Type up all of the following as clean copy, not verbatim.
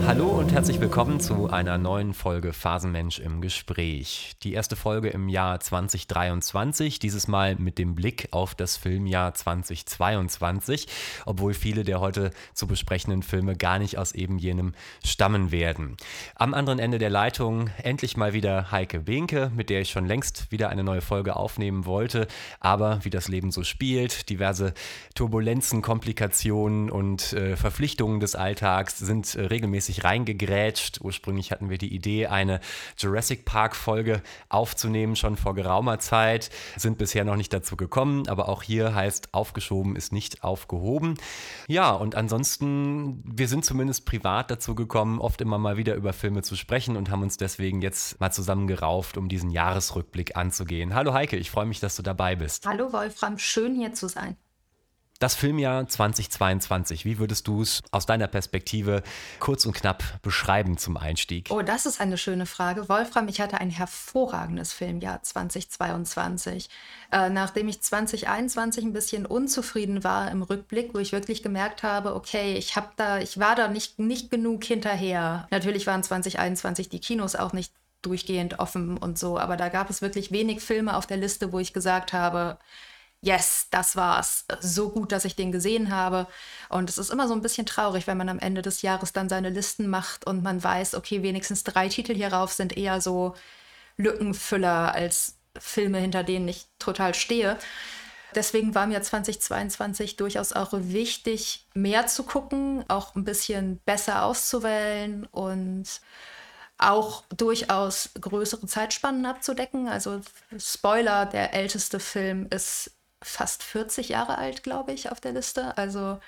Hallo und herzlich willkommen zu einer neuen Folge Phasenmensch im Gespräch. Die erste Folge im Jahr 2023, dieses Mal mit dem Blick auf das Filmjahr 2022, obwohl viele der heute zu besprechenden Filme gar nicht aus eben jenem stammen werden. Am anderen Ende der Leitung endlich mal wieder Heike Behnke, mit der ich schon längst wieder eine neue Folge aufnehmen wollte, aber wie das Leben so spielt, diverse Turbulenzen, Komplikationen und Verpflichtungen des Alltags sind regelmäßig reingegrätscht. Ursprünglich hatten wir die Idee, eine Jurassic Park-Folge aufzunehmen, schon vor geraumer Zeit, sind bisher noch nicht dazu gekommen, aber auch hier heißt, aufgeschoben ist nicht aufgehoben. Ja, und ansonsten, wir sind zumindest privat dazu gekommen, oft immer mal wieder über Filme zu sprechen und haben uns deswegen jetzt mal zusammengerauft, um diesen Jahresrückblick anzugehen. Hallo Heike, ich freue mich, dass du dabei bist. Hallo Wolfram, schön hier zu sein. Das Filmjahr 2022, wie würdest du es aus deiner Perspektive kurz und knapp beschreiben zum Einstieg? Oh, das ist eine schöne Frage. Wolfram, ich hatte ein hervorragendes Filmjahr 2022. Nachdem ich 2021 ein bisschen unzufrieden war im Rückblick, wo ich wirklich gemerkt habe, okay, ich war da nicht genug hinterher. Natürlich waren 2021 die Kinos auch nicht durchgehend offen und so, aber da gab es wirklich wenig Filme auf der Liste, wo ich gesagt habe, yes, das war's. So gut, dass ich den gesehen habe. Und es ist immer so ein bisschen traurig, wenn man am Ende des Jahres dann seine Listen macht und man weiß, okay, wenigstens 3 Titel hierauf sind eher so Lückenfüller als Filme, hinter denen ich total stehe. Deswegen war mir 2022 durchaus auch wichtig, mehr zu gucken, auch ein bisschen besser auszuwählen und auch durchaus größere Zeitspannen abzudecken. Also Spoiler, der älteste Film ist fast 40 Jahre alt, glaube ich, auf der Liste. Also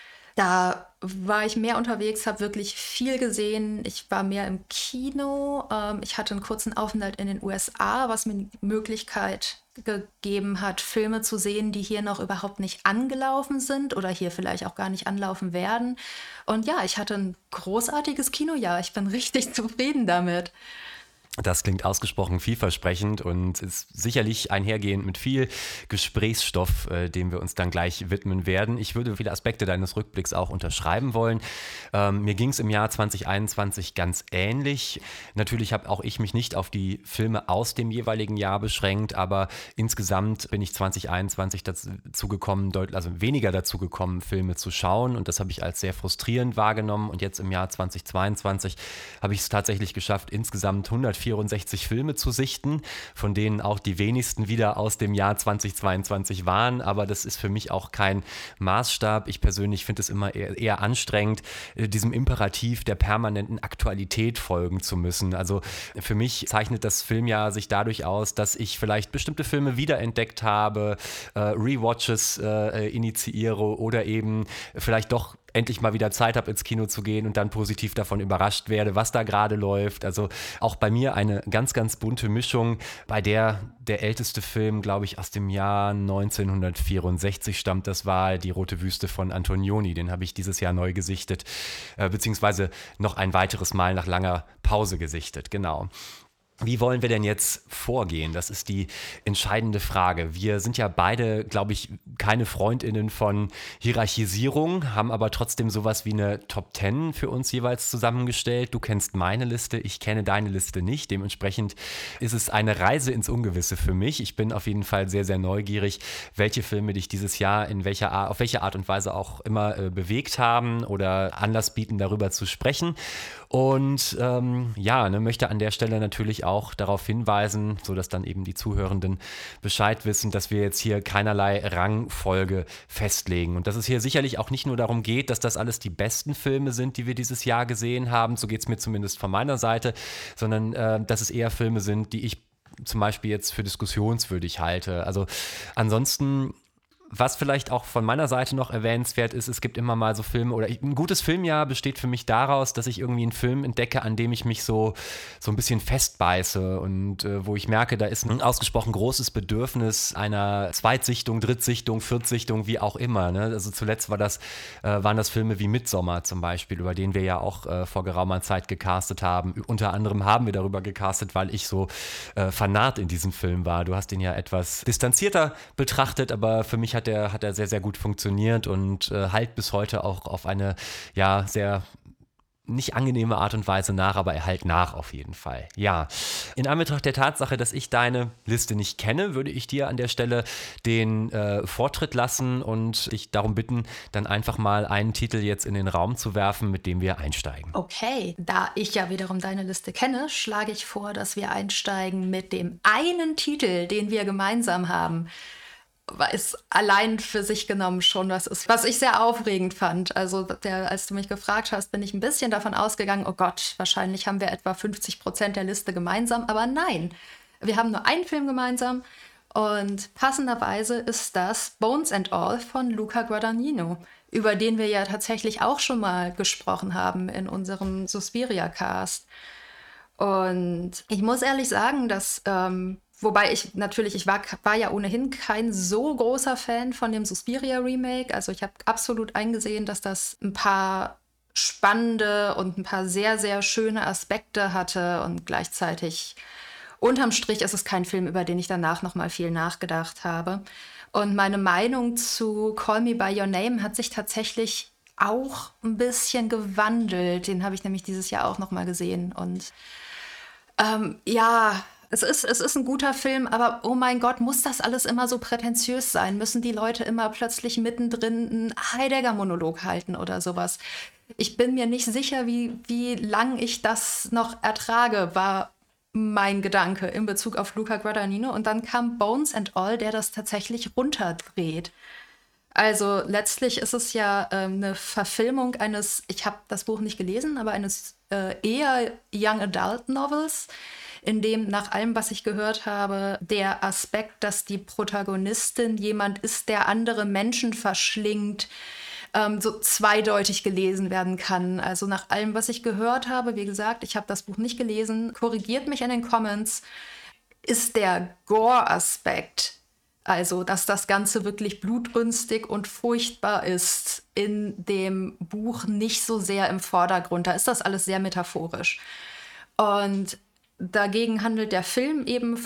da war ich mehr unterwegs, habe wirklich viel gesehen. Ich war mehr im Kino. Ich hatte einen kurzen Aufenthalt in den USA, was mir die Möglichkeit gegeben hat, Filme zu sehen, die hier noch überhaupt nicht angelaufen sind oder hier vielleicht auch gar nicht anlaufen werden. Und ja, ich hatte ein großartiges Kinojahr. Ich bin richtig zufrieden damit. Das klingt ausgesprochen vielversprechend und ist sicherlich einhergehend mit viel Gesprächsstoff, dem wir uns dann gleich widmen werden. Ich würde viele Aspekte deines Rückblicks auch unterschreiben wollen. Mir ging es im Jahr 2021 ganz ähnlich. Natürlich habe auch ich mich nicht auf die Filme aus dem jeweiligen Jahr beschränkt, aber insgesamt bin ich 2021 dazu gekommen, also weniger dazu gekommen, Filme zu schauen, und das habe ich als sehr frustrierend wahrgenommen. Und jetzt im Jahr 2022 habe ich es tatsächlich geschafft, insgesamt 164 Filme zu sichten, von denen auch die wenigsten wieder aus dem Jahr 2022 waren, aber das ist für mich auch kein Maßstab. Ich persönlich finde es immer eher anstrengend, diesem Imperativ der permanenten Aktualität folgen zu müssen. Also für mich zeichnet das Filmjahr sich dadurch aus, dass ich vielleicht bestimmte Filme wiederentdeckt habe, Rewatches initiiere oder eben vielleicht doch endlich mal wieder Zeit habe, ins Kino zu gehen und dann positiv davon überrascht werde, was da gerade läuft. Also auch bei mir eine ganz, ganz bunte Mischung, bei der älteste Film, glaube ich, aus dem Jahr 1964 stammt. Das war Die Rote Wüste von Antonioni. Den habe ich dieses Jahr neu gesichtet, beziehungsweise noch ein weiteres Mal nach langer Pause gesichtet. Genau. Wie wollen wir denn jetzt vorgehen? Das ist die entscheidende Frage. Wir sind ja beide, glaube ich, keine FreundInnen von Hierarchisierung, haben aber trotzdem sowas wie eine Top 10 für uns jeweils zusammengestellt. Du kennst meine Liste, ich kenne deine Liste nicht. Dementsprechend ist es eine Reise ins Ungewisse für mich. Ich bin auf jeden Fall sehr, sehr neugierig, welche Filme dich dieses Jahr auf welche Art und Weise auch immer bewegt haben oder Anlass bieten, darüber zu sprechen. Und möchte an der Stelle natürlich auch darauf hinweisen, sodass dann eben die Zuhörenden Bescheid wissen, dass wir jetzt hier keinerlei Rangfolge festlegen. Und dass es hier sicherlich auch nicht nur darum geht, dass das alles die besten Filme sind, die wir dieses Jahr gesehen haben, so geht es mir zumindest von meiner Seite, sondern dass es eher Filme sind, die ich zum Beispiel jetzt für diskussionswürdig halte. Also ansonsten, was vielleicht auch von meiner Seite noch erwähnenswert ist, es gibt immer mal so Filme, oder ein gutes Filmjahr besteht für mich daraus, dass ich irgendwie einen Film entdecke, an dem ich mich so ein bisschen festbeiße und wo ich merke, da ist ein ausgesprochen großes Bedürfnis einer Zweitsichtung, Drittsichtung, Viertsichtung, wie auch immer. Ne? Also zuletzt waren das Filme wie Midsommar zum Beispiel, über den wir ja auch vor geraumer Zeit gecastet haben. Unter anderem haben wir darüber gecastet, weil ich so Fanat in diesem Film war. Du hast ihn ja etwas distanzierter betrachtet, aber für mich hat er sehr, sehr gut funktioniert und halt bis heute auch auf eine sehr nicht angenehme Art und Weise nach, aber er halt nach auf jeden Fall. Ja, in Anbetracht der Tatsache, dass ich deine Liste nicht kenne, würde ich dir an der Stelle den Vortritt lassen und dich darum bitten, dann einfach mal einen Titel jetzt in den Raum zu werfen, mit dem wir einsteigen. Okay, da ich ja wiederum deine Liste kenne, schlage ich vor, dass wir einsteigen mit dem einen Titel, den wir gemeinsam haben, weil es allein für sich genommen schon was ist, was ich sehr aufregend fand. Also als du mich gefragt hast, bin ich ein bisschen davon ausgegangen, oh Gott, wahrscheinlich haben wir etwa 50% der Liste gemeinsam. Aber nein, wir haben nur einen Film gemeinsam. Und passenderweise ist das Bones and All von Luca Guadagnino, über den wir ja tatsächlich auch schon mal gesprochen haben in unserem Suspiria-Cast. Und ich muss ehrlich sagen, dass wobei ich war ja ohnehin kein so großer Fan von dem Suspiria-Remake. Also ich habe absolut eingesehen, dass das ein paar spannende und ein paar sehr, sehr schöne Aspekte hatte. Und gleichzeitig, unterm Strich, ist es kein Film, über den ich danach noch mal viel nachgedacht habe. Und meine Meinung zu Call Me By Your Name hat sich tatsächlich auch ein bisschen gewandelt. Den habe ich nämlich dieses Jahr auch noch mal gesehen. Und ja, es ist ein guter Film, aber oh mein Gott, muss das alles immer so prätentiös sein? Müssen die Leute immer plötzlich mittendrin einen Heidegger-Monolog halten oder sowas? Ich bin mir nicht sicher, wie lang ich das noch ertrage, war mein Gedanke in Bezug auf Luca Guadagnino. Und dann kam Bones and All, der das tatsächlich runterdreht. Also letztlich ist es ja eine Verfilmung ich habe das Buch nicht gelesen, aber eines eher Young Adult Novels, in dem nach allem, was ich gehört habe, der Aspekt, dass die Protagonistin jemand ist, der andere Menschen verschlingt, so zweideutig gelesen werden kann. Also nach allem, was ich gehört habe, wie gesagt, ich habe das Buch nicht gelesen, korrigiert mich in den Comments, ist der Gore-Aspekt, also dass das Ganze wirklich blutrünstig und furchtbar ist, in dem Buch nicht so sehr im Vordergrund. Da ist das alles sehr metaphorisch. Und dagegen handelt der Film eben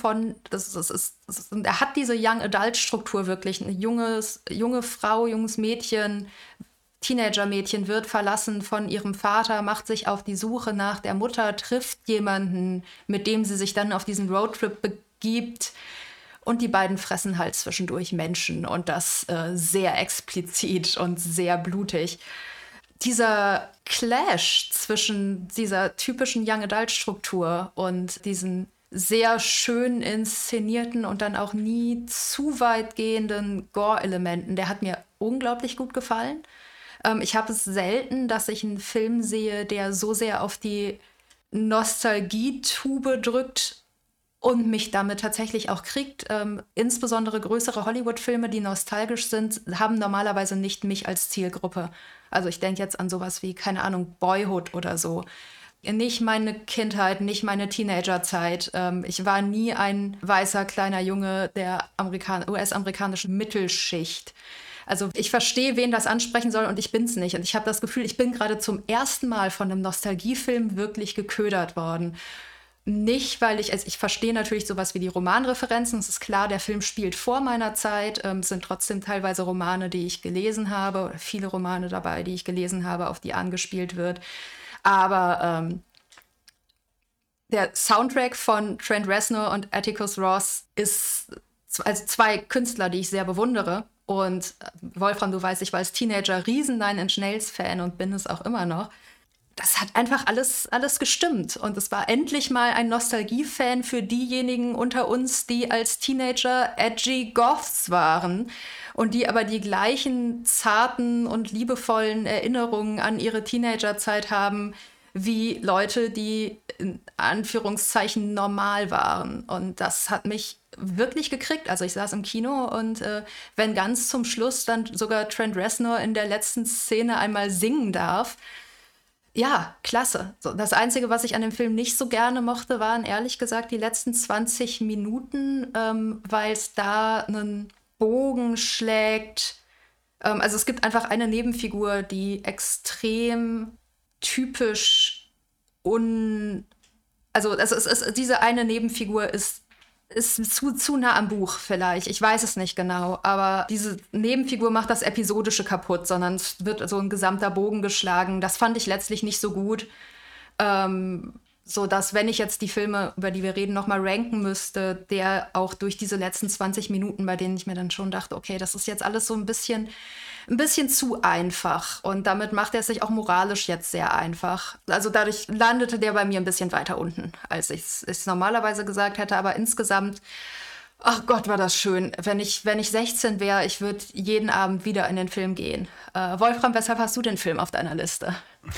er hat diese Young-Adult-Struktur wirklich. Eine junge Frau, junges Mädchen, Teenager-Mädchen wird verlassen von ihrem Vater, macht sich auf die Suche nach der Mutter, trifft jemanden, mit dem sie sich dann auf diesen Roadtrip begibt. Und die beiden fressen halt zwischendurch Menschen und das sehr explizit und sehr blutig. Dieser Clash zwischen dieser typischen Young-Adult-Struktur und diesen sehr schön inszenierten und dann auch nie zu weit gehenden Gore-Elementen, der hat mir unglaublich gut gefallen. Ich habe es selten, dass ich einen Film sehe, der so sehr auf die Nostalgietube drückt und mich damit tatsächlich auch kriegt. Insbesondere größere Hollywood-Filme, die nostalgisch sind, haben normalerweise nicht mich als Zielgruppe. Also ich denke jetzt an sowas wie, keine Ahnung, Boyhood oder so. Nicht meine Kindheit, nicht meine Teenagerzeit. Ich war nie ein weißer kleiner Junge der US-amerikanischen Mittelschicht. Also ich verstehe, wen das ansprechen soll und ich bin's nicht. Und ich habe das Gefühl, ich bin gerade zum ersten Mal von einem Nostalgiefilm wirklich geködert worden. Nicht, weil ich verstehe natürlich sowas wie die Romanreferenzen. Es ist klar, der Film spielt vor meiner Zeit. Es sind trotzdem teilweise Romane, die ich gelesen habe, oder viele Romane dabei, die ich gelesen habe, auf die angespielt wird. Aber der Soundtrack von Trent Reznor und Atticus Ross ist also zwei Künstler, die ich sehr bewundere. Und Wolfram, du weißt, ich war als Teenager riesen Nine Inch Nails Fan und bin es auch immer noch. Das hat einfach alles gestimmt. Und es war endlich mal ein Nostalgie-Fan für diejenigen unter uns, die als Teenager edgy Goths waren und die aber die gleichen zarten und liebevollen Erinnerungen an ihre Teenagerzeit haben wie Leute, die in Anführungszeichen normal waren. Und das hat mich wirklich gekriegt. Also ich saß im Kino und wenn ganz zum Schluss dann sogar Trent Reznor in der letzten Szene einmal singen darf, ja, klasse. So, das Einzige, was ich an dem Film nicht so gerne mochte, waren ehrlich gesagt die letzten 20 Minuten, weil es da einen Bogen schlägt. Also es gibt einfach eine Nebenfigur, die extrem typisch diese eine Nebenfigur ist ist zu nah am Buch vielleicht. Ich weiß es nicht genau. Aber diese Nebenfigur macht das Episodische kaputt, sondern es wird so ein gesamter Bogen geschlagen. Das fand ich letztlich nicht so gut. So dass, wenn ich jetzt die Filme, über die wir reden, nochmal ranken müsste, der auch durch diese letzten 20 Minuten, bei denen ich mir dann schon dachte, okay, das ist jetzt alles so ein bisschen zu einfach. Und damit macht er es sich auch moralisch jetzt sehr einfach. Also dadurch landete der bei mir ein bisschen weiter unten, als ich es normalerweise gesagt hätte. Aber insgesamt, ach Gott, war das schön. Wenn ich 16 wäre, ich würde jeden Abend wieder in den Film gehen. Wolfram, weshalb hast du den Film auf deiner Liste?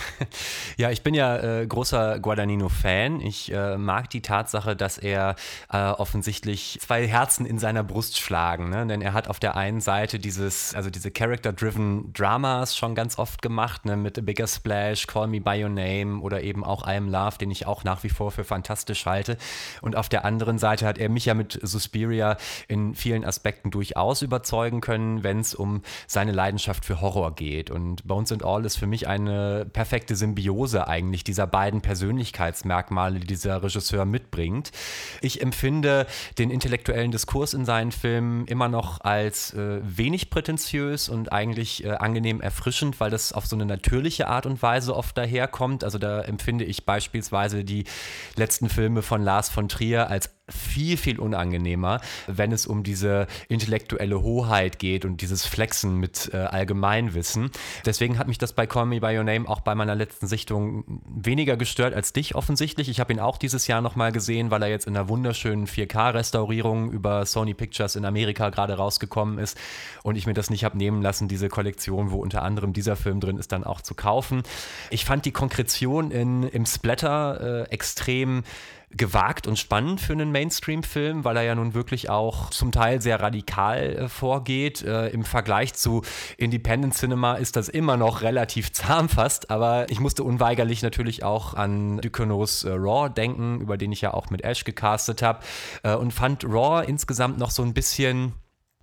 Ja, ich bin ja großer Guadagnino-Fan. Ich mag die Tatsache, dass er offensichtlich zwei Herzen in seiner Brust schlagen. Ne? Denn er hat auf der einen Seite diese Character-driven Dramas schon ganz oft gemacht, ne? Mit A Bigger Splash, Call Me By Your Name oder eben auch I Am Love, den ich auch nach wie vor für fantastisch halte. Und auf der anderen Seite hat er mich ja mit Suspiria in vielen Aspekten durchaus überzeugen können, wenn es um seine Leidenschaft für Horror geht. Und Bones and All ist für mich eine perfekte Symbiose eigentlich dieser beiden Persönlichkeitsmerkmale, die dieser Regisseur mitbringt. Ich empfinde den intellektuellen Diskurs in seinen Filmen immer noch als wenig prätentiös und eigentlich angenehm erfrischend, weil das auf so eine natürliche Art und Weise oft daherkommt. Also da empfinde ich beispielsweise die letzten Filme von Lars von Trier als viel, viel unangenehmer, wenn es um diese intellektuelle Hoheit geht und dieses Flexen mit Allgemeinwissen. Deswegen hat mich das bei Call Me By Your Name auch bei meiner letzten Sichtung weniger gestört als dich offensichtlich. Ich habe ihn auch dieses Jahr nochmal gesehen, weil er jetzt in einer wunderschönen 4K-Restaurierung über Sony Pictures in Amerika gerade rausgekommen ist und ich mir das nicht habe nehmen lassen, diese Kollektion, wo unter anderem dieser Film drin ist, dann auch zu kaufen. Ich fand die Konkretion im Splatter extrem gewagt und spannend für einen Mainstream-Film, weil er ja nun wirklich auch zum Teil sehr radikal vorgeht. Im Vergleich zu Independent Cinema ist das immer noch relativ zahm fast, aber ich musste unweigerlich natürlich auch an Ducournau's Raw denken, über den ich ja auch mit Ash gecastet habe, und fand Raw insgesamt noch so ein bisschen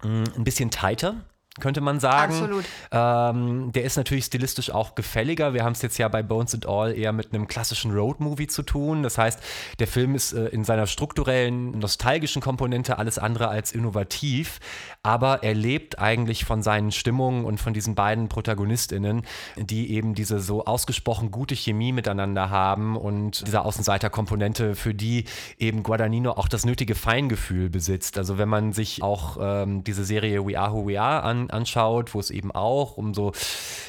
tighter, könnte man sagen. Absolut. Der ist natürlich stilistisch auch gefälliger. Wir haben es jetzt ja bei Bones and All eher mit einem klassischen Road-Movie zu tun. Das heißt, der Film ist in seiner strukturellen, nostalgischen Komponente alles andere als innovativ, aber er lebt eigentlich von seinen Stimmungen und von diesen beiden ProtagonistInnen, die eben diese so ausgesprochen gute Chemie miteinander haben und dieser Außenseiterkomponente, für die eben Guadagnino auch das nötige Feingefühl besitzt. Also wenn man sich auch diese Serie We Are Who We Are anschaut, wo es eben auch um so,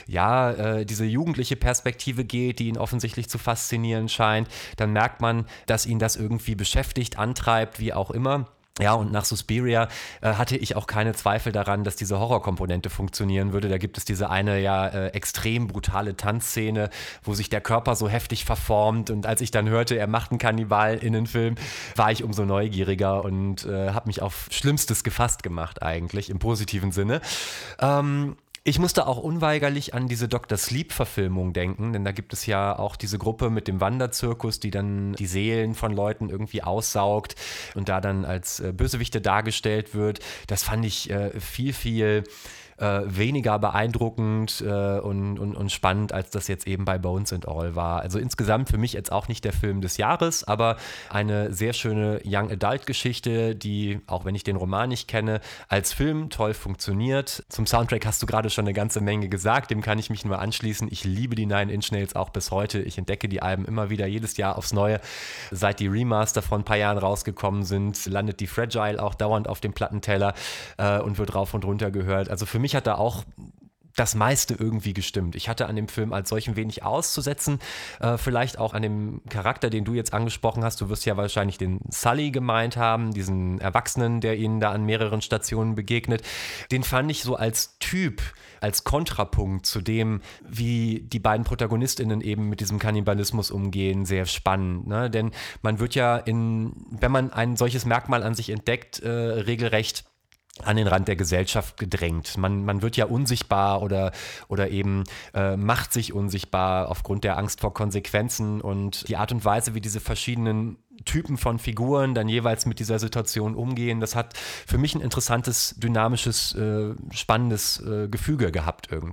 ja, diese jugendliche Perspektive geht, die ihn offensichtlich zu faszinieren scheint, dann merkt man, dass ihn das irgendwie beschäftigt, antreibt, wie auch immer. Ja, und nach Suspiria hatte ich auch keine Zweifel daran, dass diese Horrorkomponente funktionieren würde. Da gibt es diese eine extrem brutale Tanzszene, wo sich der Körper so heftig verformt. Und als ich dann hörte, er macht einen KannibalInnen-Film, war ich umso neugieriger und habe mich auf Schlimmstes gefasst gemacht eigentlich, im positiven Sinne. Ich musste auch unweigerlich an diese Dr. Sleep-Verfilmung denken, denn da gibt es ja auch diese Gruppe mit dem Wanderzirkus, die dann die Seelen von Leuten irgendwie aussaugt und da dann als Bösewichte dargestellt wird. Das fand ich viel, viel weniger beeindruckend und spannend, als das jetzt eben bei Bones and All war. Also insgesamt für mich jetzt auch nicht der Film des Jahres, aber eine sehr schöne Young-Adult-Geschichte, die, auch wenn ich den Roman nicht kenne, als Film toll funktioniert. Zum Soundtrack hast du gerade schon eine ganze Menge gesagt, dem kann ich mich nur anschließen. Ich liebe die Nine Inch Nails auch bis heute. Ich entdecke die Alben immer wieder, jedes Jahr aufs Neue. Seit die Remaster vor ein paar Jahren rausgekommen sind, landet die Fragile auch dauernd auf dem Plattenteller und wird rauf und runter gehört. Also für mich hat da auch das meiste irgendwie gestimmt. Ich hatte an dem Film als solchen wenig auszusetzen, vielleicht auch an dem Charakter, den du jetzt angesprochen hast. Du wirst ja wahrscheinlich den Sully gemeint haben, diesen Erwachsenen, der ihnen da an mehreren Stationen begegnet. Den fand ich so als Typ, als Kontrapunkt zu dem, wie die beiden ProtagonistInnen eben mit diesem Kannibalismus umgehen, sehr spannend. Ne? Denn man wird ja, wenn man ein solches Merkmal an sich entdeckt, regelrecht an den Rand der Gesellschaft gedrängt. Man wird ja unsichtbar oder eben macht sich unsichtbar aufgrund der Angst vor Konsequenzen, und die Art und Weise, wie diese verschiedenen Typen von Figuren dann jeweils mit dieser Situation umgehen, das hat für mich ein interessantes, dynamisches, spannendes Gefüge gehabt irgendwie.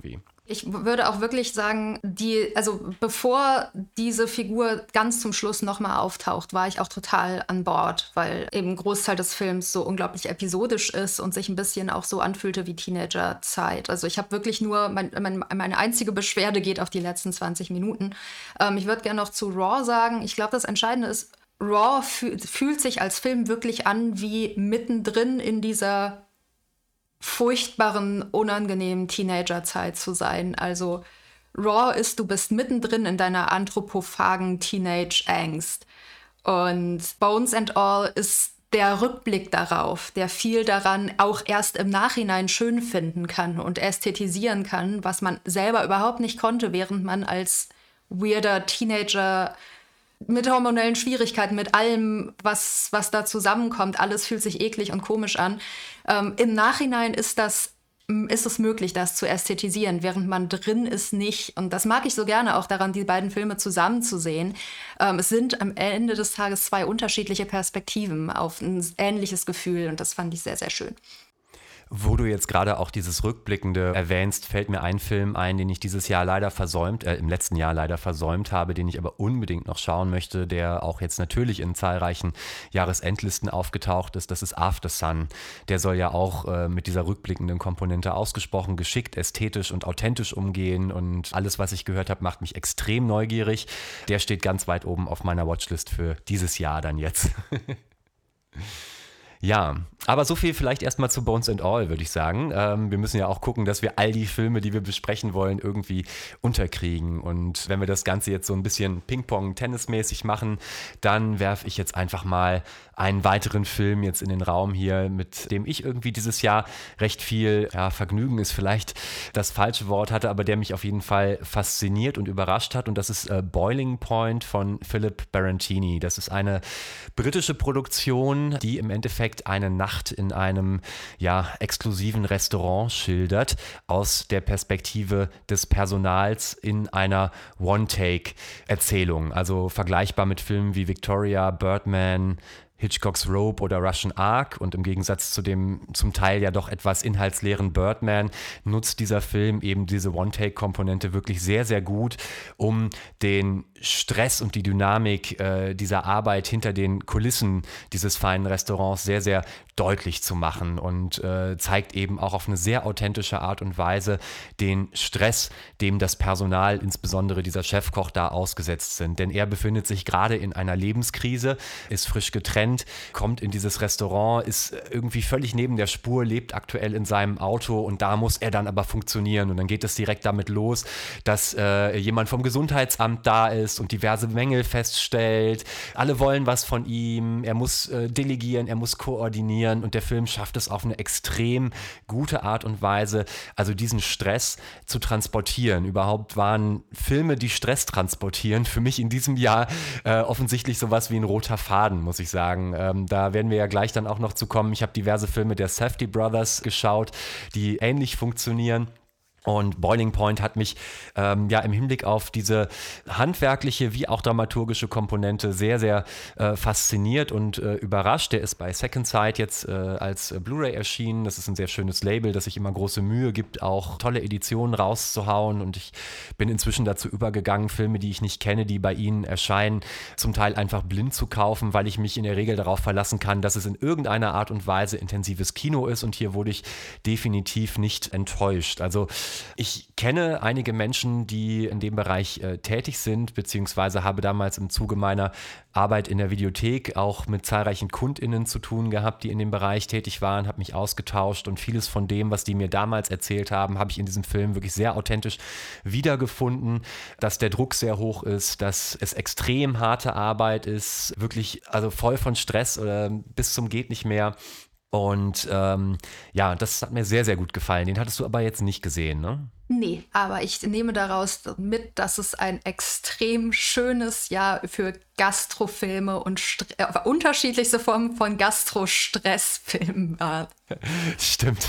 Ich würde auch wirklich sagen, also bevor diese Figur ganz zum Schluss nochmal auftaucht, war ich auch total an Bord, weil eben ein Großteil des Films so unglaublich episodisch ist und sich ein bisschen auch so anfühlte wie Teenagerzeit. Also ich habe wirklich nur, meine einzige Beschwerde geht auf die letzten 20 Minuten. Ich würde gerne noch zu Raw sagen, ich glaube, das Entscheidende ist, Raw fühlt sich als Film wirklich an wie mittendrin in dieser furchtbaren, unangenehmen Teenagerzeit zu sein. Also Raw ist, du bist mittendrin in deiner anthropophagen Teenage-Angst. Und Bones and All ist der Rückblick darauf, der viel daran auch erst im Nachhinein schön finden kann und ästhetisieren kann, was man selber überhaupt nicht konnte, während man als weirder Teenager mit hormonellen Schwierigkeiten, mit allem, was da zusammenkommt, alles fühlt sich eklig und komisch an. Im Nachhinein ist es möglich, das zu ästhetisieren, während man drin ist nicht. Und das mag ich so gerne auch daran, die beiden Filme zusammenzusehen. Es sind am Ende des Tages zwei unterschiedliche Perspektiven auf ein ähnliches Gefühl und das fand ich sehr, sehr schön. Wo du jetzt gerade auch dieses Rückblickende erwähnst, fällt mir ein Film ein, den ich dieses Jahr leider im letzten Jahr leider versäumt habe, den ich aber unbedingt noch schauen möchte, der auch jetzt natürlich in zahlreichen Jahresendlisten aufgetaucht ist. Das ist After Sun. Der soll ja auch mit dieser rückblickenden Komponente ausgesprochen geschickt, ästhetisch und authentisch umgehen und alles, was ich gehört habe, macht mich extrem neugierig. Der steht ganz weit oben auf meiner Watchlist für dieses Jahr dann jetzt. Ja, aber so viel vielleicht erstmal zu Bones and All, würde ich sagen. Wir müssen ja auch gucken, dass wir all die Filme, die wir besprechen wollen, irgendwie unterkriegen. Und wenn wir das Ganze jetzt so ein bisschen Ping-Pong-Tennismäßig machen, dann werfe ich jetzt einfach mal einen weiteren Film jetzt in den Raum hier, mit dem ich irgendwie dieses Jahr recht viel, Vergnügen ist vielleicht das falsche Wort, hatte, aber der mich auf jeden Fall fasziniert und überrascht hat. Und das ist Boiling Point von Philip Barantini. Das ist eine britische Produktion, die im Endeffekt eine Nacht in einem exklusiven Restaurant schildert, aus der Perspektive des Personals in einer One-Take-Erzählung. Also vergleichbar mit Filmen wie Victoria, Birdman, Hitchcocks Rope oder Russian Ark, und im Gegensatz zu dem zum Teil ja doch etwas inhaltsleeren Birdman nutzt dieser Film eben diese One-Take-Komponente wirklich sehr, sehr gut, um den Stress und die Dynamik dieser Arbeit hinter den Kulissen dieses feinen Restaurants sehr, sehr deutlich zu machen und zeigt eben auch auf eine sehr authentische Art und Weise den Stress, dem das Personal, insbesondere dieser Chefkoch, da ausgesetzt sind. Denn er befindet sich gerade in einer Lebenskrise, ist frisch getrennt, kommt in dieses Restaurant, ist irgendwie völlig neben der Spur, lebt aktuell in seinem Auto und da muss er dann aber funktionieren. Und dann geht es direkt damit los, dass jemand vom Gesundheitsamt da ist und diverse Mängel feststellt. Alle wollen was von ihm, er muss delegieren, er muss koordinieren und der Film schafft es auf eine extrem gute Art und Weise, also diesen Stress zu transportieren. Überhaupt waren Filme, die Stress transportieren, für mich in diesem Jahr offensichtlich sowas wie ein roter Faden, muss ich sagen. Da werden wir ja gleich dann auch noch zu kommen. Ich habe diverse Filme der Safdie Brothers geschaut, die ähnlich funktionieren. Und Boiling Point hat mich im Hinblick auf diese handwerkliche wie auch dramaturgische Komponente sehr, sehr fasziniert und überrascht. Der ist bei Second Sight jetzt als Blu-ray erschienen. Das ist ein sehr schönes Label, das sich immer große Mühe gibt, auch tolle Editionen rauszuhauen. Und ich bin inzwischen dazu übergegangen, Filme, die ich nicht kenne, die bei ihnen erscheinen, zum Teil einfach blind zu kaufen, weil ich mich in der Regel darauf verlassen kann, dass es in irgendeiner Art und Weise intensives Kino ist. Und hier wurde ich definitiv nicht enttäuscht. Also ich kenne einige Menschen, die in dem Bereich tätig sind, beziehungsweise habe damals im Zuge meiner Arbeit in der Videothek auch mit zahlreichen KundInnen zu tun gehabt, die in dem Bereich tätig waren, habe mich ausgetauscht und vieles von dem, was die mir damals erzählt haben, habe ich in diesem Film wirklich sehr authentisch wiedergefunden, dass der Druck sehr hoch ist, dass es extrem harte Arbeit ist, wirklich also voll von Stress oder bis zum geht nicht mehr. Und das hat mir sehr, sehr gut gefallen. Den hattest du aber jetzt nicht gesehen, ne? Nee, aber ich nehme daraus mit, dass es ein extrem schönes Jahr für Gastrofilme und unterschiedlichste Formen von Gastro-Stressfilmen war. Stimmt.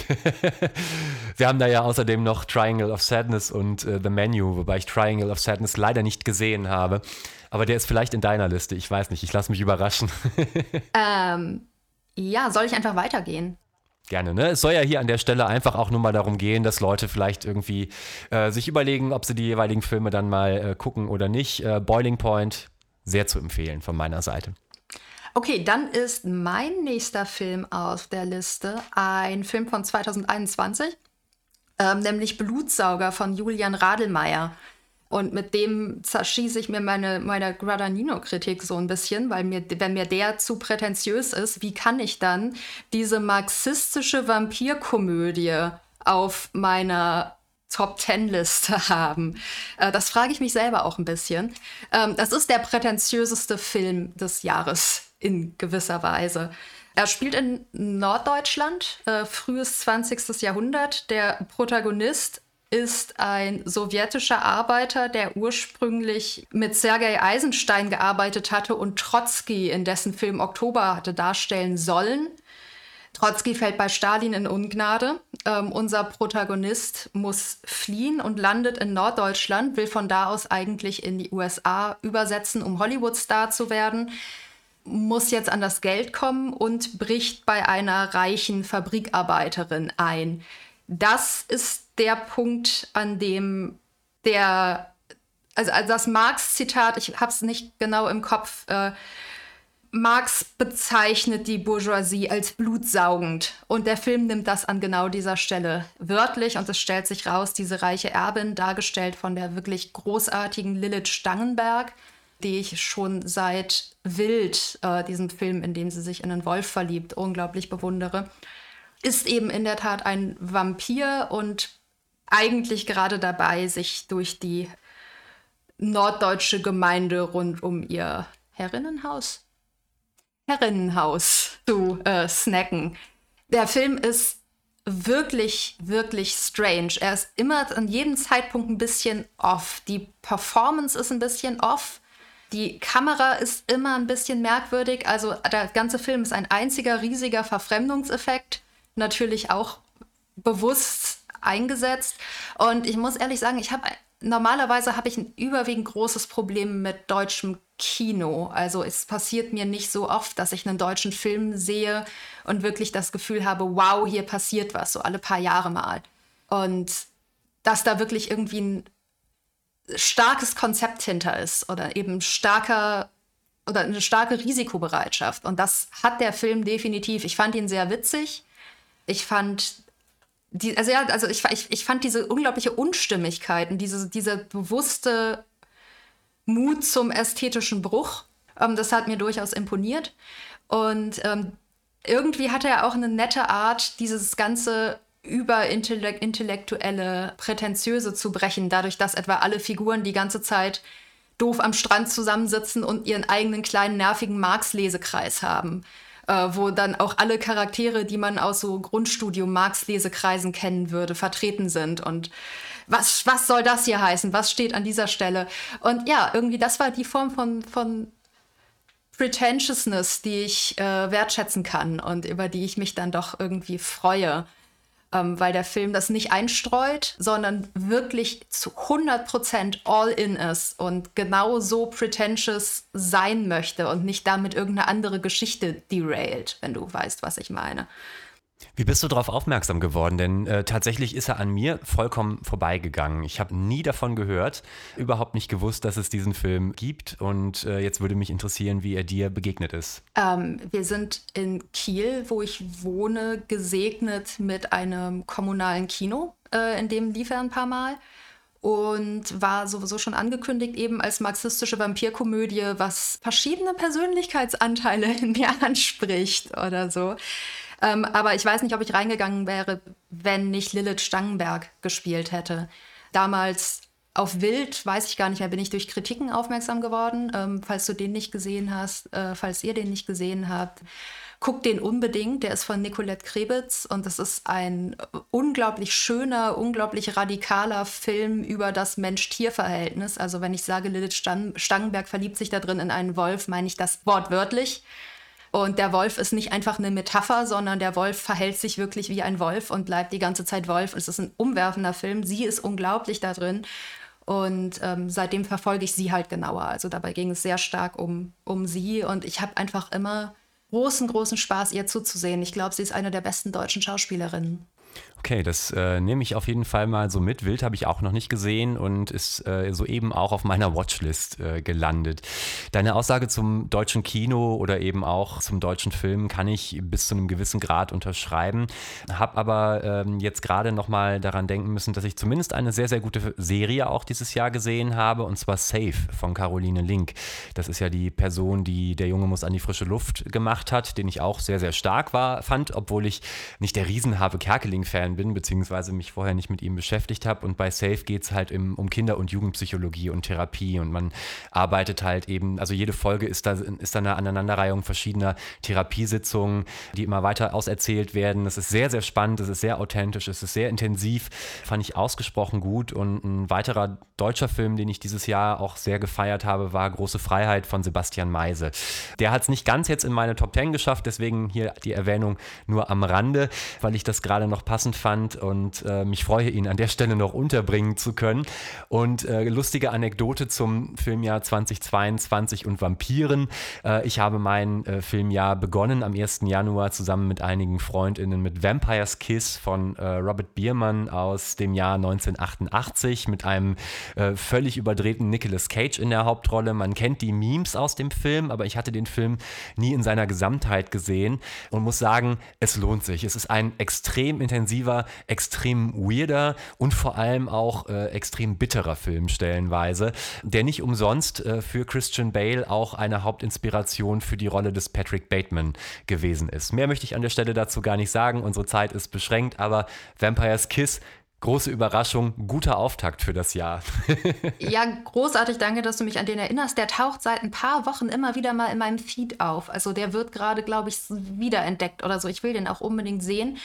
Wir haben da ja außerdem noch Triangle of Sadness und The Menu, wobei ich Triangle of Sadness leider nicht gesehen habe. Aber der ist vielleicht in deiner Liste, ich weiß nicht, ich lasse mich überraschen. Ja, soll ich einfach weitergehen? Gerne, ne? Es soll ja hier an der Stelle einfach auch nur mal darum gehen, dass Leute vielleicht irgendwie sich überlegen, ob sie die jeweiligen Filme dann mal gucken oder nicht. Boiling Point, sehr zu empfehlen von meiner Seite. Okay, dann ist mein nächster Film auf der Liste ein Film von 2021, nämlich Blutsauger von Julian Radelmeier. Und mit dem zerschieße ich mir meine Guadagnino-Kritik so ein bisschen, weil wenn mir der zu prätentiös ist, wie kann ich dann diese marxistische Vampirkomödie auf meiner Top-10-Liste haben? Das frage ich mich selber auch ein bisschen. Das ist der prätentiöseste Film des Jahres in gewisser Weise. Er spielt in Norddeutschland, frühes 20. Jahrhundert. Der Protagonist ist ein sowjetischer Arbeiter, der ursprünglich mit Sergei Eisenstein gearbeitet hatte und Trotzki in dessen Film Oktober hatte darstellen sollen. Trotzki fällt bei Stalin in Ungnade. Unser Protagonist muss fliehen und landet in Norddeutschland, will von da aus eigentlich in die USA übersetzen, um Hollywood-Star zu werden, muss jetzt an das Geld kommen und bricht bei einer reichen Fabrikarbeiterin ein. Das ist der Punkt, an dem also das Marx-Zitat, ich habe es nicht genau im Kopf, Marx bezeichnet die Bourgeoisie als blutsaugend. Und der Film nimmt das an genau dieser Stelle wörtlich. Und es stellt sich raus, diese reiche Erbin, dargestellt von der wirklich großartigen Lilith Stangenberg, die ich schon seit Wild, diesem Film, in dem sie sich in einen Wolf verliebt, unglaublich bewundere, ist eben in der Tat ein Vampir und eigentlich gerade dabei, sich durch die norddeutsche Gemeinde rund um ihr Herrinnenhaus zu snacken. Der Film ist wirklich, wirklich strange. Er ist immer an jedem Zeitpunkt ein bisschen off. Die Performance ist ein bisschen off. Die Kamera ist immer ein bisschen merkwürdig. Also der ganze Film ist ein einziger riesiger Verfremdungseffekt. Natürlich auch bewusst eingesetzt. Und ich muss ehrlich sagen, normalerweise habe ich ein überwiegend großes Problem mit deutschem Kino. Also es passiert mir nicht so oft, dass ich einen deutschen Film sehe und wirklich das Gefühl habe, wow, hier passiert was, so alle paar Jahre mal. Und dass da wirklich irgendwie ein starkes Konzept hinter ist oder eben eine starke Risikobereitschaft. Und das hat der Film definitiv. Ich fand ihn sehr witzig. Ich fand ich fand diese unglaubliche Unstimmigkeit und dieser bewusste Mut zum ästhetischen Bruch, das hat mir durchaus imponiert. Und irgendwie hat er auch eine nette Art, dieses ganze überintellektuelle, Prätentiöse zu brechen, dadurch, dass etwa alle Figuren die ganze Zeit doof am Strand zusammensitzen und ihren eigenen kleinen, nervigen Marx-Lesekreis haben. Wo dann auch alle Charaktere, die man aus so Grundstudium-Marx-Lesekreisen kennen würde, vertreten sind. Und was soll das hier heißen? Was steht an dieser Stelle? Und ja, irgendwie, das war die Form von Pretentiousness, die ich wertschätzen kann und über die ich mich dann doch irgendwie freue. Weil der Film das nicht einstreut, sondern wirklich zu 100% all in ist und genau so pretentious sein möchte und nicht damit irgendeine andere Geschichte derailt, wenn du weißt, was ich meine. Wie bist du darauf aufmerksam geworden? Denn tatsächlich ist er an mir vollkommen vorbeigegangen. Ich habe nie davon gehört, überhaupt nicht gewusst, dass es diesen Film gibt. Und jetzt würde mich interessieren, wie er dir begegnet ist. Wir sind in Kiel, wo ich wohne, gesegnet mit einem kommunalen Kino. In dem lief er ein paar Mal. Und war sowieso schon angekündigt eben als marxistische Vampirkomödie, was verschiedene Persönlichkeitsanteile in mir anspricht oder so. Aber ich weiß nicht, ob ich reingegangen wäre, wenn nicht Lilith Stangenberg gespielt hätte. Damals auf Wild, weiß ich gar nicht mehr, bin ich durch Kritiken aufmerksam geworden. Falls du den nicht gesehen hast, falls ihr den nicht gesehen habt, guckt den unbedingt. Der ist von Nicolette Krebitz und das ist ein unglaublich schöner, unglaublich radikaler Film über das Mensch-Tier-Verhältnis. Also wenn ich sage, Lilith Stangenberg verliebt sich da drin in einen Wolf, meine ich das wortwörtlich. Und der Wolf ist nicht einfach eine Metapher, sondern der Wolf verhält sich wirklich wie ein Wolf und bleibt die ganze Zeit Wolf. Es ist ein umwerfender Film. Sie ist unglaublich da drin. Und seitdem verfolge ich sie halt genauer. Also dabei ging es sehr stark um sie. Und ich habe einfach immer großen, großen Spaß, ihr zuzusehen. Ich glaube, sie ist eine der besten deutschen Schauspielerinnen. Okay, das nehme ich auf jeden Fall mal so mit. Wild habe ich auch noch nicht gesehen und ist soeben auch auf meiner Watchlist gelandet. Deine Aussage zum deutschen Kino oder eben auch zum deutschen Film kann ich bis zu einem gewissen Grad unterschreiben. Habe aber jetzt gerade noch mal daran denken müssen, dass ich zumindest eine sehr, sehr gute Serie auch dieses Jahr gesehen habe, und zwar Safe von Caroline Link. Das ist ja die Person, die Der Junge muss an die frische Luft gemacht hat, den ich auch sehr, sehr stark fand, obwohl ich nicht der Riesen-Harpe Kerkeling-Fan bin, beziehungsweise mich vorher nicht mit ihm beschäftigt habe. Und bei Safe geht es halt um Kinder- und Jugendpsychologie und Therapie, und man arbeitet halt eben, also jede Folge ist da eine Aneinanderreihung verschiedener Therapiesitzungen, die immer weiter auserzählt werden. Es ist sehr, sehr spannend, es ist sehr authentisch, es ist sehr intensiv, fand ich ausgesprochen gut. Und ein weiterer deutscher Film, den ich dieses Jahr auch sehr gefeiert habe, war Große Freiheit von Sebastian Meise. Der hat es nicht ganz jetzt in meine Top 10 geschafft, deswegen hier die Erwähnung nur am Rande, weil ich das gerade noch passend fand und mich freue, ihn an der Stelle noch unterbringen zu können. Und lustige Anekdote zum Filmjahr 2022 und Vampiren. Ich habe mein Filmjahr begonnen am 1. Januar zusammen mit einigen FreundInnen mit Vampire's Kiss von Robert Biermann aus dem Jahr 1988 mit einem völlig überdrehten Nicolas Cage in der Hauptrolle. Man kennt die Memes aus dem Film, aber ich hatte den Film nie in seiner Gesamtheit gesehen und muss sagen, es lohnt sich. Es ist ein extrem intensiver, extrem weirder und vor allem auch extrem bitterer Film stellenweise, der nicht umsonst für Christian Bale auch eine Hauptinspiration für die Rolle des Patrick Bateman gewesen ist. Mehr möchte ich an der Stelle dazu gar nicht sagen, unsere Zeit ist beschränkt, aber Vampire's Kiss, große Überraschung, guter Auftakt für das Jahr. Ja, großartig, danke, dass du mich an den erinnerst. Der taucht seit ein paar Wochen immer wieder mal in meinem Feed auf. Also der wird gerade, glaube ich, wiederentdeckt oder so. Ich will den auch unbedingt sehen.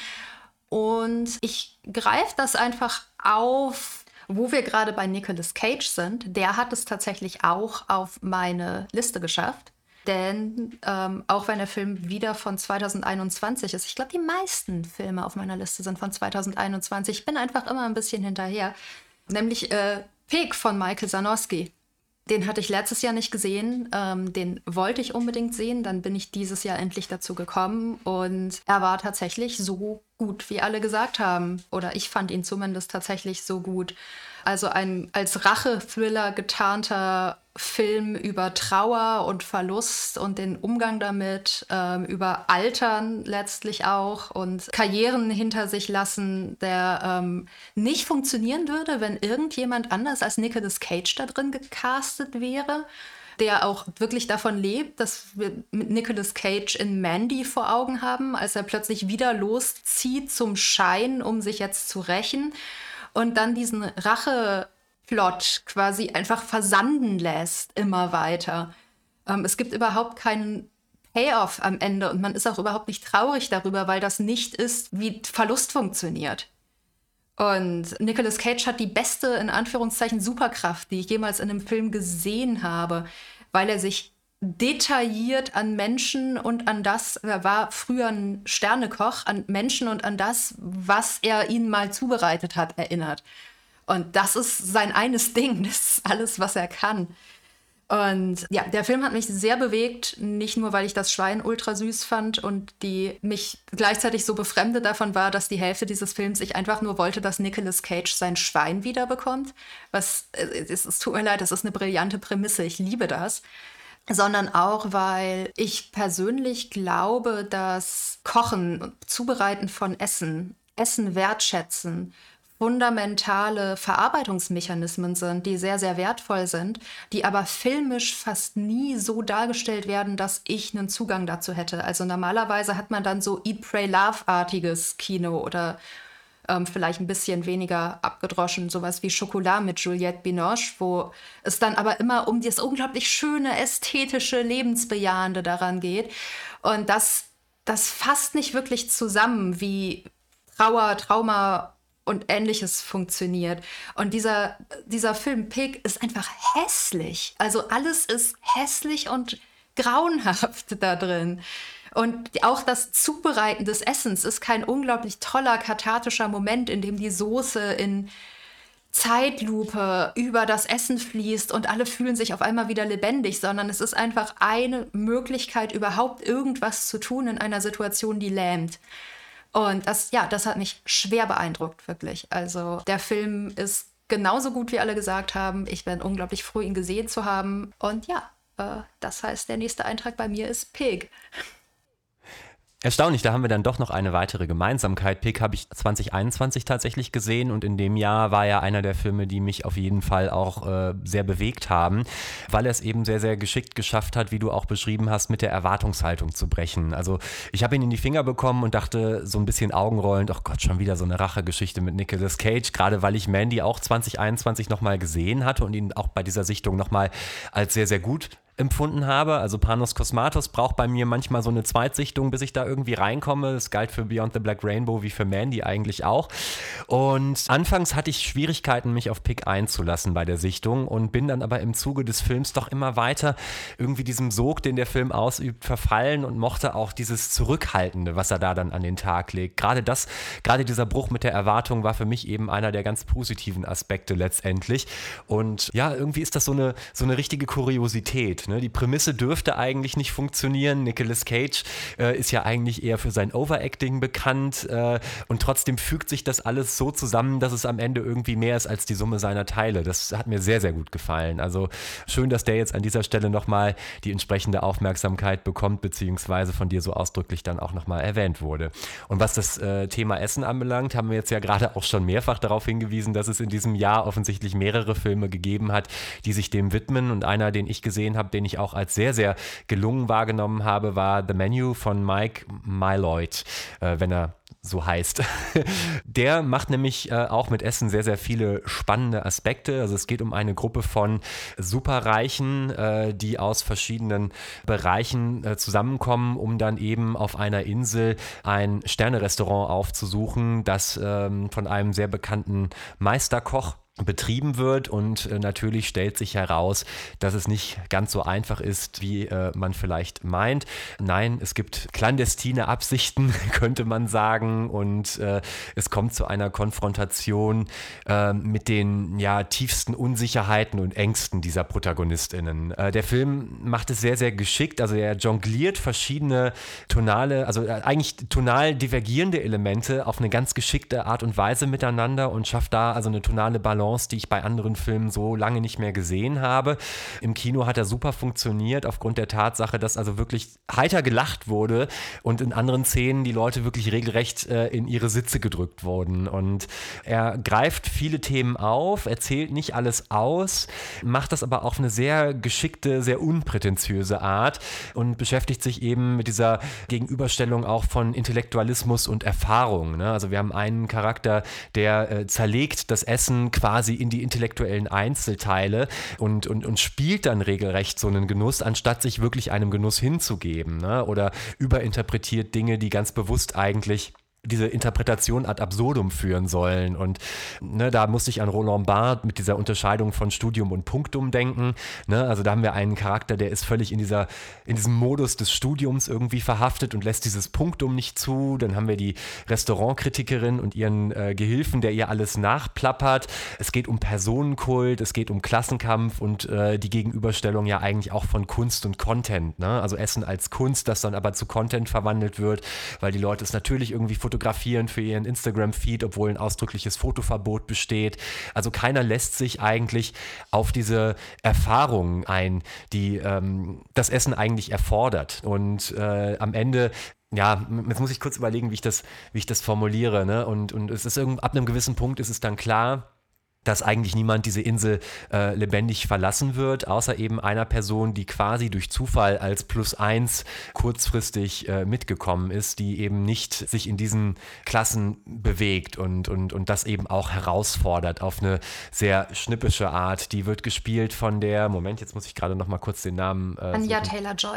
Und ich greife das einfach auf, wo wir gerade bei Nicolas Cage sind. Der hat es tatsächlich auch auf meine Liste geschafft. Denn auch wenn der Film wieder von 2021 ist, ich glaube, die meisten Filme auf meiner Liste sind von 2021. Ich bin einfach immer ein bisschen hinterher. Nämlich Pig von Michael Sarnowski. Den hatte ich letztes Jahr nicht gesehen. Den wollte ich unbedingt sehen. Dann bin ich dieses Jahr endlich dazu gekommen. Und er war tatsächlich so gut, wie alle gesagt haben. Oder ich fand ihn zumindest tatsächlich so gut. Also ein als Rache-Thriller getarnter Film über Trauer und Verlust und den Umgang damit, über Altern letztlich auch und Karrieren hinter sich lassen, der nicht funktionieren würde, wenn irgendjemand anders als Nicolas Cage da drin gecastet wäre, der auch wirklich davon lebt, dass wir mit Nicolas Cage in Mandy vor Augen haben, als er plötzlich wieder loszieht zum Schein, um sich jetzt zu rächen und dann diesen Rache-Plot quasi einfach versanden lässt, immer weiter. Es gibt überhaupt keinen Payoff am Ende und man ist auch überhaupt nicht traurig darüber, weil das nicht ist, wie Verlust funktioniert. Und Nicolas Cage hat die beste, in Anführungszeichen, Superkraft, die ich jemals in einem Film gesehen habe, weil er sich detailliert an Menschen und an das, er war früher ein Sternekoch, an Menschen und an das, was er ihnen mal zubereitet hat, erinnert. Und das ist sein eines Ding, das ist alles, was er kann. Und ja, der Film hat mich sehr bewegt, nicht nur, weil ich das Schwein ultra süß fand und die mich gleichzeitig so befremdet davon war, dass die Hälfte dieses Films ich einfach nur wollte, dass Nicolas Cage sein Schwein wiederbekommt. Es tut mir leid, das ist eine brillante Prämisse, ich liebe das. Sondern auch, weil ich persönlich glaube, dass Kochen, Zubereiten von Essen wertschätzen, fundamentale Verarbeitungsmechanismen sind, die sehr, sehr wertvoll sind, die aber filmisch fast nie so dargestellt werden, dass ich einen Zugang dazu hätte. Also normalerweise hat man dann so Eat, Pray, Love-artiges Kino oder vielleicht ein bisschen weniger abgedroschen, sowas wie Chocolat mit Juliette Binoche, wo es dann aber immer um das unglaublich schöne, ästhetische, lebensbejahende daran geht. Und das fasst nicht wirklich zusammen, wie Trauer, Trauma und Ähnliches funktioniert. Und dieser Film Pig ist einfach hässlich. Also alles ist hässlich und grauenhaft da drin. Und auch das Zubereiten des Essens ist kein unglaublich toller, kathartischer Moment, in dem die Soße in Zeitlupe über das Essen fließt und alle fühlen sich auf einmal wieder lebendig, sondern es ist einfach eine Möglichkeit, überhaupt irgendwas zu tun in einer Situation, die lähmt. Und das hat mich schwer beeindruckt, wirklich. Also der Film ist genauso gut, wie alle gesagt haben. Ich bin unglaublich froh, ihn gesehen zu haben. Und das heißt, der nächste Eintrag bei mir ist Pig. Erstaunlich, da haben wir dann doch noch eine weitere Gemeinsamkeit. Pig habe ich 2021 tatsächlich gesehen und in dem Jahr war ja einer der Filme, die mich auf jeden Fall auch sehr bewegt haben, weil er es eben sehr, sehr geschickt geschafft hat, wie du auch beschrieben hast, mit der Erwartungshaltung zu brechen. Also ich habe ihn in die Finger bekommen und dachte so ein bisschen augenrollend, oh Gott, schon wieder so eine Rachegeschichte mit Nicolas Cage, gerade weil ich Mandy auch 2021 nochmal gesehen hatte und ihn auch bei dieser Sichtung nochmal als sehr, sehr gut empfunden habe. Also Panos Cosmatos braucht bei mir manchmal so eine Zweitsichtung, bis ich da irgendwie reinkomme. Das galt für Beyond the Black Rainbow wie für Mandy eigentlich auch. Und anfangs hatte ich Schwierigkeiten, mich auf Pig einzulassen bei der Sichtung und bin dann aber im Zuge des Films doch immer weiter irgendwie diesem Sog, den der Film ausübt, verfallen und mochte auch dieses Zurückhaltende, was er da dann an den Tag legt. Gerade dieser Bruch mit der Erwartung war für mich eben einer der ganz positiven Aspekte letztendlich. Und ja, irgendwie ist das so eine richtige Kuriosität. Ne? Die Prämisse dürfte eigentlich nicht funktionieren. Nicolas Cage ist ja eigentlich eher für sein Overacting bekannt und trotzdem fügt sich das alles so zusammen, dass es am Ende irgendwie mehr ist als die Summe seiner Teile. Das hat mir sehr, sehr gut gefallen. Also schön, dass der jetzt an dieser Stelle nochmal die entsprechende Aufmerksamkeit bekommt, beziehungsweise von dir so ausdrücklich dann auch nochmal erwähnt wurde. Und was das Thema Essen anbelangt, haben wir jetzt ja gerade auch schon mehrfach darauf hingewiesen, dass es in diesem Jahr offensichtlich mehrere Filme gegeben hat, die sich dem widmen. Und einer, den ich gesehen habe, den ich auch als sehr, sehr gelungen wahrgenommen habe, war The Menu von Mike Mylod, wenn er so heißt. Der macht nämlich auch mit Essen sehr, sehr viele spannende Aspekte. Also es geht um eine Gruppe von Superreichen, die aus verschiedenen Bereichen zusammenkommen, um dann eben auf einer Insel ein Sterne-Restaurant aufzusuchen, das von einem sehr bekannten Meisterkoch betrieben wird und natürlich stellt sich heraus, dass es nicht ganz so einfach ist, wie man vielleicht meint. Nein, es gibt clandestine Absichten, könnte man sagen, und es kommt zu einer Konfrontation mit den tiefsten Unsicherheiten und Ängsten dieser ProtagonistInnen. Der Film macht es sehr, sehr geschickt, also er jongliert verschiedene eigentlich tonal divergierende Elemente auf eine ganz geschickte Art und Weise miteinander und schafft da also eine tonale Balance, die ich bei anderen Filmen so lange nicht mehr gesehen habe. Im Kino hat er super funktioniert, aufgrund der Tatsache, dass also wirklich heiter gelacht wurde und in anderen Szenen die Leute wirklich regelrecht in ihre Sitze gedrückt wurden. Und er greift viele Themen auf, erzählt nicht alles aus, macht das aber auf eine sehr geschickte, sehr unprätentiöse Art und beschäftigt sich eben mit dieser Gegenüberstellung auch von Intellektualismus und Erfahrung. Ne? Also wir haben einen Charakter, der zerlegt das Essen quasi in die intellektuellen Einzelteile und spielt dann regelrecht so einen Genuss, anstatt sich wirklich einem Genuss hinzugeben, ne? Oder überinterpretiert Dinge, die ganz bewusst eigentlich diese Interpretation ad absurdum führen sollen. Und da musste ich an Roland Barthes mit dieser Unterscheidung von Studium und Punktum denken. Ne? Also da haben wir einen Charakter, der ist völlig in diesem Modus des Studiums irgendwie verhaftet und lässt dieses Punktum nicht zu. Dann haben wir die Restaurantkritikerin und ihren Gehilfen, der ihr alles nachplappert. Es geht um Personenkult, es geht um Klassenkampf und die Gegenüberstellung ja eigentlich auch von Kunst und Content. Ne? Also Essen als Kunst, das dann aber zu Content verwandelt wird, weil die Leute es natürlich irgendwie fotografieren für ihren Instagram-Feed, obwohl ein ausdrückliches Fotoverbot besteht. Also keiner lässt sich eigentlich auf diese Erfahrungen ein, die das Essen eigentlich erfordert. Und am Ende jetzt muss ich kurz überlegen, wie ich das formuliere. Ne? Und es ist ab einem gewissen Punkt ist es dann klar, dass eigentlich niemand diese Insel lebendig verlassen wird, außer eben einer Person, die quasi durch Zufall als +1 kurzfristig mitgekommen ist, die eben nicht sich in diesen Klassen bewegt und das eben auch herausfordert auf eine sehr schnippische Art. Die wird gespielt von der, Moment, jetzt muss ich gerade noch mal kurz den Namen Anya Taylor-Joy.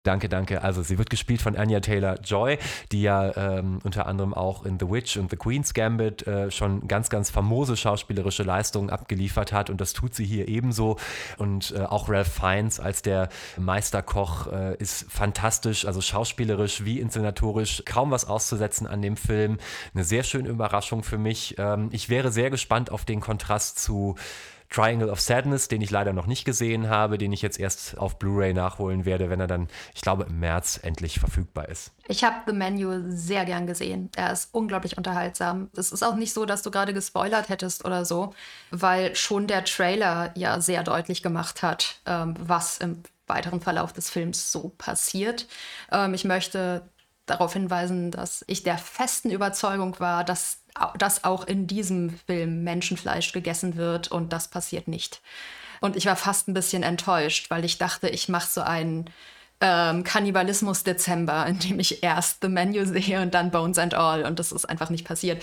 Danke, danke. Also sie wird gespielt von Anya Taylor-Joy, die ja unter anderem auch in The Witch und The Queen's Gambit schon ganz, ganz famose schauspielerische Leistungen abgeliefert hat und das tut sie hier ebenso. Und auch Ralph Fiennes als der Meisterkoch ist fantastisch, also schauspielerisch wie inszenatorisch kaum was auszusetzen an dem Film. Eine sehr schöne Überraschung für mich. Ich wäre sehr gespannt auf den Kontrast zu Triangle of Sadness, den ich leider noch nicht gesehen habe, den ich jetzt erst auf Blu-ray nachholen werde, wenn er dann, ich glaube, im März endlich verfügbar ist. Ich habe The Menu sehr gern gesehen. Er ist unglaublich unterhaltsam. Es ist auch nicht so, dass du gerade gespoilert hättest oder so, weil schon der Trailer ja sehr deutlich gemacht hat, was im weiteren Verlauf des Films so passiert. Ich möchte darauf hinweisen, dass ich der festen Überzeugung war, dass auch in diesem Film Menschenfleisch gegessen wird und das passiert nicht. Und ich war fast ein bisschen enttäuscht, weil ich dachte, ich mache so einen Kannibalismus-Dezember, in dem ich erst The Menu sehe und dann Bones and All und das ist einfach nicht passiert.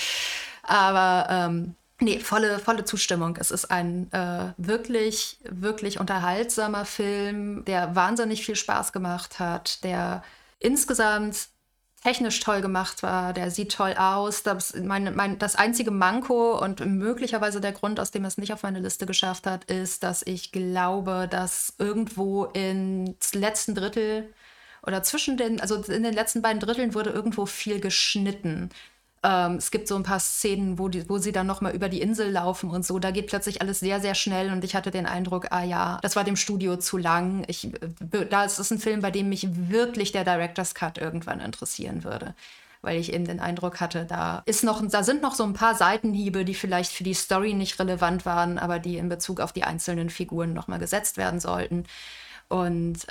Aber nee, volle Zustimmung. Es ist ein wirklich, wirklich unterhaltsamer Film, der wahnsinnig viel Spaß gemacht hat, der insgesamt technisch toll gemacht war, der sieht toll aus. Das einzige Manko und möglicherweise der Grund, aus dem es nicht auf meine Liste geschafft hat, ist, dass ich glaube, dass irgendwo ins letzten Drittel oder also in den letzten beiden Dritteln wurde irgendwo viel geschnitten. Es gibt so ein paar Szenen, wo sie dann nochmal über die Insel laufen und so. Da geht plötzlich alles sehr, sehr schnell und ich hatte den Eindruck, das war dem Studio zu lang. Das ist ein Film, bei dem mich wirklich der Director's Cut irgendwann interessieren würde. Weil ich eben den Eindruck hatte, da sind noch so ein paar Seitenhiebe, die vielleicht für die Story nicht relevant waren, aber die in Bezug auf die einzelnen Figuren nochmal gesetzt werden sollten. Und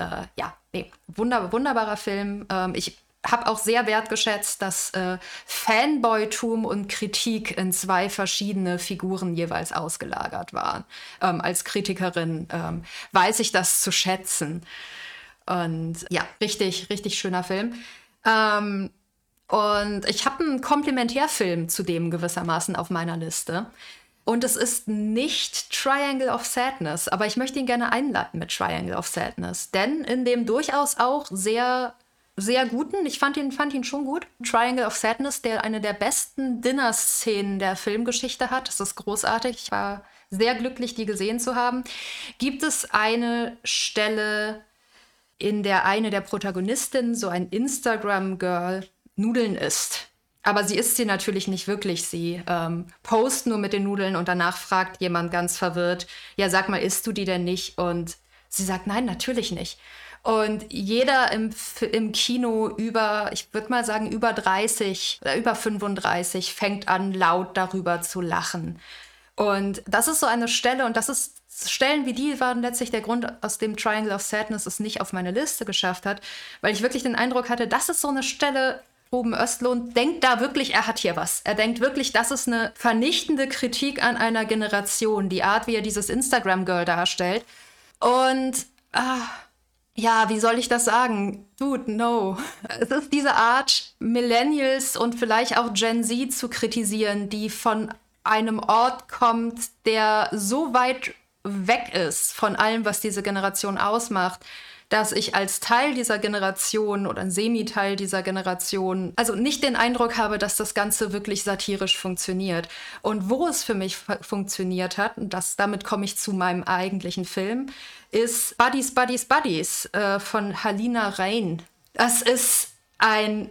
wunderbarer Film. Ich habe auch sehr wertgeschätzt, dass Fanboytum und Kritik in zwei verschiedene Figuren jeweils ausgelagert waren. Als Kritikerin weiß ich das zu schätzen. Und ja, richtig, richtig schöner Film. Und ich habe einen Komplementärfilm zu dem gewissermaßen auf meiner Liste. Und es ist nicht Triangle of Sadness, aber ich möchte ihn gerne einleiten mit Triangle of Sadness. Denn in dem durchaus auch sehr guten, ich fand ihn schon gut, Triangle of Sadness, der eine der besten Dinner-Szenen der Filmgeschichte hat. Das ist großartig. Ich war sehr glücklich, die gesehen zu haben. Gibt es eine Stelle, in der eine der Protagonistinnen, so ein Instagram-Girl, Nudeln isst. Aber sie isst sie natürlich nicht wirklich. Sie post nur mit den Nudeln und danach fragt jemand ganz verwirrt, ja, sag mal, isst du die denn nicht? Und sie sagt, nein, natürlich nicht. Und jeder im Kino ich würde mal sagen, über 30 oder über 35 fängt an, laut darüber zu lachen. Und das ist so eine Stelle, und Stellen wie die waren letztlich der Grund, aus dem Triangle of Sadness es nicht auf meine Liste geschafft hat, weil ich wirklich den Eindruck hatte, das ist so eine Stelle, Ruben Östlund denkt da wirklich, er hat hier was. Er denkt wirklich, das ist eine vernichtende Kritik an einer Generation, die Art, wie er dieses Instagram-Girl darstellt. Und ja, wie soll ich das sagen? Dude, no. Es ist diese Art, Millennials und vielleicht auch Gen Z zu kritisieren, die von einem Ort kommt, der so weit weg ist von allem, was diese Generation ausmacht, dass ich als Teil dieser Generation oder ein Semi-Teil dieser Generation also nicht den Eindruck habe, dass das Ganze wirklich satirisch funktioniert. Und wo es für mich funktioniert hat, und damit komme ich zu meinem eigentlichen Film, ist Buddies, Buddies, Buddies von Halina Reijn. Das ist ein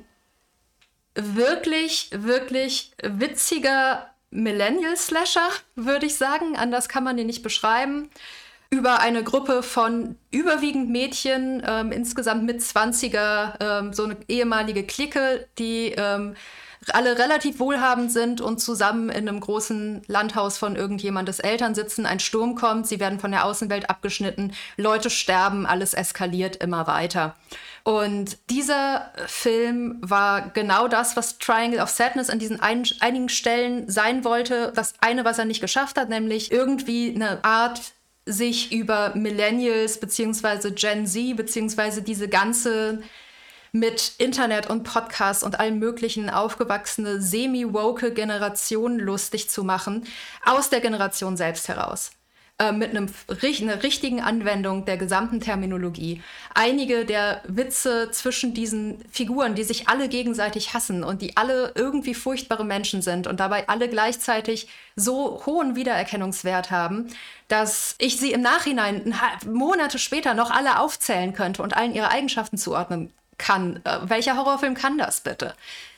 wirklich, wirklich witziger Millennial-Slasher, würde ich sagen. Anders kann man den nicht beschreiben. Über eine Gruppe von überwiegend Mädchen, insgesamt mit 20er, so eine ehemalige Clique, die alle relativ wohlhabend sind und zusammen in einem großen Landhaus von irgendjemandes Eltern sitzen. Ein Sturm kommt, sie werden von der Außenwelt abgeschnitten, Leute sterben, alles eskaliert immer weiter. Und dieser Film war genau das, was Triangle of Sadness an diesen einigen Stellen sein wollte. Das eine, was er nicht geschafft hat, nämlich irgendwie eine Art, sich über Millennials beziehungsweise Gen Z beziehungsweise diese ganze mit Internet und Podcasts und allem Möglichen aufgewachsene semi-woke Generation lustig zu machen, aus der Generation selbst heraus. mit einer richtigen Anwendung der gesamten Terminologie. Einige der Witze zwischen diesen Figuren, die sich alle gegenseitig hassen und die alle irgendwie furchtbare Menschen sind und dabei alle gleichzeitig so hohen Wiedererkennungswert haben, dass ich sie im Nachhinein Monate später noch alle aufzählen könnte und allen ihre Eigenschaften zuordnen kann. Welcher Horrorfilm kann das bitte?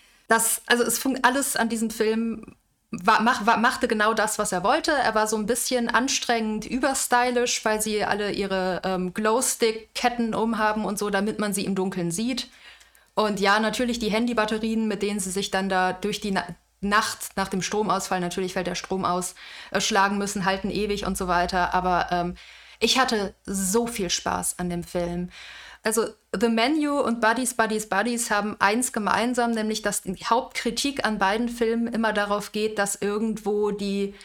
Es funkt alles an diesem Film machte genau das, was er wollte. Er war so ein bisschen anstrengend überstylisch, weil sie alle ihre Glowstick-Ketten umhaben und so, damit man sie im Dunkeln sieht. Und ja, natürlich die Handybatterien, mit denen sie sich dann da durch die Nacht nach dem Stromausfall, natürlich fällt der Strom aus, schlagen müssen, halten ewig und so weiter. Aber ich hatte so viel Spaß an dem Film. Also The Menu und Buddies, Buddies, Buddies haben eins gemeinsam, nämlich dass die Hauptkritik an beiden Filmen immer darauf geht, dass irgendwo die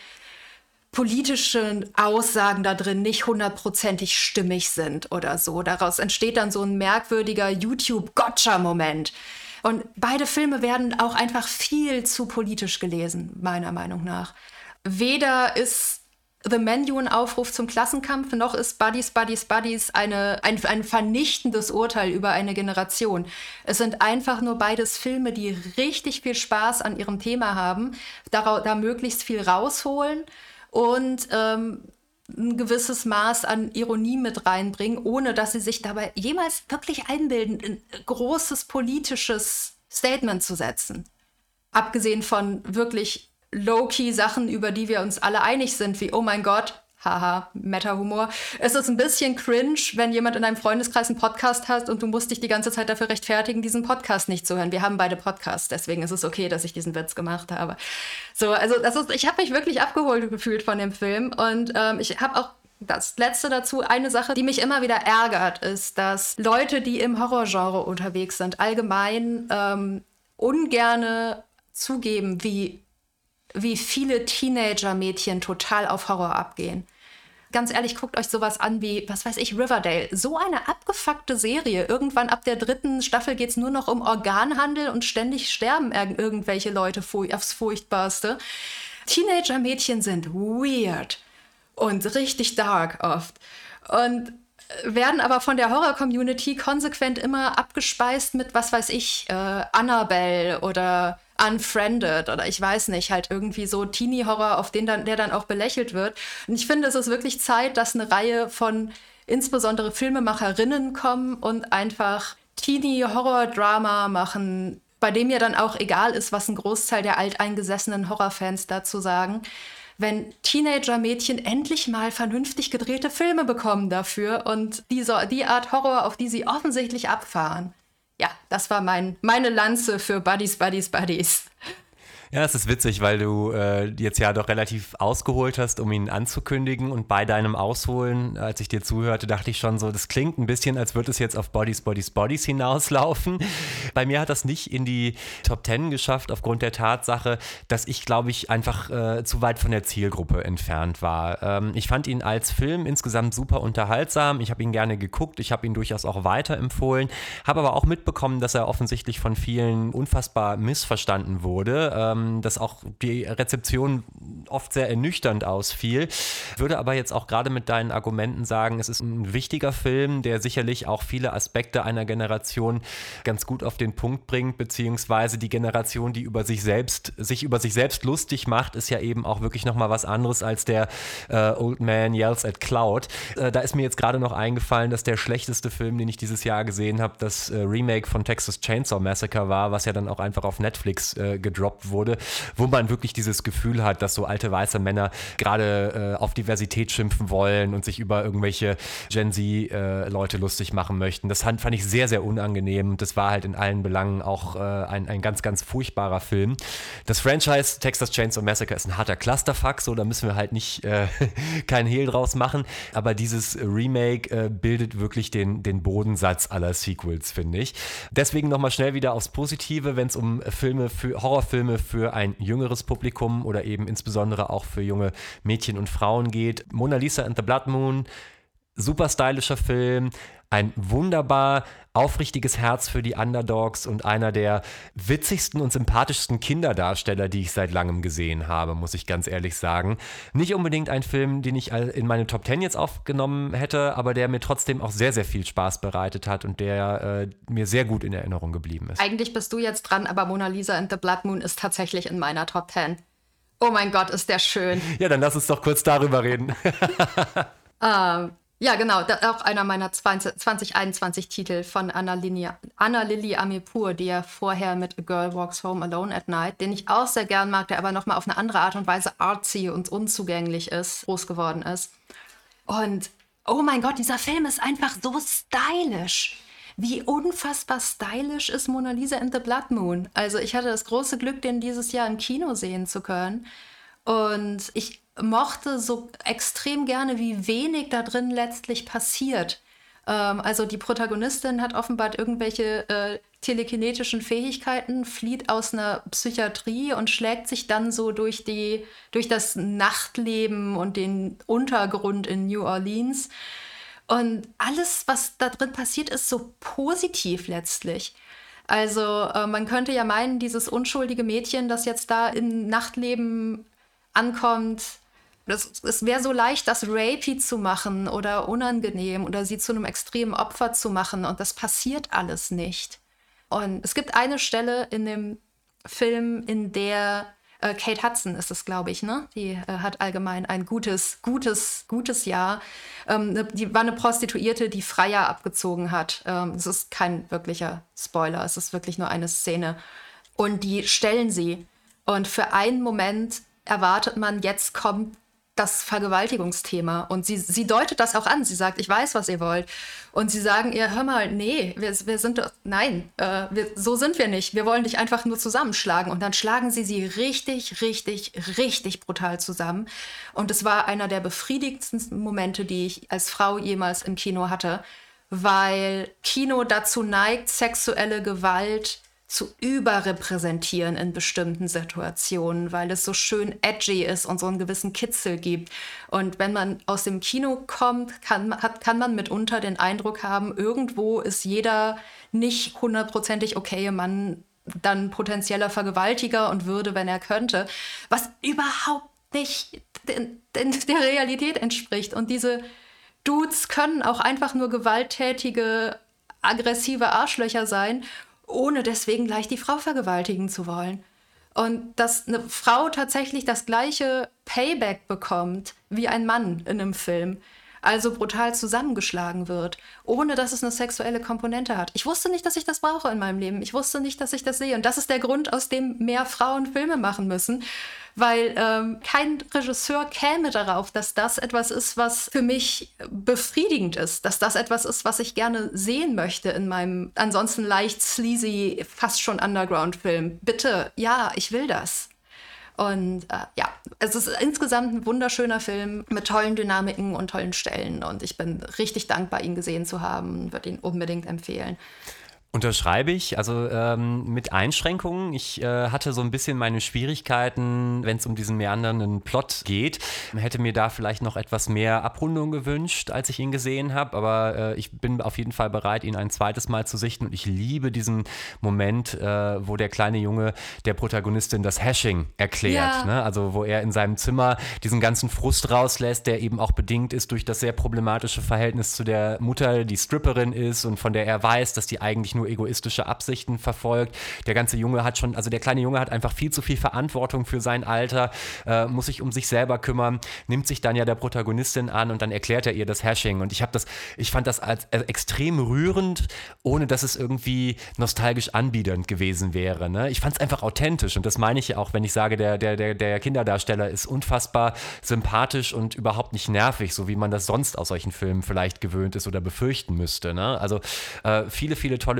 politischen Aussagen da drin nicht 100%ig stimmig sind oder so. Daraus entsteht dann so ein merkwürdiger YouTube-Gotcha-Moment. Und beide Filme werden auch einfach viel zu politisch gelesen, meiner Meinung nach. Weder ist The Menu ein Aufruf zum Klassenkampf, noch ist Buddies, Buddies, Buddies ein vernichtendes Urteil über eine Generation. Es sind einfach nur beides Filme, die richtig viel Spaß an ihrem Thema haben, da möglichst viel rausholen und ein gewisses Maß an Ironie mit reinbringen, ohne dass sie sich dabei jemals wirklich einbilden, ein großes politisches Statement zu setzen. Abgesehen von wirklich Low-Key-Sachen, über die wir uns alle einig sind, wie, oh mein Gott, haha, Meta-Humor. Es ist ein bisschen cringe, wenn jemand in deinem Freundeskreis einen Podcast hat und du musst dich die ganze Zeit dafür rechtfertigen, diesen Podcast nicht zu hören. Wir haben beide Podcasts, deswegen ist es okay, dass ich diesen Witz gemacht habe. So, also ich habe mich wirklich abgeholt gefühlt von dem Film und ich habe auch das Letzte dazu, eine Sache, die mich immer wieder ärgert, ist, dass Leute, die im Horrorgenre unterwegs sind, allgemein ungerne zugeben, wie viele Teenager-Mädchen total auf Horror abgehen. Ganz ehrlich, guckt euch sowas an wie, was weiß ich, Riverdale. So eine abgefuckte Serie. Irgendwann ab der 3. Staffel geht es nur noch um Organhandel und ständig sterben irgendwelche Leute aufs Furchtbarste. Teenager-Mädchen sind weird und richtig dark oft. Und werden aber von der Horror-Community konsequent immer abgespeist mit, was weiß ich, Annabelle oder Unfriended oder ich weiß nicht, halt irgendwie so Teenie-Horror, auf den der dann auch belächelt wird. Und ich finde, es ist wirklich Zeit, dass eine Reihe von insbesondere Filmemacherinnen kommen und einfach Teenie-Horror-Drama machen, bei dem mir dann auch egal ist, was ein Großteil der alteingesessenen Horrorfans dazu sagen. Wenn Teenager-Mädchen endlich mal vernünftig gedrehte Filme bekommen dafür und die Art Horror, auf die sie offensichtlich abfahren. Ja, das war meine Lanze für Buddies, Buddies, Buddies. Ja, es ist witzig, weil du jetzt ja doch relativ ausgeholt hast, um ihn anzukündigen, und bei deinem Ausholen, als ich dir zuhörte, dachte ich schon so, das klingt ein bisschen, als würde es jetzt auf Bodies, Bodies, Bodies hinauslaufen. Bei mir hat das nicht in die Top 10 geschafft, aufgrund der Tatsache, dass ich, glaube ich, einfach zu weit von der Zielgruppe entfernt war. Ich fand ihn als Film insgesamt super unterhaltsam, ich habe ihn gerne geguckt, ich habe ihn durchaus auch weiterempfohlen, habe aber auch mitbekommen, dass er offensichtlich von vielen unfassbar missverstanden wurde, dass auch die Rezeption oft sehr ernüchternd ausfiel. Würde aber jetzt auch gerade mit deinen Argumenten sagen, es ist ein wichtiger Film, der sicherlich auch viele Aspekte einer Generation ganz gut auf den Punkt bringt, beziehungsweise die Generation, die sich über sich selbst lustig macht, ist ja eben auch wirklich nochmal was anderes als der Old Man Yells at Cloud. Da ist mir jetzt gerade noch eingefallen, dass der schlechteste Film, den ich dieses Jahr gesehen habe, das Remake von Texas Chainsaw Massacre war, was ja dann auch einfach auf Netflix gedroppt wurde, wo man wirklich dieses Gefühl hat, dass so alte weiße Männer gerade auf Diversität schimpfen wollen und sich über irgendwelche Gen Z-Leute lustig machen möchten. Das fand ich sehr, sehr unangenehm. Das war halt in allen Belangen auch ein ganz, ganz furchtbarer Film. Das Franchise Texas Chainsaw Massacre ist ein harter Clusterfuck, so, da müssen wir halt nicht keinen Hehl draus machen, aber dieses Remake bildet wirklich den Bodensatz aller Sequels, finde ich. Deswegen nochmal schnell wieder aufs Positive, wenn es um Horrorfilme für ein jüngeres Publikum oder eben insbesondere auch für junge Mädchen und Frauen geht. Mona Lisa and the Blood Moon super stylischer Film, ein wunderbar aufrichtiges Herz für die Underdogs und einer der witzigsten und sympathischsten Kinderdarsteller, die ich seit langem gesehen habe, muss ich ganz ehrlich sagen. Nicht unbedingt ein Film, den ich in meine Top 10 jetzt aufgenommen hätte, aber der mir trotzdem auch sehr, sehr viel Spaß bereitet hat und der mir sehr gut in Erinnerung geblieben ist. Eigentlich bist du jetzt dran, aber Mona Lisa and the Blood Moon ist tatsächlich in meiner Top 10. Oh mein Gott, ist der schön. Ja, dann lass uns doch kurz darüber reden. Ja, genau, auch einer meiner 2021 Titel von Anna Lily Amirpour, die ja vorher mit A Girl Walks Home Alone at Night, den ich auch sehr gern mag, der aber nochmal auf eine andere Art und Weise artsy und unzugänglich ist, groß geworden ist. Und oh mein Gott, dieser Film ist einfach so stylisch. Wie unfassbar stylisch ist Mona Lisa and the Blood Moon. Also ich hatte das große Glück, den dieses Jahr im Kino sehen zu können. Und ich mochte so extrem gerne, wie wenig da drin letztlich passiert. Also die Protagonistin hat offenbar irgendwelche telekinetischen Fähigkeiten, flieht aus einer Psychiatrie und schlägt sich dann so durch das Nachtleben und den Untergrund in New Orleans. Und alles, was da drin passiert, ist so positiv letztlich. Also man könnte ja meinen, dieses unschuldige Mädchen, das jetzt da im Nachtleben ankommt, es wäre so leicht, das rapey zu machen oder unangenehm oder sie zu einem extremen Opfer zu machen. Und das passiert alles nicht. Und es gibt eine Stelle in dem Film, in der Kate Hudson ist es, glaube ich, ne? Die hat allgemein ein gutes Jahr. Die war eine Prostituierte, die Freier abgezogen hat. Es ist kein wirklicher Spoiler, es ist wirklich nur eine Szene. Und die stellen sie. Und für einen Moment erwartet man, jetzt kommt das Vergewaltigungsthema. Und sie deutet das auch an. Sie sagt, ich weiß, was ihr wollt. Und sie sagen ihr, hör mal, nee, so sind wir nicht. Wir wollen dich einfach nur zusammenschlagen. Und dann schlagen sie richtig, richtig, richtig brutal zusammen. Und es war einer der befriedigendsten Momente, die ich als Frau jemals im Kino hatte, weil Kino dazu neigt, sexuelle Gewalt zu überrepräsentieren in bestimmten Situationen, weil es so schön edgy ist und so einen gewissen Kitzel gibt. Und wenn man aus dem Kino kommt, kann man mitunter den Eindruck haben, irgendwo ist jeder nicht hundertprozentig okaye Mann dann potenzieller Vergewaltiger und würde, wenn er könnte, was überhaupt nicht der Realität entspricht. Und diese Dudes können auch einfach nur gewalttätige, aggressive Arschlöcher sein, ohne deswegen gleich die Frau vergewaltigen zu wollen. Und dass eine Frau tatsächlich das gleiche Payback bekommt wie ein Mann in einem Film, also brutal zusammengeschlagen wird, ohne dass es eine sexuelle Komponente hat. Ich wusste nicht, dass ich das brauche in meinem Leben. Ich wusste nicht, dass ich das sehe. Und das ist der Grund, aus dem mehr Frauen Filme machen müssen, weil kein Regisseur käme darauf, dass das etwas ist, was für mich befriedigend ist, dass das etwas ist, was ich gerne sehen möchte in meinem ansonsten leicht sleazy, fast schon Underground-Film. Bitte, ja, ich will das. Und ja, es ist insgesamt ein wunderschöner Film mit tollen Dynamiken und tollen Stellen. Und ich bin richtig dankbar, ihn gesehen zu haben und würde ihn unbedingt empfehlen. Unterschreibe ich, also mit Einschränkungen. Ich hatte so ein bisschen meine Schwierigkeiten, wenn es um diesen meandernden Plot geht. Hätte mir da vielleicht noch etwas mehr Abrundung gewünscht, als ich ihn gesehen habe. Aber ich bin auf jeden Fall bereit, ihn ein zweites Mal zu sichten. Und ich liebe diesen Moment, wo der kleine Junge der Protagonistin das Hashing erklärt. Ja. Ne? Also wo er in seinem Zimmer diesen ganzen Frust rauslässt, der eben auch bedingt ist durch das sehr problematische Verhältnis zu der Mutter, die Stripperin ist und von der er weiß, dass die eigentlich nur egoistische Absichten verfolgt. Der kleine Junge hat einfach viel zu viel Verantwortung für sein Alter, muss sich um sich selber kümmern, nimmt sich dann ja der Protagonistin an und dann erklärt er ihr das Hashing. Und ich fand das als extrem rührend, ohne dass es irgendwie nostalgisch anbiedernd gewesen wäre. Ne? Ich fand es einfach authentisch und das meine ich ja auch, wenn ich sage, der Kinderdarsteller ist unfassbar sympathisch und überhaupt nicht nervig, so wie man das sonst aus solchen Filmen vielleicht gewöhnt ist oder befürchten müsste. Ne? Also viele, viele tolle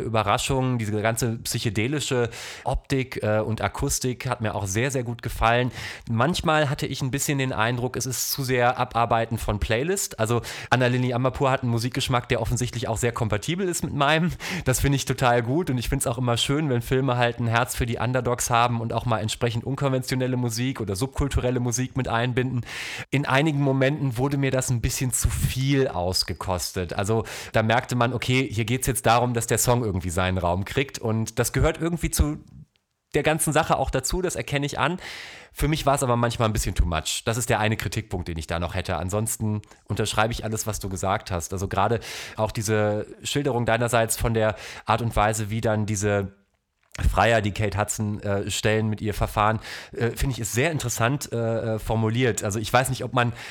Überraschungen. Diese ganze psychedelische Optik und Akustik hat mir auch sehr, sehr gut gefallen. Manchmal hatte ich ein bisschen den Eindruck, es ist zu sehr Abarbeiten von Playlist. Also Annalini Amirpour hat einen Musikgeschmack, der offensichtlich auch sehr kompatibel ist mit meinem. Das finde ich total gut und ich finde es auch immer schön, wenn Filme halt ein Herz für die Underdogs haben und auch mal entsprechend unkonventionelle Musik oder subkulturelle Musik mit einbinden. In einigen Momenten wurde mir das ein bisschen zu viel ausgekostet. Also da merkte man, okay, hier geht es jetzt darum, dass der Song irgendwie seinen Raum kriegt und das gehört irgendwie zu der ganzen Sache auch dazu, das erkenne ich an. Für mich war es aber manchmal ein bisschen too much. Das ist der eine Kritikpunkt, den ich da noch hätte. Ansonsten unterschreibe ich alles, was du gesagt hast. Also gerade auch diese Schilderung deinerseits von der Art und Weise, wie dann diese Freier, die Kate Hudson stellen mit ihr Verfahren, finde ich, ist sehr interessant formuliert. Also ich weiß nicht,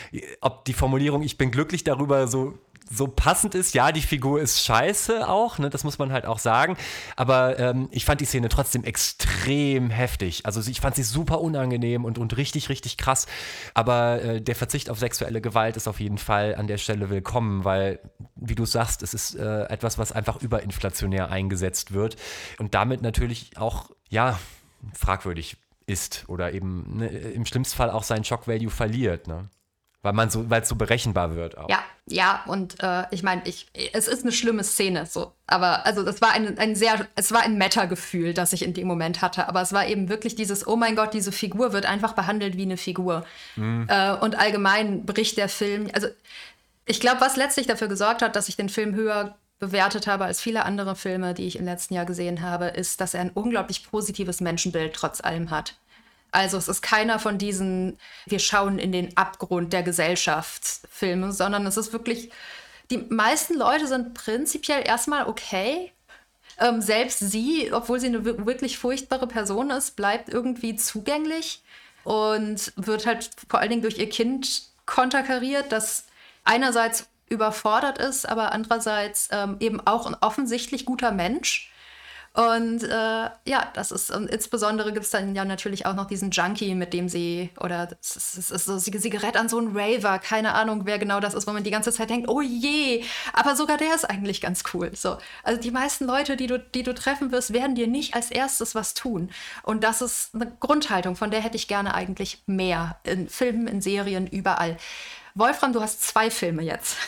ob die Formulierung "Ich bin glücklich darüber" so passend ist. Ja, die Figur ist scheiße auch, ne, das muss man halt auch sagen, aber ich fand die Szene trotzdem extrem heftig. Also ich fand sie super unangenehm und richtig, richtig krass, aber der Verzicht auf sexuelle Gewalt ist auf jeden Fall an der Stelle willkommen, weil, wie du sagst, es ist etwas, was einfach überinflationär eingesetzt wird und damit natürlich auch, ja, fragwürdig ist oder eben, ne, im schlimmsten Fall auch seinen Shock-Value verliert, ne? Weil es so berechenbar wird auch. Ja, und ich meine, es ist eine schlimme Szene, so. Aber also das war es war ein Meta-Gefühl, das ich in dem Moment hatte. Aber es war eben wirklich dieses, oh mein Gott, diese Figur wird einfach behandelt wie eine Figur. Und allgemein bricht der Film, also ich glaube, was letztlich dafür gesorgt hat, dass ich den Film höher bewertet habe als viele andere Filme, die ich im letzten Jahr gesehen habe, ist, dass er ein unglaublich positives Menschenbild trotz allem hat. Also es ist keiner von diesen "Wir schauen in den Abgrund der Gesellschaft" Filmen, sondern es ist wirklich, die meisten Leute sind prinzipiell erstmal okay. Selbst sie, obwohl sie eine wirklich furchtbare Person ist, bleibt irgendwie zugänglich und wird halt vor allen Dingen durch ihr Kind konterkariert, das einerseits überfordert ist, aber andererseits eben auch ein offensichtlich guter Mensch. Und das ist, und insbesondere gibt es dann ja natürlich auch noch diesen Junkie, mit dem sie, oder sie gerät an so einen Raver, keine Ahnung, wer genau das ist, wo man die ganze Zeit denkt, oh je, aber sogar der ist eigentlich ganz cool. So. Also die meisten Leute, die du treffen wirst, werden dir nicht als erstes was tun. Und das ist eine Grundhaltung, von der hätte ich gerne eigentlich mehr. In Filmen, in Serien, überall. Wolfram, du hast 2 Filme jetzt.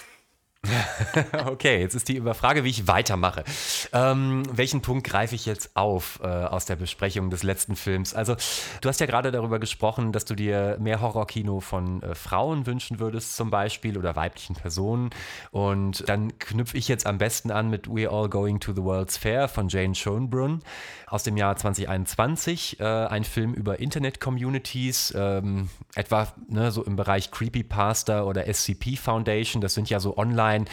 Okay, jetzt ist die Frage, wie ich weitermache. Welchen Punkt greife ich jetzt auf aus der Besprechung des letzten Films? Also, du hast ja gerade darüber gesprochen, dass du dir mehr Horrorkino von Frauen wünschen würdest, zum Beispiel, oder weiblichen Personen. Und dann knüpfe ich jetzt am besten an mit We're All Going to the World's Fair von Jane Schoenbrunn aus dem Jahr 2021. Ein Film über Internet-Communities, etwa so im Bereich Creepypasta oder SCP Foundation. Das sind ja so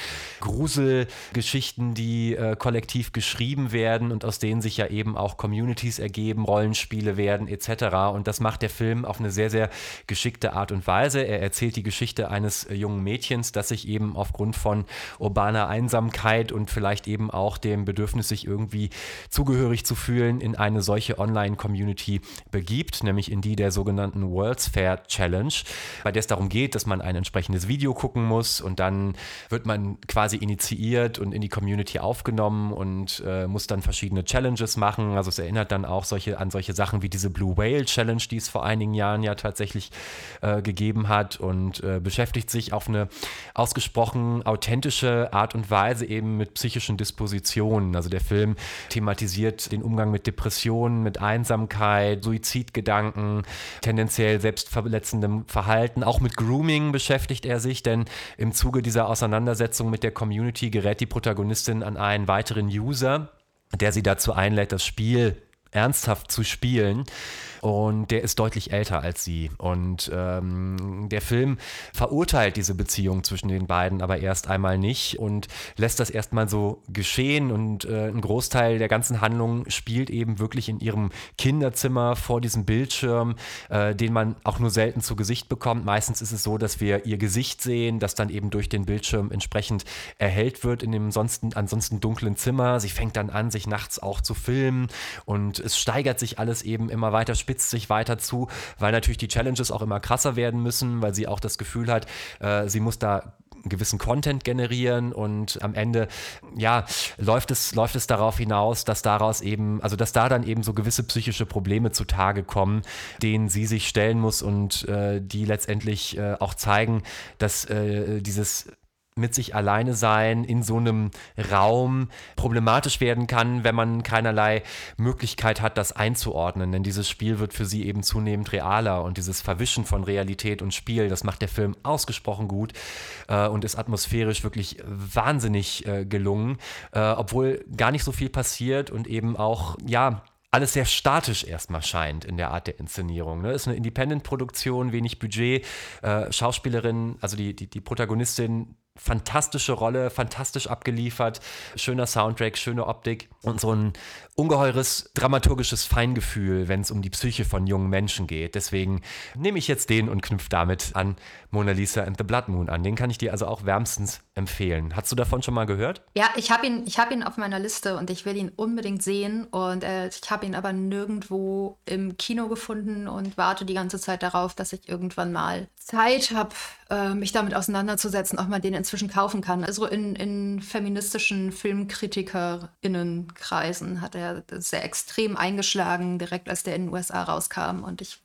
Gruselgeschichten, die kollektiv geschrieben werden und aus denen sich ja eben auch Communities ergeben, Rollenspiele werden etc. Und das macht der Film auf eine sehr, sehr geschickte Art und Weise. Er erzählt die Geschichte eines jungen Mädchens, das sich eben aufgrund von urbaner Einsamkeit und vielleicht eben auch dem Bedürfnis, sich irgendwie zugehörig zu fühlen, in eine solche Online-Community begibt, nämlich in die der sogenannten World's Fair Challenge, bei der es darum geht, dass man ein entsprechendes Video gucken muss und dann wird man quasi initiiert und in die Community aufgenommen und muss dann verschiedene Challenges machen. Also es erinnert dann auch an solche Sachen wie diese Blue Whale Challenge, die es vor einigen Jahren ja tatsächlich gegeben hat und beschäftigt sich auf eine ausgesprochen authentische Art und Weise eben mit psychischen Dispositionen. Also der Film thematisiert den Umgang mit Depressionen, mit Einsamkeit, Suizidgedanken, tendenziell selbstverletzendem Verhalten. Auch mit Grooming beschäftigt er sich, denn im Zuge dieser Auseinandersetzung mit der Community gerät die Protagonistin an einen weiteren User, der sie dazu einlädt, das Spiel ernsthaft zu spielen. Und der ist deutlich älter als sie. Und der Film verurteilt diese Beziehung zwischen den beiden aber erst einmal nicht und lässt das erstmal so geschehen. Und ein Großteil der ganzen Handlung spielt eben wirklich in ihrem Kinderzimmer vor diesem Bildschirm, den man auch nur selten zu Gesicht bekommt. Meistens ist es so, dass wir ihr Gesicht sehen, das dann eben durch den Bildschirm entsprechend erhellt wird in dem ansonsten dunklen Zimmer. Sie fängt dann an, sich nachts auch zu filmen und es steigert sich alles eben immer weiter, spitzt sich weiter zu, weil natürlich die Challenges auch immer krasser werden müssen, weil sie auch das Gefühl hat, sie muss da gewissen Content generieren und am Ende, ja, läuft es darauf hinaus, dass da dann eben so gewisse psychische Probleme zutage kommen, denen sie sich stellen muss und die letztendlich auch zeigen, dass dieses mit sich alleine sein in so einem Raum problematisch werden kann, wenn man keinerlei Möglichkeit hat, das einzuordnen. Denn dieses Spiel wird für sie eben zunehmend realer und dieses Verwischen von Realität und Spiel, das macht der Film ausgesprochen gut und ist atmosphärisch wirklich wahnsinnig gelungen, obwohl gar nicht so viel passiert und eben auch, ja, alles sehr statisch erstmal scheint in der Art der Inszenierung. Ne? Ist eine Independent-Produktion, wenig Budget, Schauspielerin, also die Protagonistin, fantastische Rolle, fantastisch abgeliefert, schöner Soundtrack, schöne Optik und so ein ungeheures dramaturgisches Feingefühl, wenn es um die Psyche von jungen Menschen geht. Deswegen nehme ich jetzt den und knüpfe damit an Mona Lisa and the Blood Moon an. Den kann ich dir also auch wärmstens empfehlen. Hast du davon schon mal gehört? Ja, ich hab ihn auf meiner Liste und ich will ihn unbedingt sehen. Und ich habe ihn aber nirgendwo im Kino gefunden und warte die ganze Zeit darauf, dass ich irgendwann mal Zeit habe, mich damit auseinanderzusetzen, ob man den inzwischen kaufen kann. Also in feministischen FilmkritikerInnenkreisen hat er sehr extrem eingeschlagen, direkt als der in den USA rauskam. Und ich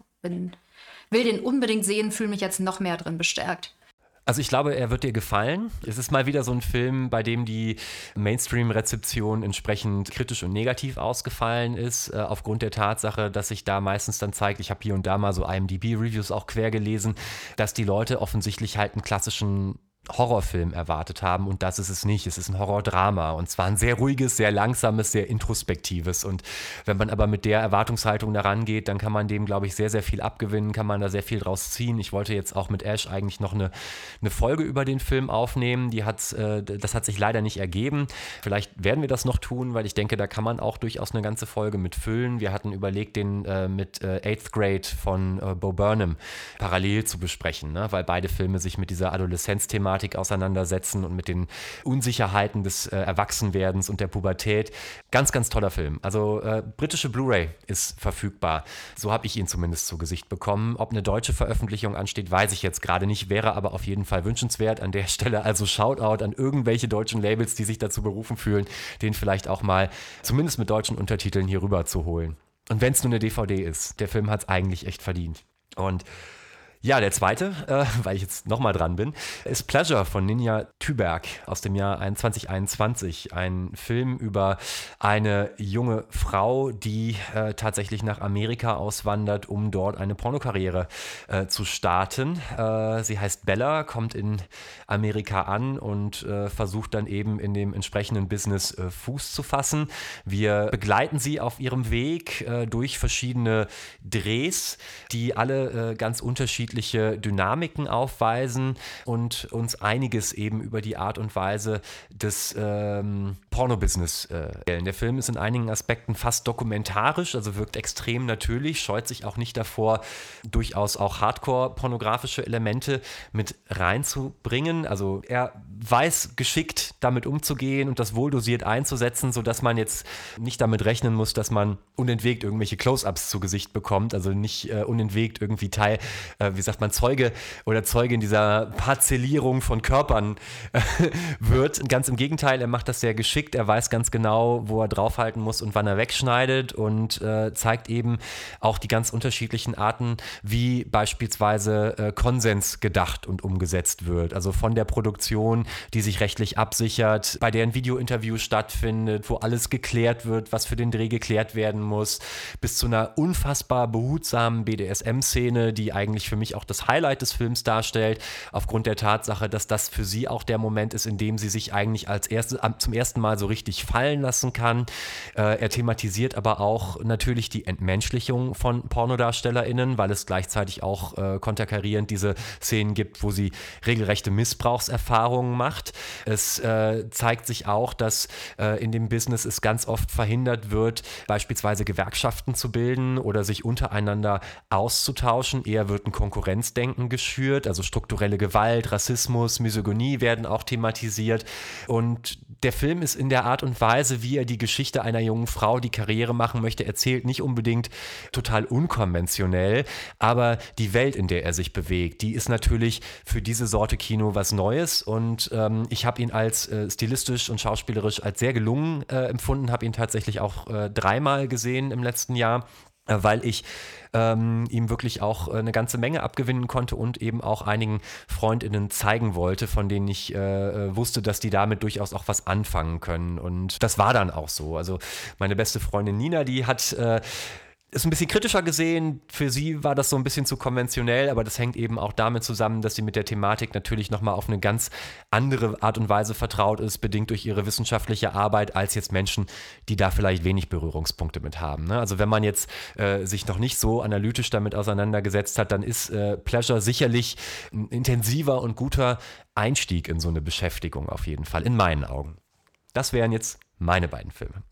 will den unbedingt sehen, fühle mich jetzt noch mehr drin bestärkt. Also ich glaube, er wird dir gefallen. Es ist mal wieder so ein Film, bei dem die Mainstream-Rezeption entsprechend kritisch und negativ ausgefallen ist, aufgrund der Tatsache, dass sich da meistens dann zeigt, ich habe hier und da mal so IMDb-Reviews auch quer gelesen, dass die Leute offensichtlich halt einen klassischen Horrorfilm erwartet haben und das ist es nicht. Es ist ein Horrordrama und zwar ein sehr ruhiges, sehr langsames, sehr introspektives und wenn man aber mit der Erwartungshaltung daran geht, dann kann man dem, glaube ich, sehr, sehr viel abgewinnen, kann man da sehr viel draus ziehen. Ich wollte jetzt auch mit Ash eigentlich noch eine Folge über den Film aufnehmen, das hat sich leider nicht ergeben. Vielleicht werden wir das noch tun, weil ich denke, da kann man auch durchaus eine ganze Folge mit füllen. Wir hatten überlegt, den mit Eighth Grade von Bo Burnham parallel zu besprechen, ne? Weil beide Filme sich mit dieser Adoleszenzthematik auseinandersetzen und mit den Unsicherheiten des Erwachsenwerdens und der Pubertät. Ganz, ganz toller Film. Also britische Blu-ray ist verfügbar. So habe ich ihn zumindest zu Gesicht bekommen. Ob eine deutsche Veröffentlichung ansteht, weiß ich jetzt gerade nicht, wäre aber auf jeden Fall wünschenswert. An der Stelle also Shoutout an irgendwelche deutschen Labels, die sich dazu berufen fühlen, den vielleicht auch mal zumindest mit deutschen Untertiteln hier rüber zu holen. Und wenn es nur eine DVD ist, der Film hat es eigentlich echt verdient. Und ja, der zweite, weil ich jetzt nochmal dran bin, ist Pleasure von Ninja Thyberg aus dem Jahr 2021. Ein Film über eine junge Frau, die tatsächlich nach Amerika auswandert, um dort eine Pornokarriere zu starten. Sie heißt Bella, kommt in Amerika an und versucht dann eben in dem entsprechenden Business Fuß zu fassen. Wir begleiten sie auf ihrem Weg durch verschiedene Drehs, die alle ganz unterschiedliche Dynamiken aufweisen und uns einiges eben über die Art und Weise des Pornobusiness erzählen. Der Film ist in einigen Aspekten fast dokumentarisch, also wirkt extrem natürlich, scheut sich auch nicht davor, durchaus auch Hardcore-pornografische Elemente mit reinzubringen. Also er weiß geschickt damit umzugehen und das wohldosiert einzusetzen, sodass man jetzt nicht damit rechnen muss, dass man unentwegt irgendwelche Close-Ups zu Gesicht bekommt, also nicht unentwegt irgendwie Zeuge oder Zeugin dieser Parzellierung von Körpern wird. Ganz im Gegenteil, er macht das sehr geschickt, er weiß ganz genau, wo er draufhalten muss und wann er wegschneidet und zeigt eben auch die ganz unterschiedlichen Arten, wie beispielsweise Konsens gedacht und umgesetzt wird. Also von der Produktion, die sich rechtlich absichert, bei der ein Videointerview stattfindet, wo alles geklärt wird, was für den Dreh geklärt werden muss, bis zu einer unfassbar behutsamen BDSM-Szene, die eigentlich für mich auch das Highlight des Films darstellt, aufgrund der Tatsache, dass das für sie auch der Moment ist, in dem sie sich eigentlich zum ersten Mal so richtig fallen lassen kann. Er thematisiert aber auch natürlich die Entmenschlichung von PornodarstellerInnen, weil es gleichzeitig auch konterkarierend diese Szenen gibt, wo sie regelrechte Missbrauchserfahrungen macht. Es zeigt sich auch, dass in dem Business es ganz oft verhindert wird, beispielsweise Gewerkschaften zu bilden oder sich untereinander auszutauschen. Eher wird ein Konkurrenzdenken geschürt, also strukturelle Gewalt, Rassismus, Misogynie werden auch thematisiert. Und der Film ist in der Art und Weise, wie er die Geschichte einer jungen Frau, die Karriere machen möchte, erzählt, nicht unbedingt total unkonventionell, aber die Welt, in der er sich bewegt, die ist natürlich für diese Sorte Kino was Neues und ich habe ihn als stilistisch und schauspielerisch als sehr gelungen empfunden, habe ihn tatsächlich auch 3-mal gesehen im letzten Jahr, weil ich ihm wirklich auch eine ganze Menge abgewinnen konnte und eben auch einigen FreundInnen zeigen wollte, von denen ich wusste, dass die damit durchaus auch was anfangen können. Und das war dann auch so. Also meine beste Freundin Nina, die hat ist ein bisschen kritischer gesehen. Für sie war das so ein bisschen zu konventionell, aber das hängt eben auch damit zusammen, dass sie mit der Thematik natürlich nochmal auf eine ganz andere Art und Weise vertraut ist, bedingt durch ihre wissenschaftliche Arbeit, als jetzt Menschen, die da vielleicht wenig Berührungspunkte mit haben. Ne? Also wenn man jetzt sich noch nicht so analytisch damit auseinandergesetzt hat, dann ist Pleasure sicherlich ein intensiver und guter Einstieg in so eine Beschäftigung auf jeden Fall, in meinen Augen. Das wären jetzt meine beiden Filme.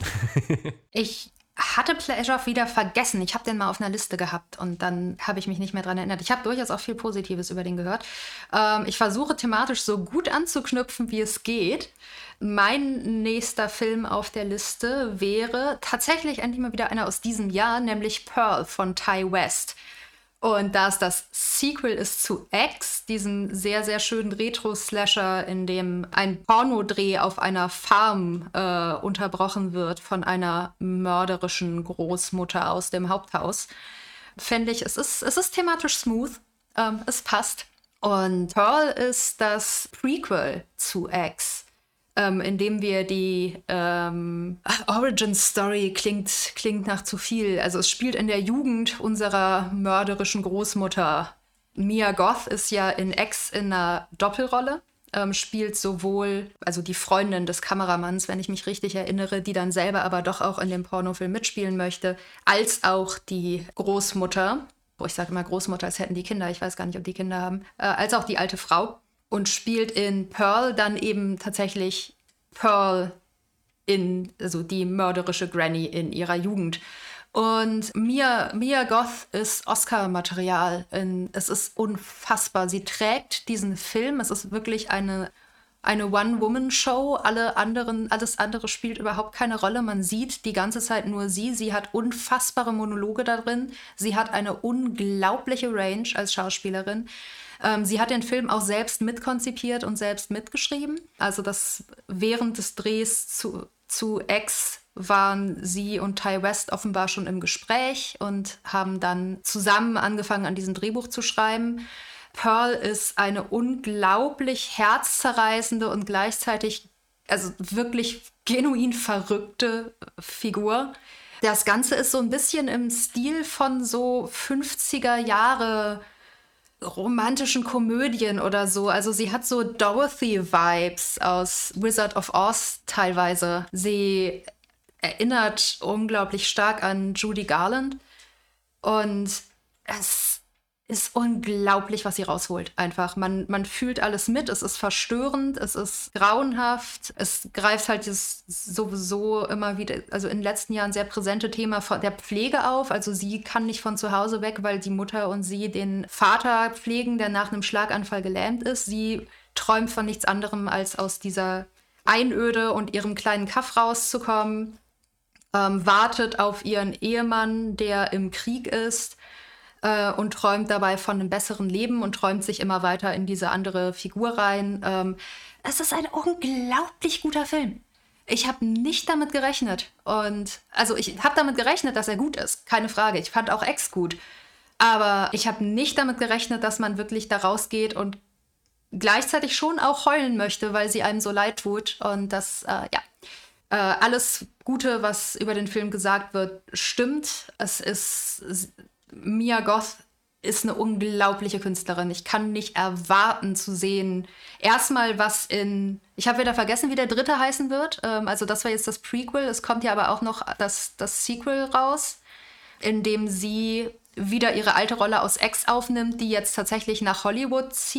Ich hatte Pleasure wieder vergessen. Ich habe den mal auf einer Liste gehabt und dann habe ich mich nicht mehr dran erinnert. Ich habe durchaus auch viel Positives über den gehört. Ich versuche thematisch so gut anzuknüpfen, wie es geht. Mein nächster Film auf der Liste wäre tatsächlich endlich mal wieder einer aus diesem Jahr, nämlich Pearl von Ti West. Und da es das Sequel ist zu X, diesem sehr, sehr schönen Retro-Slasher, in dem ein Pornodreh auf einer Farm unterbrochen wird von einer mörderischen Großmutter aus dem Haupthaus, fände ich, es ist thematisch smooth, es passt. Und Pearl ist das Prequel zu X, in dem wir die Origin Story klingt nach zu viel. Also es spielt in der Jugend unserer mörderischen Großmutter. Mia Goth ist ja in X in einer Doppelrolle, spielt sowohl, also die Freundin des Kameramanns, wenn ich mich richtig erinnere, die dann selber aber doch auch in dem Pornofilm mitspielen möchte, als auch die Großmutter. Ich sage immer Großmutter, als hätten die Kinder, ich weiß gar nicht, ob die Kinder haben, als auch die alte Frau. Und spielt in Pearl dann eben tatsächlich Pearl also die mörderische Granny in ihrer Jugend. Und Mia Goth ist Oscar-Material. Es ist unfassbar. Sie trägt diesen Film. Es ist wirklich eine One-Woman-Show. Alles andere spielt überhaupt keine Rolle. Man sieht die ganze Zeit nur sie. Sie hat unfassbare Monologe da drin. Sie hat eine unglaubliche Range als Schauspielerin. Sie hat den Film auch selbst mitkonzipiert und selbst mitgeschrieben. Also das während des Drehs zu X waren sie und Ti West offenbar schon im Gespräch und haben dann zusammen angefangen, an diesem Drehbuch zu schreiben. Pearl ist eine unglaublich herzzerreißende und gleichzeitig also wirklich genuin verrückte Figur. Das Ganze ist so ein bisschen im Stil von so 50er Jahre romantischen Komödien oder so. Also sie hat so Dorothy-Vibes aus Wizard of Oz teilweise. Sie erinnert unglaublich stark an Judy Garland. Und es ist unglaublich, was sie rausholt. Einfach. Man fühlt alles mit. Es ist verstörend. Es ist grauenhaft. Es greift halt das sowieso immer wieder, also in den letzten Jahren sehr präsente Thema von der Pflege auf. Also sie kann nicht von zu Hause weg, weil die Mutter und sie den Vater pflegen, der nach einem Schlaganfall gelähmt ist. Sie träumt von nichts anderem, als aus dieser Einöde und ihrem kleinen Kaff rauszukommen. Wartet auf ihren Ehemann, der im Krieg ist. Und träumt dabei von einem besseren Leben und träumt sich immer weiter in diese andere Figur rein. Es ist ein unglaublich guter Film. Ich habe nicht damit gerechnet. Also ich habe damit gerechnet, dass er gut ist. Keine Frage. Ich fand auch X gut. Aber ich habe nicht damit gerechnet, dass man wirklich da rausgeht und gleichzeitig schon auch heulen möchte, weil sie einem so leid tut. Und das, alles Gute, was über den Film gesagt wird, stimmt. Mia Goth ist eine unglaubliche Künstlerin. Ich kann nicht erwarten zu sehen. Erstmal ich habe wieder vergessen, wie der dritte heißen wird. Also das war jetzt das Prequel. Es kommt ja aber auch noch das Sequel raus, in dem sie wieder ihre alte Rolle aus X aufnimmt, die jetzt tatsächlich nach Hollywood zieht.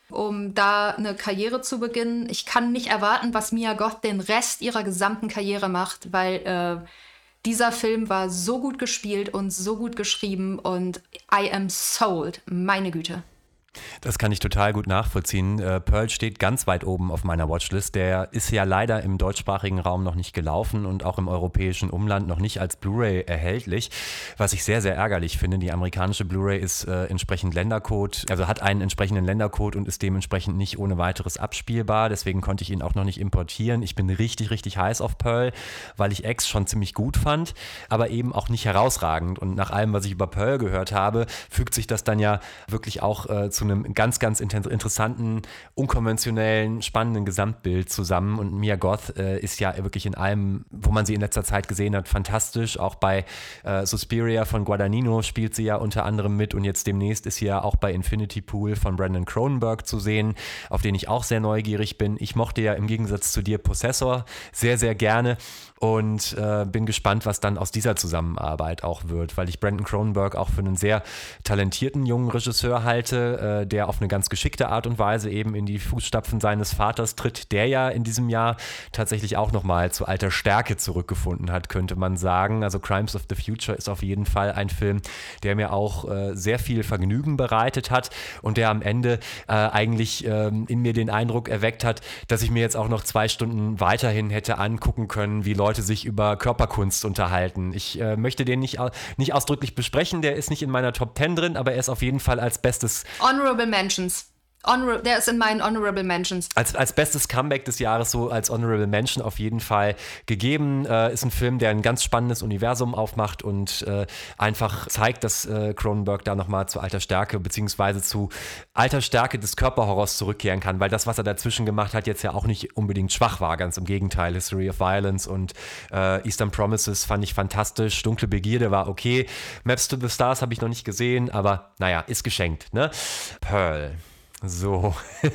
um da eine Karriere zu beginnen. Ich kann nicht erwarten, was Mia Goth den Rest ihrer gesamten Karriere macht, weil dieser Film war so gut gespielt und so gut geschrieben und I am sold, meine Güte. Das kann ich total gut nachvollziehen. Pearl steht ganz weit oben auf meiner Watchlist. Der ist ja leider im deutschsprachigen Raum noch nicht gelaufen und auch im europäischen Umland noch nicht als Blu-ray erhältlich, was ich sehr, sehr ärgerlich finde. Die amerikanische Blu-ray ist entsprechend Ländercode, also hat einen entsprechenden Ländercode und ist dementsprechend nicht ohne weiteres abspielbar. Deswegen konnte ich ihn auch noch nicht importieren. Ich bin richtig, richtig heiß auf Pearl, weil ich X schon ziemlich gut fand, aber eben auch nicht herausragend. Und nach allem, was ich über Pearl gehört habe, fügt sich das dann ja wirklich auch zu einem ganz, ganz interessanten, unkonventionellen, spannenden Gesamtbild zusammen. Und Mia Goth ist ja wirklich in allem, wo man sie in letzter Zeit gesehen hat, fantastisch. Auch bei Suspiria von Guadagnino spielt sie ja unter anderem mit und jetzt demnächst ist sie ja auch bei Infinity Pool von Brandon Cronenberg zu sehen, auf den ich auch sehr neugierig bin. Ich mochte ja im Gegensatz zu dir Possessor sehr, sehr gerne und bin gespannt, was dann aus dieser Zusammenarbeit auch wird, weil ich Brandon Cronenberg auch für einen sehr talentierten jungen Regisseur halte, der auf eine ganz geschickte Art und Weise eben in die Fußstapfen seines Vaters tritt, der ja in diesem Jahr tatsächlich auch nochmal zu alter Stärke zurückgefunden hat, könnte man sagen. Also Crimes of the Future ist auf jeden Fall ein Film, der mir auch sehr viel Vergnügen bereitet hat und der am Ende eigentlich in mir den Eindruck erweckt hat, dass ich mir jetzt auch noch 2 Stunden weiterhin hätte angucken können, wie Leute sich über Körperkunst unterhalten. Ich möchte den nicht ausdrücklich besprechen, der ist nicht in meiner Top 10 drin, aber er ist auf jeden Fall als bestes Honorable Mentions. Der ist in meinen Honorable Mentions. Als bestes Comeback des Jahres so als Honorable Mention auf jeden Fall gegeben. Ist ein Film, der ein ganz spannendes Universum aufmacht und einfach zeigt, dass Cronenberg da nochmal zu alter Stärke beziehungsweise zu alter Stärke des Körperhorrors zurückkehren kann, weil das, was er dazwischen gemacht hat, jetzt ja auch nicht unbedingt schwach war. Ganz im Gegenteil. History of Violence und Eastern Promises fand ich fantastisch. Dunkle Begierde war okay. Maps to the Stars habe ich noch nicht gesehen, aber naja, ist geschenkt. Ne? Pearl. So,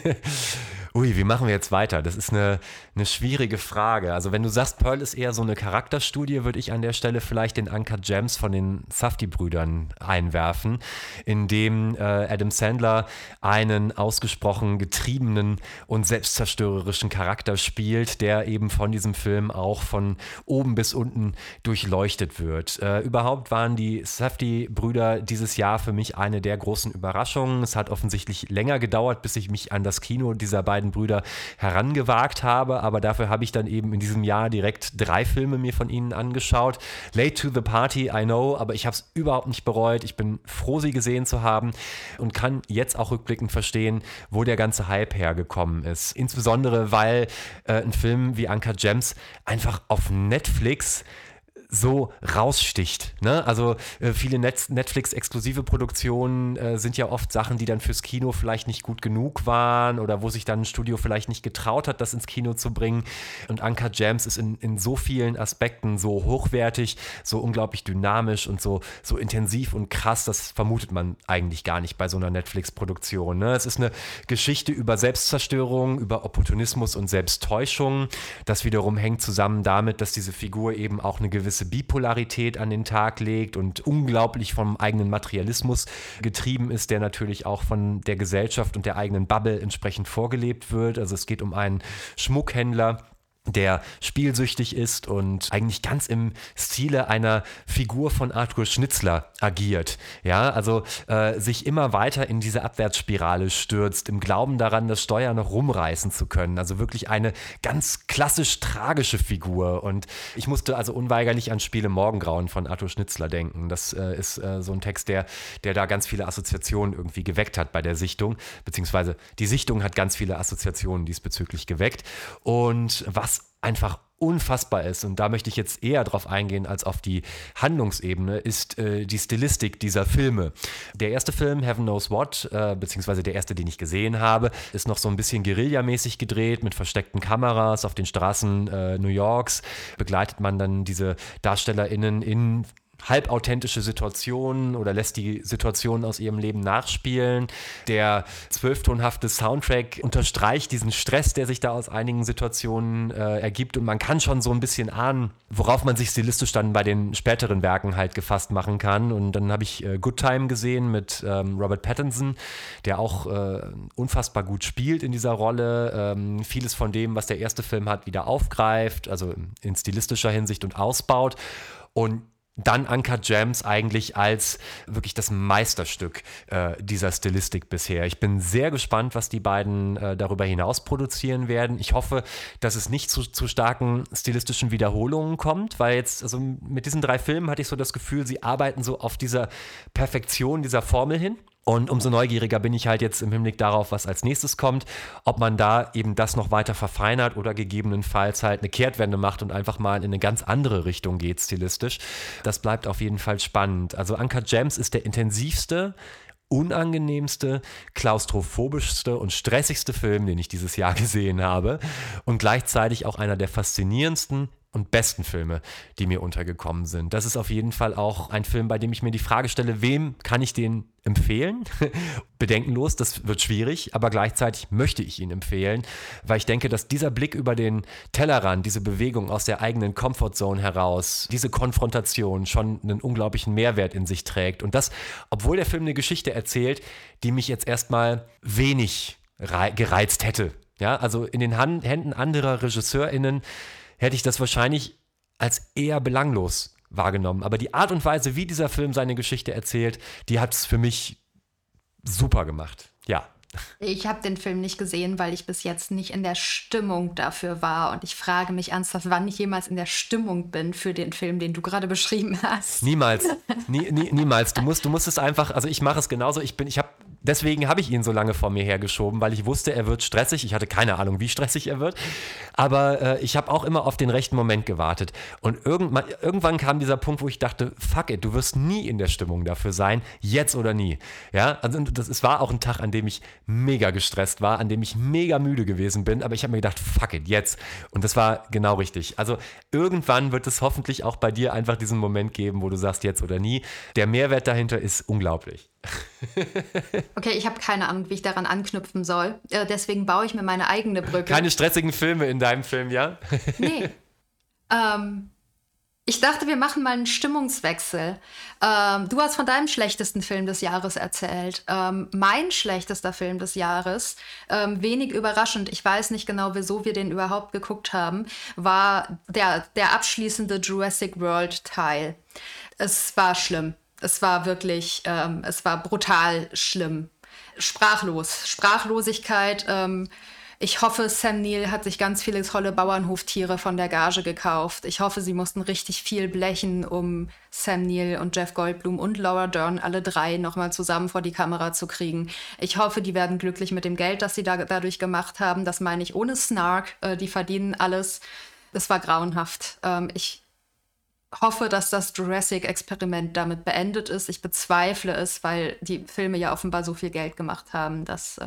ui, wie machen wir jetzt weiter? Das ist eine schwierige Frage. Also wenn du sagst, Pearl ist eher so eine Charakterstudie, würde ich an der Stelle vielleicht den Uncut Gems von den Safdie-Brüdern einwerfen, in dem Adam Sandler einen ausgesprochen getriebenen und selbstzerstörerischen Charakter spielt, der eben von diesem Film auch von oben bis unten durchleuchtet wird. Überhaupt waren die Safdie-Brüder dieses Jahr für mich eine der großen Überraschungen. Es hat offensichtlich länger gedauert, bis ich mich an das Kino dieser beiden Brüder herangewagt habe, aber dafür habe ich dann eben in diesem Jahr direkt 3 Filme mir von ihnen angeschaut. Late to the Party, I know, aber ich habe es überhaupt nicht bereut. Ich bin froh, sie gesehen zu haben und kann jetzt auch rückblickend verstehen, wo der ganze Hype hergekommen ist. Insbesondere, weil ein Film wie Uncut Gems einfach auf Netflix so raussticht. Ne? Also viele Netflix-exklusive Produktionen sind ja oft Sachen, die dann fürs Kino vielleicht nicht gut genug waren oder wo sich dann ein Studio vielleicht nicht getraut hat, das ins Kino zu bringen. Und Uncut Gems ist in so vielen Aspekten so hochwertig, so unglaublich dynamisch und so intensiv und krass, das vermutet man eigentlich gar nicht bei so einer Netflix-Produktion. Ne? Es ist eine Geschichte über Selbstzerstörung, über Opportunismus und Selbsttäuschung. Das wiederum hängt zusammen damit, dass diese Figur eben auch eine gewisse Bipolarität an den Tag legt und unglaublich vom eigenen Materialismus getrieben ist, der natürlich auch von der Gesellschaft und der eigenen Bubble entsprechend vorgelebt wird. Also es geht um einen Schmuckhändler, der spielsüchtig ist und eigentlich ganz im Stile einer Figur von Arthur Schnitzler agiert. Ja, also sich immer weiter in diese Abwärtsspirale stürzt, im Glauben daran, das Steuer noch rumreißen zu können. Also wirklich eine ganz klassisch tragische Figur. Und ich musste also unweigerlich an Spiele Morgengrauen von Arthur Schnitzler denken. Das ist so ein Text, der da ganz viele Assoziationen irgendwie geweckt hat bei der Sichtung, beziehungsweise die Sichtung hat ganz viele Assoziationen diesbezüglich geweckt. Und was einfach unfassbar ist, und da möchte ich jetzt eher drauf eingehen als auf die Handlungsebene, ist die Stilistik dieser Filme. Der erste Film, Heaven Knows What, beziehungsweise der erste, den ich gesehen habe, ist noch so ein bisschen guerillamäßig gedreht, mit versteckten Kameras auf den Straßen New Yorks. Begleitet man dann diese DarstellerInnen in halbauthentische Situationen oder lässt die Situationen aus ihrem Leben nachspielen. Der 12-tonhafte Soundtrack unterstreicht diesen Stress, der sich da aus einigen Situationen ergibt, und man kann schon so ein bisschen ahnen, worauf man sich stilistisch dann bei den späteren Werken halt gefasst machen kann. Und dann habe ich Good Time gesehen mit Robert Pattinson, der auch unfassbar gut spielt in dieser Rolle, vieles von dem, was der erste Film hat, wieder aufgreift, also in stilistischer Hinsicht und ausbaut. Und dann Uncut Gems eigentlich als wirklich das Meisterstück dieser Stilistik bisher. Ich bin sehr gespannt, was die beiden darüber hinaus produzieren werden. Ich hoffe, dass es nicht zu starken stilistischen Wiederholungen kommt, weil jetzt, also mit diesen 3 Filmen hatte ich so das Gefühl, sie arbeiten so auf dieser Perfektion dieser Formel hin. Und umso neugieriger bin ich halt jetzt im Hinblick darauf, was als nächstes kommt, ob man da eben das noch weiter verfeinert oder gegebenenfalls halt eine Kehrtwende macht und einfach mal in eine ganz andere Richtung geht stilistisch. Das bleibt auf jeden Fall spannend. Also Uncut Gems ist der intensivste, unangenehmste, klaustrophobischste und stressigste Film, den ich dieses Jahr gesehen habe, und gleichzeitig auch einer der faszinierendsten und besten Filme, die mir untergekommen sind. Das ist auf jeden Fall auch ein Film, bei dem ich mir die Frage stelle, wem kann ich den empfehlen? Bedenkenlos, das wird schwierig, aber gleichzeitig möchte ich ihn empfehlen, weil ich denke, dass dieser Blick über den Tellerrand, diese Bewegung aus der eigenen Comfortzone heraus, diese Konfrontation schon einen unglaublichen Mehrwert in sich trägt. Und das, obwohl der Film eine Geschichte erzählt, die mich jetzt erstmal wenig gereizt hätte. Ja, also in den Händen anderer RegisseurInnen hätte ich das wahrscheinlich als eher belanglos wahrgenommen. Aber die Art und Weise, wie dieser Film seine Geschichte erzählt, die hat es für mich super gemacht. Ja. Ich habe den Film nicht gesehen, weil ich bis jetzt nicht in der Stimmung dafür war. Und ich frage mich ernsthaft, wann ich jemals in der Stimmung bin für den Film, den du gerade beschrieben hast. Niemals. Niemals. Du musst es einfach, also ich mache es genauso. Deswegen habe ich ihn so lange vor mir hergeschoben, weil ich wusste, er wird stressig. Ich hatte keine Ahnung, wie stressig er wird. Aber ich habe auch immer auf den rechten Moment gewartet. Und irgendwann kam dieser Punkt, wo ich dachte, fuck it, du wirst nie in der Stimmung dafür sein, jetzt oder nie. Ja, also es war auch ein Tag, an dem ich mega gestresst war, an dem ich mega müde gewesen bin. Aber ich habe mir gedacht, fuck it, jetzt. Und das war genau richtig. Also irgendwann wird es hoffentlich auch bei dir einfach diesen Moment geben, wo du sagst, jetzt oder nie. Der Mehrwert dahinter ist unglaublich. Okay, ich habe keine Ahnung, wie ich daran anknüpfen soll. Deswegen baue ich mir meine eigene Brücke. Keine stressigen Filme in deinem Film, ja? Nee. Ich dachte, wir machen mal einen Stimmungswechsel. Du hast von deinem schlechtesten Film des Jahres erzählt. Mein schlechtester Film des Jahres, wenig überraschend, ich weiß nicht genau, wieso wir den überhaupt geguckt haben, war der abschließende Jurassic World Teil. Es war schlimm. Es war wirklich, es war brutal schlimm. Sprachlosigkeit. Ich hoffe, Sam Neill hat sich ganz viele tolle Bauernhoftiere von der Gage gekauft. Ich hoffe, sie mussten richtig viel blechen, um Sam Neill und Jeff Goldblum und Laura Dern, alle 3, nochmal zusammen vor die Kamera zu kriegen. Ich hoffe, die werden glücklich mit dem Geld, das sie dadurch gemacht haben. Das meine ich ohne Snark. Die verdienen alles. Das war grauenhaft. Ich hoffe, dass das Jurassic-Experiment damit beendet ist. Ich bezweifle es, weil die Filme ja offenbar so viel Geld gemacht haben, dass,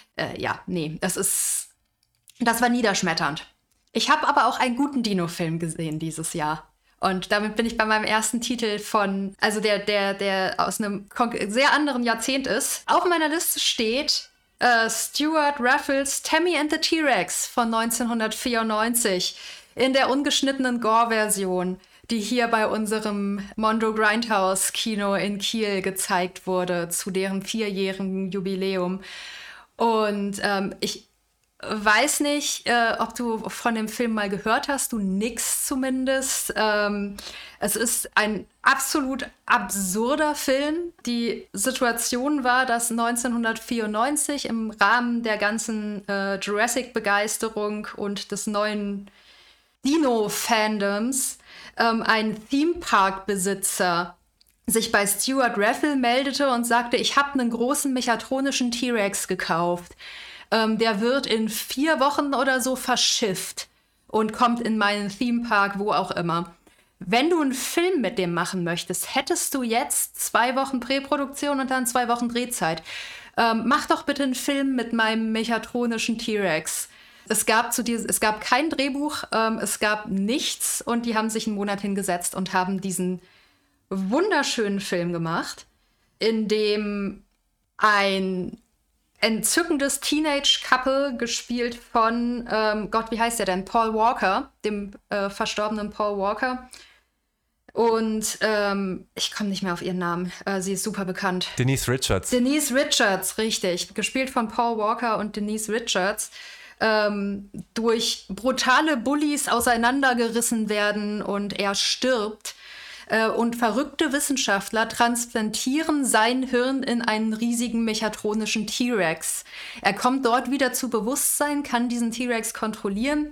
das war niederschmetternd. Ich habe aber auch einen guten Dino-Film gesehen dieses Jahr. Und damit bin ich bei meinem ersten Titel der aus einem sehr anderen Jahrzehnt ist. Auf meiner Liste steht Stuart Raffles Tammy and the T-Rex von 1994 in der ungeschnittenen Gore-Version, die hier bei unserem Mondo Grindhouse Kino in Kiel gezeigt wurde, zu deren 4-jährigen Jubiläum. Und ich weiß nicht, ob du von dem Film mal gehört hast, du nix zumindest. Es ist ein absolut absurder Film. Die Situation war, dass 1994 im Rahmen der ganzen Jurassic-Begeisterung und des neuen Dino-Fandoms ein Theme-Park-Besitzer sich bei Stuart Raffle meldete und sagte, ich habe einen großen mechatronischen T-Rex gekauft. Der wird in 4 Wochen oder so verschifft und kommt in meinen Theme-Park, wo auch immer. Wenn du einen Film mit dem machen möchtest, hättest du jetzt 2 Wochen Präproduktion und dann 2 Wochen Drehzeit. Mach doch bitte einen Film mit meinem mechatronischen T-Rex. Es gab kein Drehbuch, es gab nichts und die haben sich einen Monat hingesetzt und haben diesen wunderschönen Film gemacht, in dem ein entzückendes Teenage-Couple, gespielt von, Gott, wie heißt der denn? Paul Walker, dem verstorbenen Paul Walker. Und ich komme nicht mehr auf ihren Namen. Sie ist super bekannt. Denise Richards. Denise Richards, richtig. Gespielt von Paul Walker und Denise Richards. Durch brutale Bullies auseinandergerissen werden und er stirbt. Und verrückte Wissenschaftler transplantieren sein Hirn in einen riesigen mechatronischen T-Rex. Er kommt dort wieder zu Bewusstsein, kann diesen T-Rex kontrollieren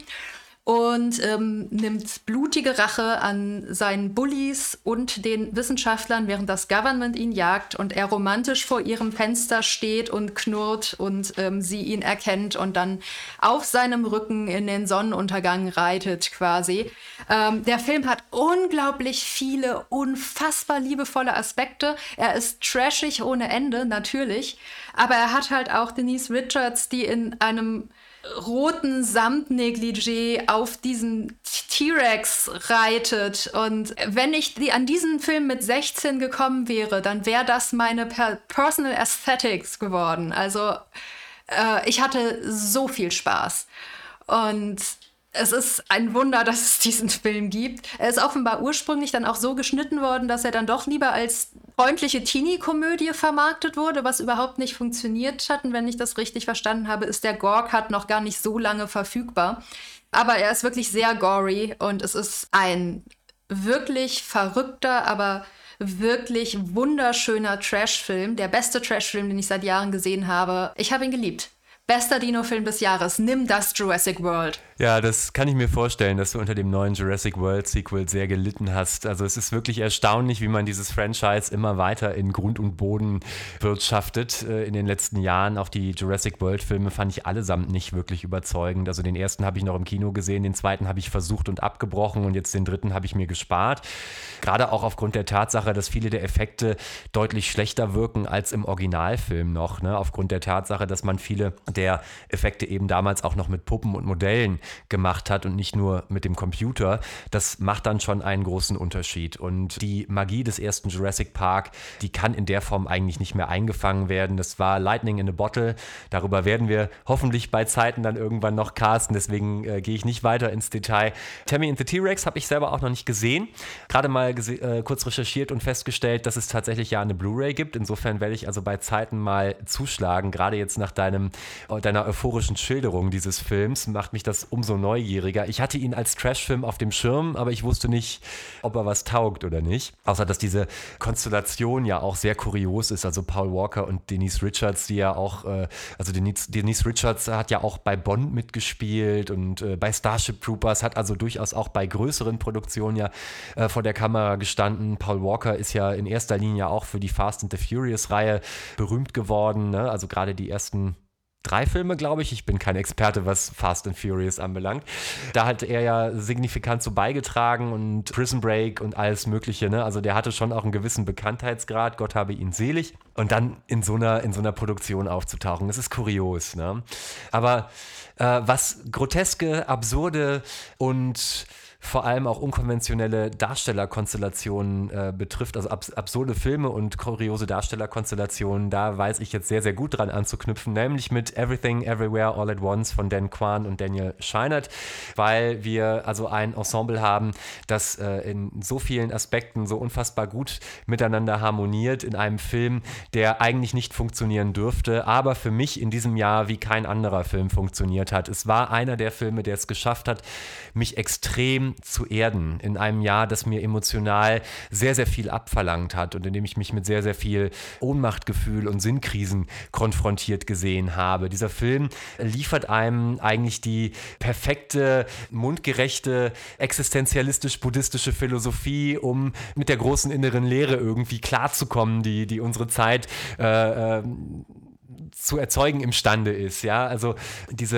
und nimmt blutige Rache an seinen Bullies und den Wissenschaftlern, während das Government ihn jagt und er romantisch vor ihrem Fenster steht und knurrt und sie ihn erkennt und dann auf seinem Rücken in den Sonnenuntergang reitet quasi. Der Film hat unglaublich viele, unfassbar liebevolle Aspekte. Er ist trashig ohne Ende, natürlich, aber er hat halt auch Denise Richards, die in einem roten Samtnegligé auf diesen T-Rex reitet. Und wenn ich an diesen Film mit 16 gekommen wäre, dann wäre das meine Personal Aesthetics geworden. Also ich hatte so viel Spaß. Und es ist ein Wunder, dass es diesen Film gibt. Er ist offenbar ursprünglich dann auch so geschnitten worden, dass er dann doch lieber als freundliche Teenie-Komödie vermarktet wurde, was überhaupt nicht funktioniert hat. Und wenn ich das richtig verstanden habe, ist der Gore-Cut noch gar nicht so lange verfügbar. Aber er ist wirklich sehr gory und es ist ein wirklich verrückter, aber wirklich wunderschöner Trash-Film. Der beste Trash-Film, den ich seit Jahren gesehen habe. Ich habe ihn geliebt. Bester Dino-Film des Jahres. Nimm das Jurassic World. Ja, das kann ich mir vorstellen, dass du unter dem neuen Jurassic World Sequel sehr gelitten hast. Also es ist wirklich erstaunlich, wie man dieses Franchise immer weiter in Grund und Boden wirtschaftet in den letzten Jahren. Auch die Jurassic World Filme fand ich allesamt nicht wirklich überzeugend. Also den ersten habe ich noch im Kino gesehen, den zweiten habe ich versucht und abgebrochen und jetzt den dritten habe ich mir gespart. Gerade auch aufgrund der Tatsache, dass viele der Effekte deutlich schlechter wirken als im Originalfilm noch. Ne? Aufgrund der Tatsache, dass man viele der Effekte eben damals auch noch mit Puppen und Modellen gemacht hat und nicht nur mit dem Computer. Das macht dann schon einen großen Unterschied. Und die Magie des ersten Jurassic Park, die kann in der Form eigentlich nicht mehr eingefangen werden. Das war Lightning in a Bottle. Darüber werden wir hoffentlich bei Zeiten dann irgendwann noch casten. Deswegen gehe ich nicht weiter ins Detail. Tammy and the T-Rex habe ich selber auch noch nicht gesehen. Gerade mal kurz recherchiert und festgestellt, dass es tatsächlich ja eine Blu-ray gibt. Insofern werde ich also bei Zeiten mal zuschlagen. Gerade jetzt nach deiner euphorischen Schilderung dieses Films macht mich das umso neugieriger. Ich hatte ihn als Trashfilm auf dem Schirm, aber ich wusste nicht, ob er was taugt oder nicht. Außer, dass diese Konstellation ja auch sehr kurios ist. Also Paul Walker und Denise Richards, die ja auch, also Denise Richards hat ja auch bei Bond mitgespielt und bei Starship Troopers, hat also durchaus auch bei größeren Produktionen ja vor der Kamera gestanden. Paul Walker ist ja in erster Linie auch für die Fast and the Furious-Reihe berühmt geworden, ne? Also gerade die ersten 3 Filme, glaube ich. Ich bin kein Experte, was Fast and Furious anbelangt. Da hat er ja signifikant so beigetragen und Prison Break und alles Mögliche. Ne? Also der hatte schon auch einen gewissen Bekanntheitsgrad. Gott habe ihn selig. Und dann in so einer Produktion aufzutauchen, das ist kurios. Ne? Aber was groteske, absurde und vor allem auch unkonventionelle Darstellerkonstellationen betrifft, also absurde Filme und kuriose Darstellerkonstellationen, da weiß ich jetzt sehr, sehr gut dran anzuknüpfen, nämlich mit Everything, Everywhere, All at Once von Dan Kwan und Daniel Scheinert, weil wir also ein Ensemble haben, das in so vielen Aspekten so unfassbar gut miteinander harmoniert in einem Film, der eigentlich nicht funktionieren dürfte, aber für mich in diesem Jahr wie kein anderer Film funktioniert hat. Es war einer der Filme, der es geschafft hat, mich extrem zu erden in einem Jahr, das mir emotional sehr, sehr viel abverlangt hat und in dem ich mich mit sehr, sehr viel Ohnmachtgefühl und Sinnkrisen konfrontiert gesehen habe. Dieser Film liefert einem eigentlich die perfekte, mundgerechte, existenzialistisch-buddhistische Philosophie, um mit der großen inneren Leere irgendwie klarzukommen, die unsere Zeit zu erzeugen imstande ist. Ja? Also diese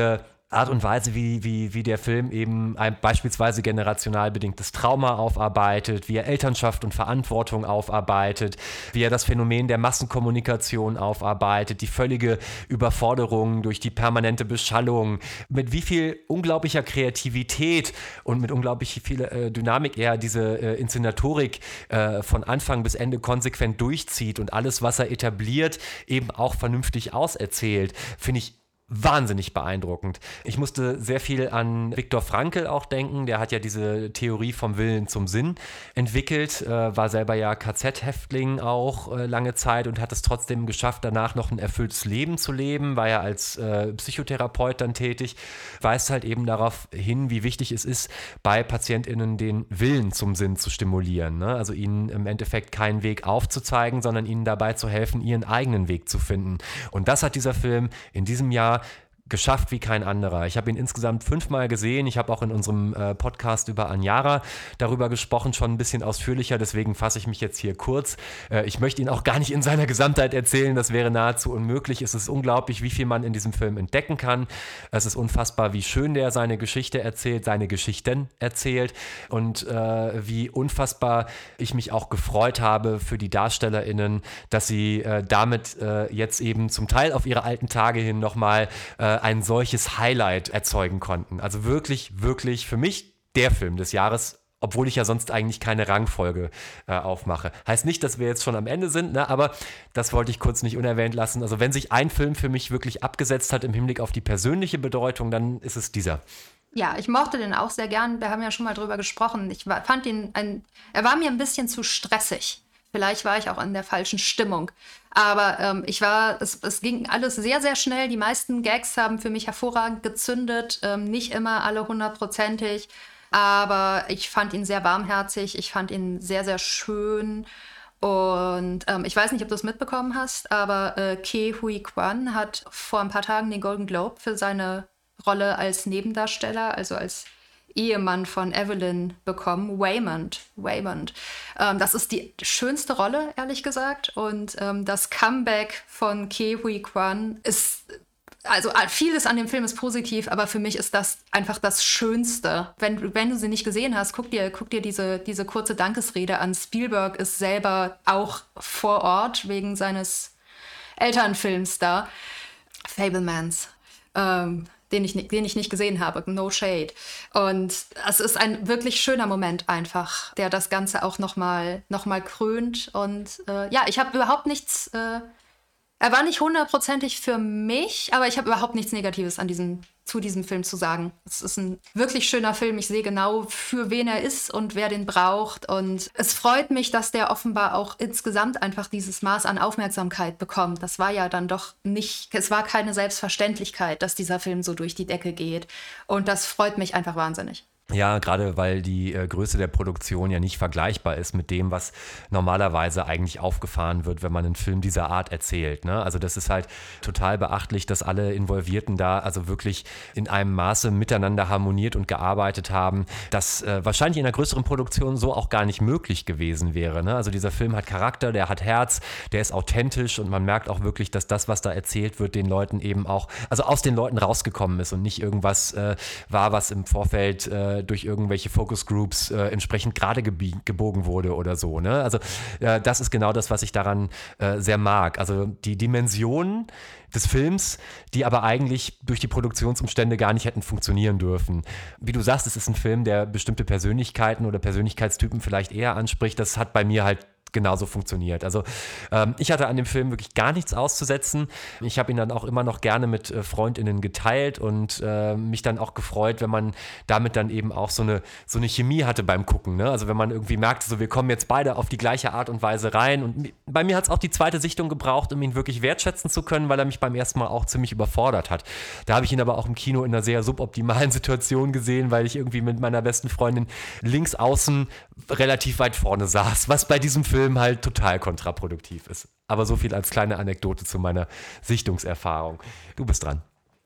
Art und Weise, wie der Film eben beispielsweise generational bedingtes Trauma aufarbeitet, wie er Elternschaft und Verantwortung aufarbeitet, wie er das Phänomen der Massenkommunikation aufarbeitet, die völlige Überforderung durch die permanente Beschallung, mit wie viel unglaublicher Kreativität und mit unglaublich viel Dynamik er diese Inszenatorik von Anfang bis Ende konsequent durchzieht und alles, was er etabliert, eben auch vernünftig auserzählt, finde ich wahnsinnig beeindruckend. Ich musste sehr viel an Viktor Frankl auch denken. Der hat ja diese Theorie vom Willen zum Sinn entwickelt, war selber ja KZ-Häftling auch lange Zeit und hat es trotzdem geschafft, danach noch ein erfülltes Leben zu leben, war ja als Psychotherapeut dann tätig, weist halt eben darauf hin, wie wichtig es ist, bei PatientInnen den Willen zum Sinn zu stimulieren. Ne? Also ihnen im Endeffekt keinen Weg aufzuzeigen, sondern ihnen dabei zu helfen, ihren eigenen Weg zu finden. Und das hat dieser Film in diesem Jahr geschafft wie kein anderer. Ich habe ihn insgesamt 5-mal gesehen. Ich habe auch in unserem Podcast über Aniara darüber gesprochen, schon ein bisschen ausführlicher. Deswegen fasse ich mich jetzt hier kurz. Ich möchte ihn auch gar nicht in seiner Gesamtheit erzählen. Das wäre nahezu unmöglich. Es ist unglaublich, wie viel man in diesem Film entdecken kann. Es ist unfassbar, wie schön der seine Geschichte erzählt, seine Geschichten erzählt und wie unfassbar ich mich auch gefreut habe für die DarstellerInnen, dass sie damit jetzt eben zum Teil auf ihre alten Tage hin nochmal ein solches Highlight erzeugen konnten. Also wirklich, wirklich für mich der Film des Jahres, obwohl ich ja sonst eigentlich keine Rangfolge aufmache. Heißt nicht, dass wir jetzt schon am Ende sind, ne? Aber das wollte ich kurz nicht unerwähnt lassen. Also wenn sich ein Film für mich wirklich abgesetzt hat im Hinblick auf die persönliche Bedeutung, dann ist es dieser. Ja, ich mochte den auch sehr gern. Wir haben ja schon mal drüber gesprochen. Fand ihn er war mir ein bisschen zu stressig. Vielleicht war ich auch in der falschen Stimmung. Aber es ging alles sehr, sehr schnell. Die meisten Gags haben für mich hervorragend gezündet. Nicht immer alle 100%ig. Aber ich fand ihn sehr warmherzig. Ich fand ihn sehr, sehr schön. Und ich weiß nicht, ob du es mitbekommen hast, aber Ke Huy Quan hat vor ein paar Tagen den Golden Globe für seine Rolle als Nebendarsteller, also als Ehemann von Evelyn bekommen, Waymond. Das ist die schönste Rolle, ehrlich gesagt. Und das Comeback von Ke Huy Quan ist, also vieles an dem Film ist positiv, aber für mich ist das einfach das Schönste. Wenn du sie nicht gesehen hast, guck dir diese kurze Dankesrede an. Spielberg ist selber auch vor Ort wegen seines Elternfilms da. Fabelmans. Den ich nicht gesehen habe, no shade. Und es ist ein wirklich schöner Moment einfach, der das Ganze auch noch mal krönt. Und ich habe überhaupt nichts, er war nicht 100%ig für mich, aber ich habe überhaupt nichts Negatives zu diesem Film zu sagen. Es ist ein wirklich schöner Film. Ich sehe genau, für wen er ist und wer den braucht. Und es freut mich, dass der offenbar auch insgesamt einfach dieses Maß an Aufmerksamkeit bekommt. Das war ja dann doch es war keine Selbstverständlichkeit, dass dieser Film so durch die Decke geht. Und das freut mich einfach wahnsinnig. Ja, gerade weil die Größe der Produktion ja nicht vergleichbar ist mit dem, was normalerweise eigentlich aufgefahren wird, wenn man einen Film dieser Art erzählt. Ne? Also das ist halt total beachtlich, dass alle Involvierten da also wirklich in einem Maße miteinander harmoniert und gearbeitet haben, das wahrscheinlich in einer größeren Produktion so auch gar nicht möglich gewesen wäre. Ne? Also dieser Film hat Charakter, der hat Herz, der ist authentisch und man merkt auch wirklich, dass das, was da erzählt wird, den Leuten eben auch, also aus den Leuten rausgekommen ist und nicht irgendwas war, was im Vorfeld durch irgendwelche Focus Groups entsprechend gerade gebogen wurde oder so. Ne? Also das ist genau das, was ich daran sehr mag. Also die Dimensionen des Films, die aber eigentlich durch die Produktionsumstände gar nicht hätten funktionieren dürfen. Wie du sagst, es ist ein Film, der bestimmte Persönlichkeiten oder Persönlichkeitstypen vielleicht eher anspricht. Das hat bei mir halt genauso funktioniert. Also ich hatte an dem Film wirklich gar nichts auszusetzen. Ich habe ihn dann auch immer noch gerne mit FreundInnen geteilt und mich dann auch gefreut, wenn man damit dann eben auch so eine Chemie hatte beim Gucken. Ne? Also wenn man irgendwie merkte, so wir kommen jetzt beide auf die gleiche Art und Weise rein. Und bei mir hat es auch die zweite Sichtung gebraucht, um ihn wirklich wertschätzen zu können, weil er mich beim ersten Mal auch ziemlich überfordert hat. Da habe ich ihn aber auch im Kino in einer sehr suboptimalen Situation gesehen, weil ich irgendwie mit meiner besten Freundin links außen relativ weit vorne saß, was bei diesem Film halt total kontraproduktiv ist. Aber so viel als kleine Anekdote zu meiner Sichtungserfahrung. Du bist dran.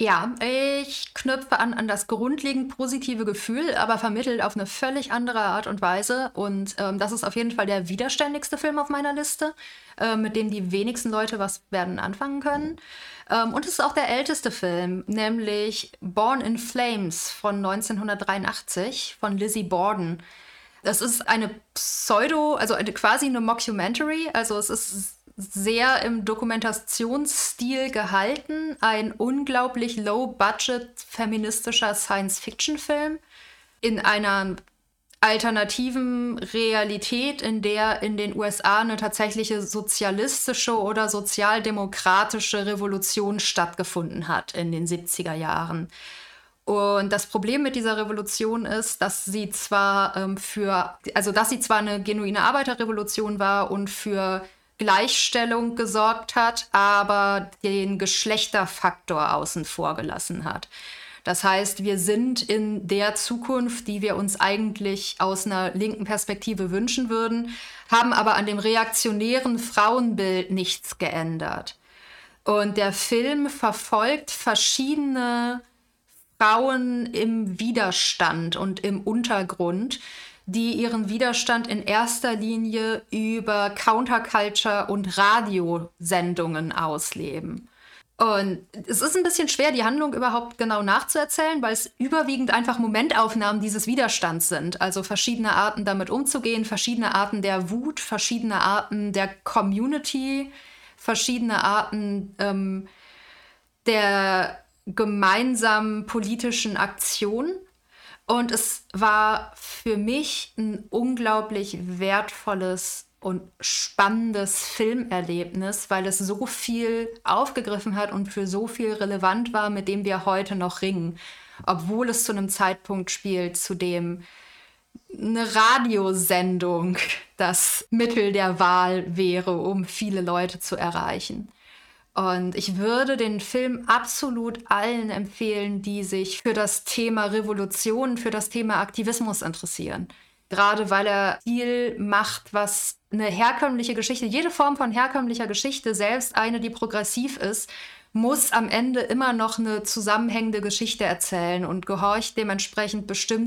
Ja, ich knüpfe an das grundlegend positive Gefühl, aber vermittelt auf eine völlig andere Art und Weise. Und das ist auf jeden Fall der widerständigste Film auf meiner Liste, mit dem die wenigsten Leute was werden anfangen können. Und es ist auch der älteste Film, nämlich Born in Flames von 1983 von Lizzie Borden. Das ist eine quasi eine Mockumentary, also es ist sehr im Dokumentationsstil gehalten, ein unglaublich low-budget feministischer Science-Fiction-Film in einer alternativen Realität, in der in den USA eine tatsächliche sozialistische oder sozialdemokratische Revolution stattgefunden hat in den 70er Jahren. Und das Problem mit dieser Revolution ist, dass sie zwar eine genuine Arbeiterrevolution war und für Gleichstellung gesorgt hat, aber den Geschlechterfaktor außen vor gelassen hat. Das heißt, wir sind in der Zukunft, die wir uns eigentlich aus einer linken Perspektive wünschen würden, haben aber an dem reaktionären Frauenbild nichts geändert. Und der Film verfolgt verschiedene Frauen im Widerstand und im Untergrund, die ihren Widerstand in erster Linie über Counterculture und Radiosendungen ausleben. Und es ist ein bisschen schwer, die Handlung überhaupt genau nachzuerzählen, weil es überwiegend einfach Momentaufnahmen dieses Widerstands sind. Also verschiedene Arten, damit umzugehen, verschiedene Arten der Wut, verschiedene Arten der Community, verschiedene Arten der gemeinsamen politischen Aktion. Und es war für mich ein unglaublich wertvolles und spannendes Filmerlebnis, weil es so viel aufgegriffen hat und für so viel relevant war, mit dem wir heute noch ringen. Obwohl es zu einem Zeitpunkt spielt, zu dem eine Radiosendung das Mittel der Wahl wäre, um viele Leute zu erreichen. Und ich würde den Film absolut allen empfehlen, die sich für das Thema Revolution, für das Thema Aktivismus interessieren. Gerade weil er viel macht, was eine herkömmliche Geschichte, jede Form von herkömmlicher Geschichte, selbst eine, die progressiv ist, muss am Ende immer noch eine zusammenhängende Geschichte erzählen und gehorcht dementsprechend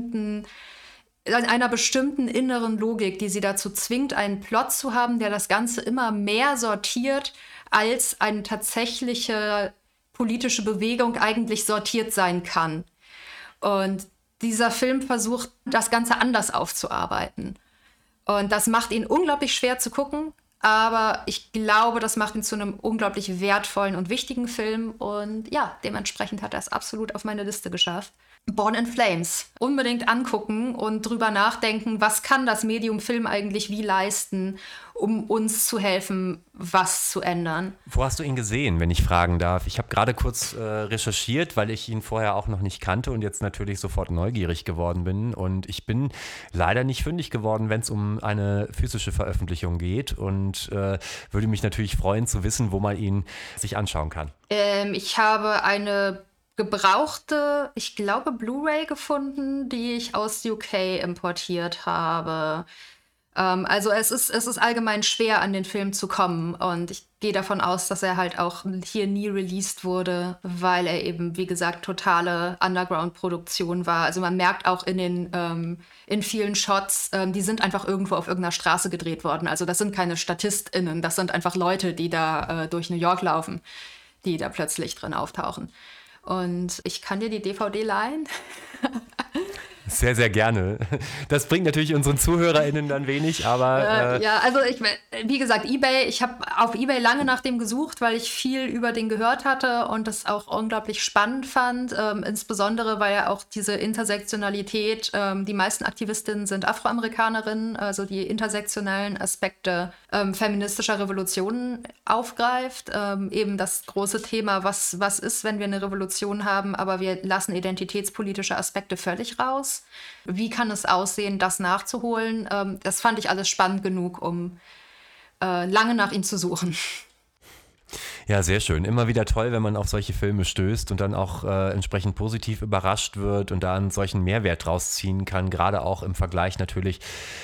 einer bestimmten inneren Logik, die sie dazu zwingt, einen Plot zu haben, der das Ganze immer mehr sortiert, als eine tatsächliche politische Bewegung eigentlich sortiert sein kann. Und dieser Film versucht, das Ganze anders aufzuarbeiten. Und das macht ihn unglaublich schwer zu gucken, aber ich glaube, das macht ihn zu einem unglaublich wertvollen und wichtigen Film. Und ja, dementsprechend hat er es absolut auf meine Liste geschafft. Born in Flames. Unbedingt angucken und drüber nachdenken, was kann das Medium Film eigentlich wie leisten, um uns zu helfen, was zu ändern. Wo hast du ihn gesehen, wenn ich fragen darf? Ich habe gerade kurz recherchiert, weil ich ihn vorher auch noch nicht kannte und jetzt natürlich sofort neugierig geworden bin. Und ich bin leider nicht fündig geworden, wenn es um eine physische Veröffentlichung geht. Und würde mich natürlich freuen zu wissen, wo man ihn sich anschauen kann. Ich habe eine gebrauchte, ich glaube, Blu-ray gefunden, die ich aus UK importiert habe. Also es ist allgemein schwer, an den Film zu kommen. Und ich gehe davon aus, dass er halt auch hier nie released wurde, weil er eben, wie gesagt, totale Underground-Produktion war. Also man merkt auch in vielen Shots, die sind einfach irgendwo auf irgendeiner Straße gedreht worden. Also das sind keine StatistInnen, das sind einfach Leute, die da durch New York laufen, die da plötzlich drin auftauchen. Und ich kann dir die DVD leihen. Sehr, sehr gerne. Das bringt natürlich unseren ZuhörerInnen dann wenig, aber... Ja, also wie gesagt, eBay, ich habe auf eBay lange nach dem gesucht, weil ich viel über den gehört hatte und das auch unglaublich spannend fand. Insbesondere, weil er auch diese Intersektionalität, die meisten Aktivistinnen sind Afroamerikanerinnen, also die intersektionalen Aspekte feministischer Revolutionen aufgreift. Eben das große Thema, was ist, wenn wir eine Revolution haben, aber wir lassen identitätspolitische Aspekte völlig raus. Wie kann es aussehen, das nachzuholen? Das fand ich alles spannend genug, um lange nach ihm zu suchen. Ja, sehr schön. Immer wieder toll, wenn man auf solche Filme stößt und dann auch entsprechend positiv überrascht wird und da einen solchen Mehrwert draus ziehen kann, gerade auch im Vergleich natürlich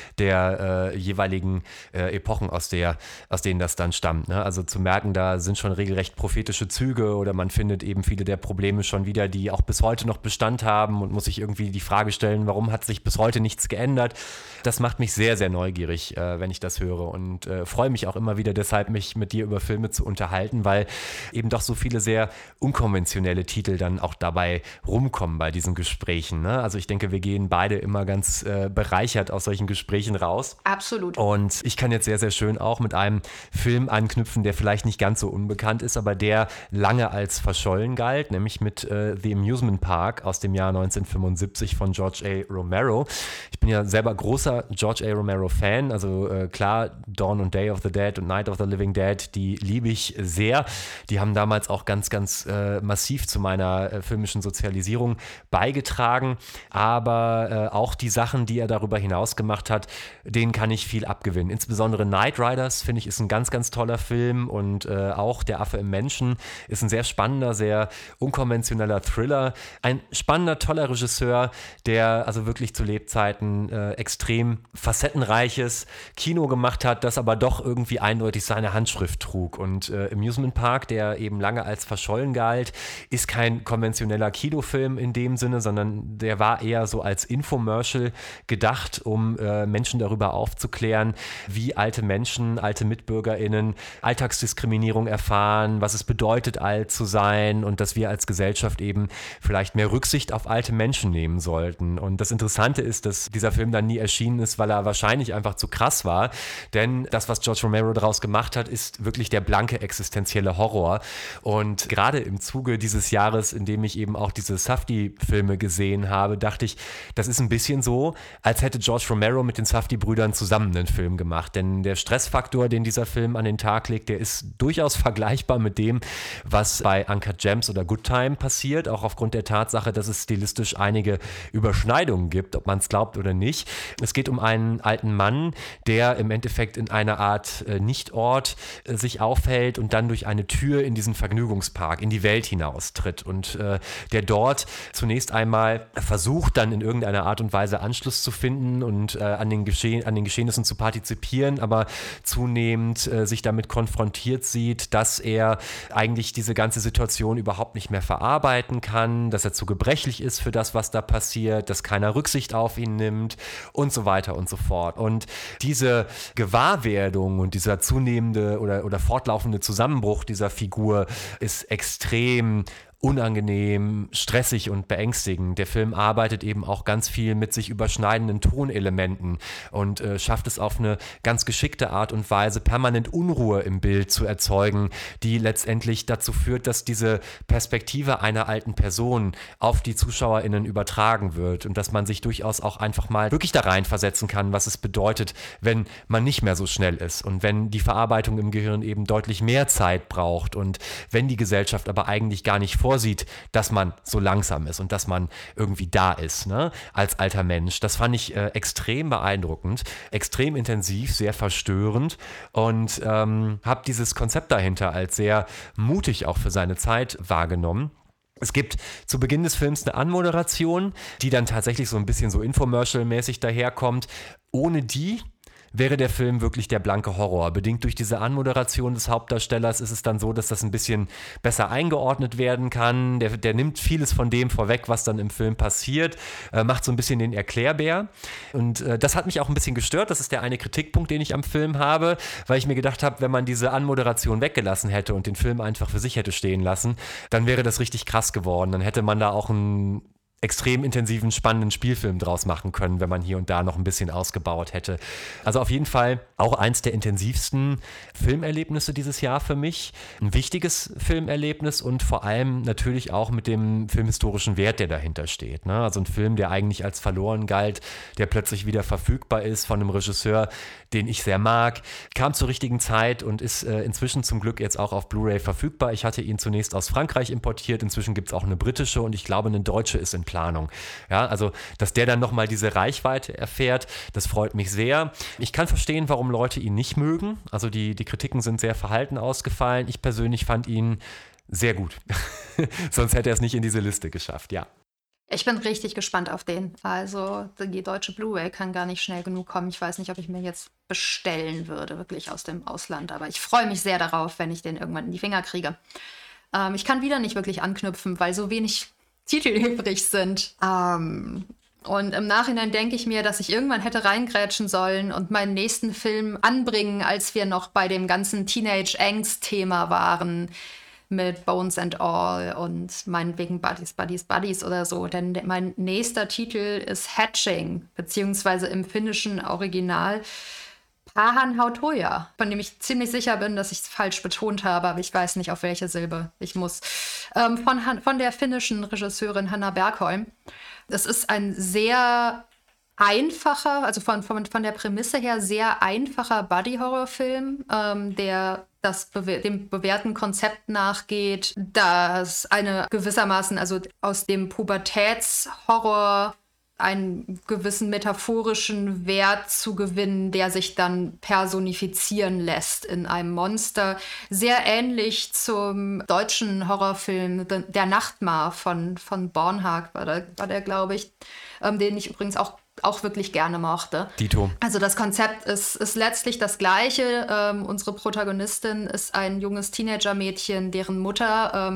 der jeweiligen Epochen, aus denen das dann stammt. Ne? Also zu merken, da sind schon regelrecht prophetische Züge oder man findet eben viele der Probleme schon wieder, die auch bis heute noch Bestand haben und muss sich irgendwie die Frage stellen, warum hat sich bis heute nichts geändert? Das macht mich sehr, sehr neugierig, wenn ich das höre und freue mich auch immer wieder deshalb, mich mit dir über Filme zu unterhalten, weil eben doch so viele sehr unkonventionelle Titel dann auch dabei rumkommen bei diesen Gesprächen. Ne? Also ich denke, wir gehen beide immer ganz bereichert aus solchen Gesprächen raus. Absolut. Und ich kann jetzt sehr, sehr schön auch mit einem Film anknüpfen, der vielleicht nicht ganz so unbekannt ist, aber der lange als verschollen galt, nämlich mit The Amusement Park aus dem Jahr 1975 von George A. Romero. Ich bin ja selber großer George A. Romero-Fan, also klar, Dawn und Day of the Dead und Night of the Living Dead, die liebe ich sehr. Die haben damals auch ganz, ganz massiv zu meiner filmischen Sozialisierung beigetragen, aber auch die Sachen, die er darüber hinaus gemacht hat, denen kann ich viel abgewinnen. Insbesondere Knight Riders, finde ich, ist ein ganz, ganz toller Film und auch Der Affe im Menschen ist ein sehr spannender, sehr unkonventioneller Thriller. Ein spannender, toller Regisseur, der also wirklich zu Lebzeiten extrem facettenreiches Kino gemacht hat, das aber doch irgendwie eindeutig seine Handschrift trug. Und Amusement Park, der eben lange als verschollen galt, ist kein konventioneller Kinofilm in dem Sinne, sondern der war eher so als Infomercial gedacht, um Menschen darüber aufzuklären, wie alte Menschen, alte MitbürgerInnen Alltagsdiskriminierung erfahren, was es bedeutet, alt zu sein und dass wir als Gesellschaft eben vielleicht mehr Rücksicht auf alte Menschen nehmen sollten. Und das Interessante ist, dass dieser Film dann nie erschienen ist, weil er wahrscheinlich einfach zu krass war, denn das, was George Romero daraus gemacht hat, ist wirklich der blanke existenzielle Horror. Und gerade im Zuge dieses Jahres, in dem ich eben auch diese Safdie-Filme gesehen habe, dachte ich, das ist ein bisschen so, als hätte George Romero mit den Safdie-Brüdern zusammen einen Film gemacht. Denn der Stressfaktor, den dieser Film an den Tag legt, der ist durchaus vergleichbar mit dem, was bei Uncut Gems oder Good Time passiert, auch aufgrund der Tatsache, dass es stilistisch einige Überschneidungen gibt, ob man es glaubt oder nicht. Es geht um einen alten Mann, der im Endeffekt in einer Art Nichtort sich aufhält und dann durch eine Tür in diesen Vergnügungspark, in die Welt hinaustritt und der dort zunächst einmal versucht, dann in irgendeiner Art und Weise Anschluss zu finden und an den Geschehnissen zu partizipieren, aber zunehmend sich damit konfrontiert sieht, dass er eigentlich diese ganze Situation überhaupt nicht mehr verarbeiten kann, dass er zu gebrechlich ist für das, was da passiert, dass keiner Rücksicht auf ihn nimmt und so weiter und so fort. Und diese Gewahrwerdung und dieser zunehmende oder fortlaufende Zusammenbruch dieser Figur ist extrem unangenehm, stressig und beängstigend. Der Film arbeitet eben auch ganz viel mit sich überschneidenden Tonelementen und schafft es auf eine ganz geschickte Art und Weise, permanent Unruhe im Bild zu erzeugen, die letztendlich dazu führt, dass diese Perspektive einer alten Person auf die ZuschauerInnen übertragen wird und dass man sich durchaus auch einfach mal wirklich da reinversetzen kann, was es bedeutet, wenn man nicht mehr so schnell ist und wenn die Verarbeitung im Gehirn eben deutlich mehr Zeit braucht und wenn die Gesellschaft aber eigentlich gar nicht vorsieht, dass man so langsam ist und dass man irgendwie da ist, ne, als alter Mensch. Das fand ich extrem beeindruckend, extrem intensiv, sehr verstörend und habe dieses Konzept dahinter als sehr mutig auch für seine Zeit wahrgenommen. Es gibt zu Beginn des Films eine Anmoderation, die dann tatsächlich so ein bisschen so Infomercial-mäßig daherkommt. Ohne die wäre der Film wirklich der blanke Horror. Bedingt durch diese Anmoderation des Hauptdarstellers ist es dann so, dass das ein bisschen besser eingeordnet werden kann. Der nimmt vieles von dem vorweg, was dann im Film passiert, macht so ein bisschen den Erklärbär. Und das hat mich auch ein bisschen gestört. Das ist der eine Kritikpunkt, den ich am Film habe, weil ich mir gedacht habe, wenn man diese Anmoderation weggelassen hätte und den Film einfach für sich hätte stehen lassen, dann wäre das richtig krass geworden. Dann hätte man da auch einen extrem intensiven, spannenden Spielfilm draus machen können, wenn man hier und da noch ein bisschen ausgebaut hätte. Also auf jeden Fall auch eins der intensivsten Filmerlebnisse dieses Jahr für mich. Ein wichtiges Filmerlebnis und vor allem natürlich auch mit dem filmhistorischen Wert, der dahinter steht. Ne? Also ein Film, der eigentlich als verloren galt, der plötzlich wieder verfügbar ist von einem Regisseur, den ich sehr mag, kam zur richtigen Zeit und ist inzwischen zum Glück jetzt auch auf Blu-ray verfügbar. Ich hatte ihn zunächst aus Frankreich importiert, inzwischen gibt es auch eine britische und ich glaube, eine deutsche ist in Planung. Ja, also, dass der dann nochmal diese Reichweite erfährt, das freut mich sehr. Ich kann verstehen, warum Leute ihn nicht mögen. Also die Kritiken sind sehr verhalten ausgefallen. Ich persönlich fand ihn sehr gut. Sonst hätte er es nicht in diese Liste geschafft, ja. Ich bin richtig gespannt auf den. Also die deutsche Blu-ray kann gar nicht schnell genug kommen. Ich weiß nicht, ob ich mir jetzt bestellen würde, wirklich aus dem Ausland. Aber ich freue mich sehr darauf, wenn ich den irgendwann in die Finger kriege. Ich kann wieder nicht wirklich anknüpfen, weil so wenig Titel übrig sind. Und im Nachhinein denke ich mir, dass ich irgendwann hätte reingrätschen sollen und meinen nächsten Film anbringen, als wir noch bei dem ganzen Teenage-Angst-Thema waren. Mit Bones and All und meinetwegen Buddies, Buddies, Buddies oder so. Denn mein nächster Titel ist Hatching, beziehungsweise im finnischen Original Pahan Hautoja, von dem ich ziemlich sicher bin, dass ich es falsch betont habe, aber ich weiß nicht, auf welche Silbe ich muss. Von der finnischen Regisseurin Hanna Bergholm. Es ist ein sehr einfacher, also von der Prämisse her sehr einfacher Buddy-Horror-Film, der dem bewährten Konzept nachgeht, dass eine gewissermaßen, also aus dem Pubertätshorror einen gewissen metaphorischen Wert zu gewinnen, der sich dann personifizieren lässt in einem Monster. Sehr ähnlich zum deutschen Horrorfilm Der Nachtmar von Bornhag war der, glaube ich, den ich übrigens auch wirklich gerne mochte. Dito. Also das Konzept ist letztlich das gleiche. Unsere Protagonistin ist ein junges Teenager-Mädchen, deren Mutter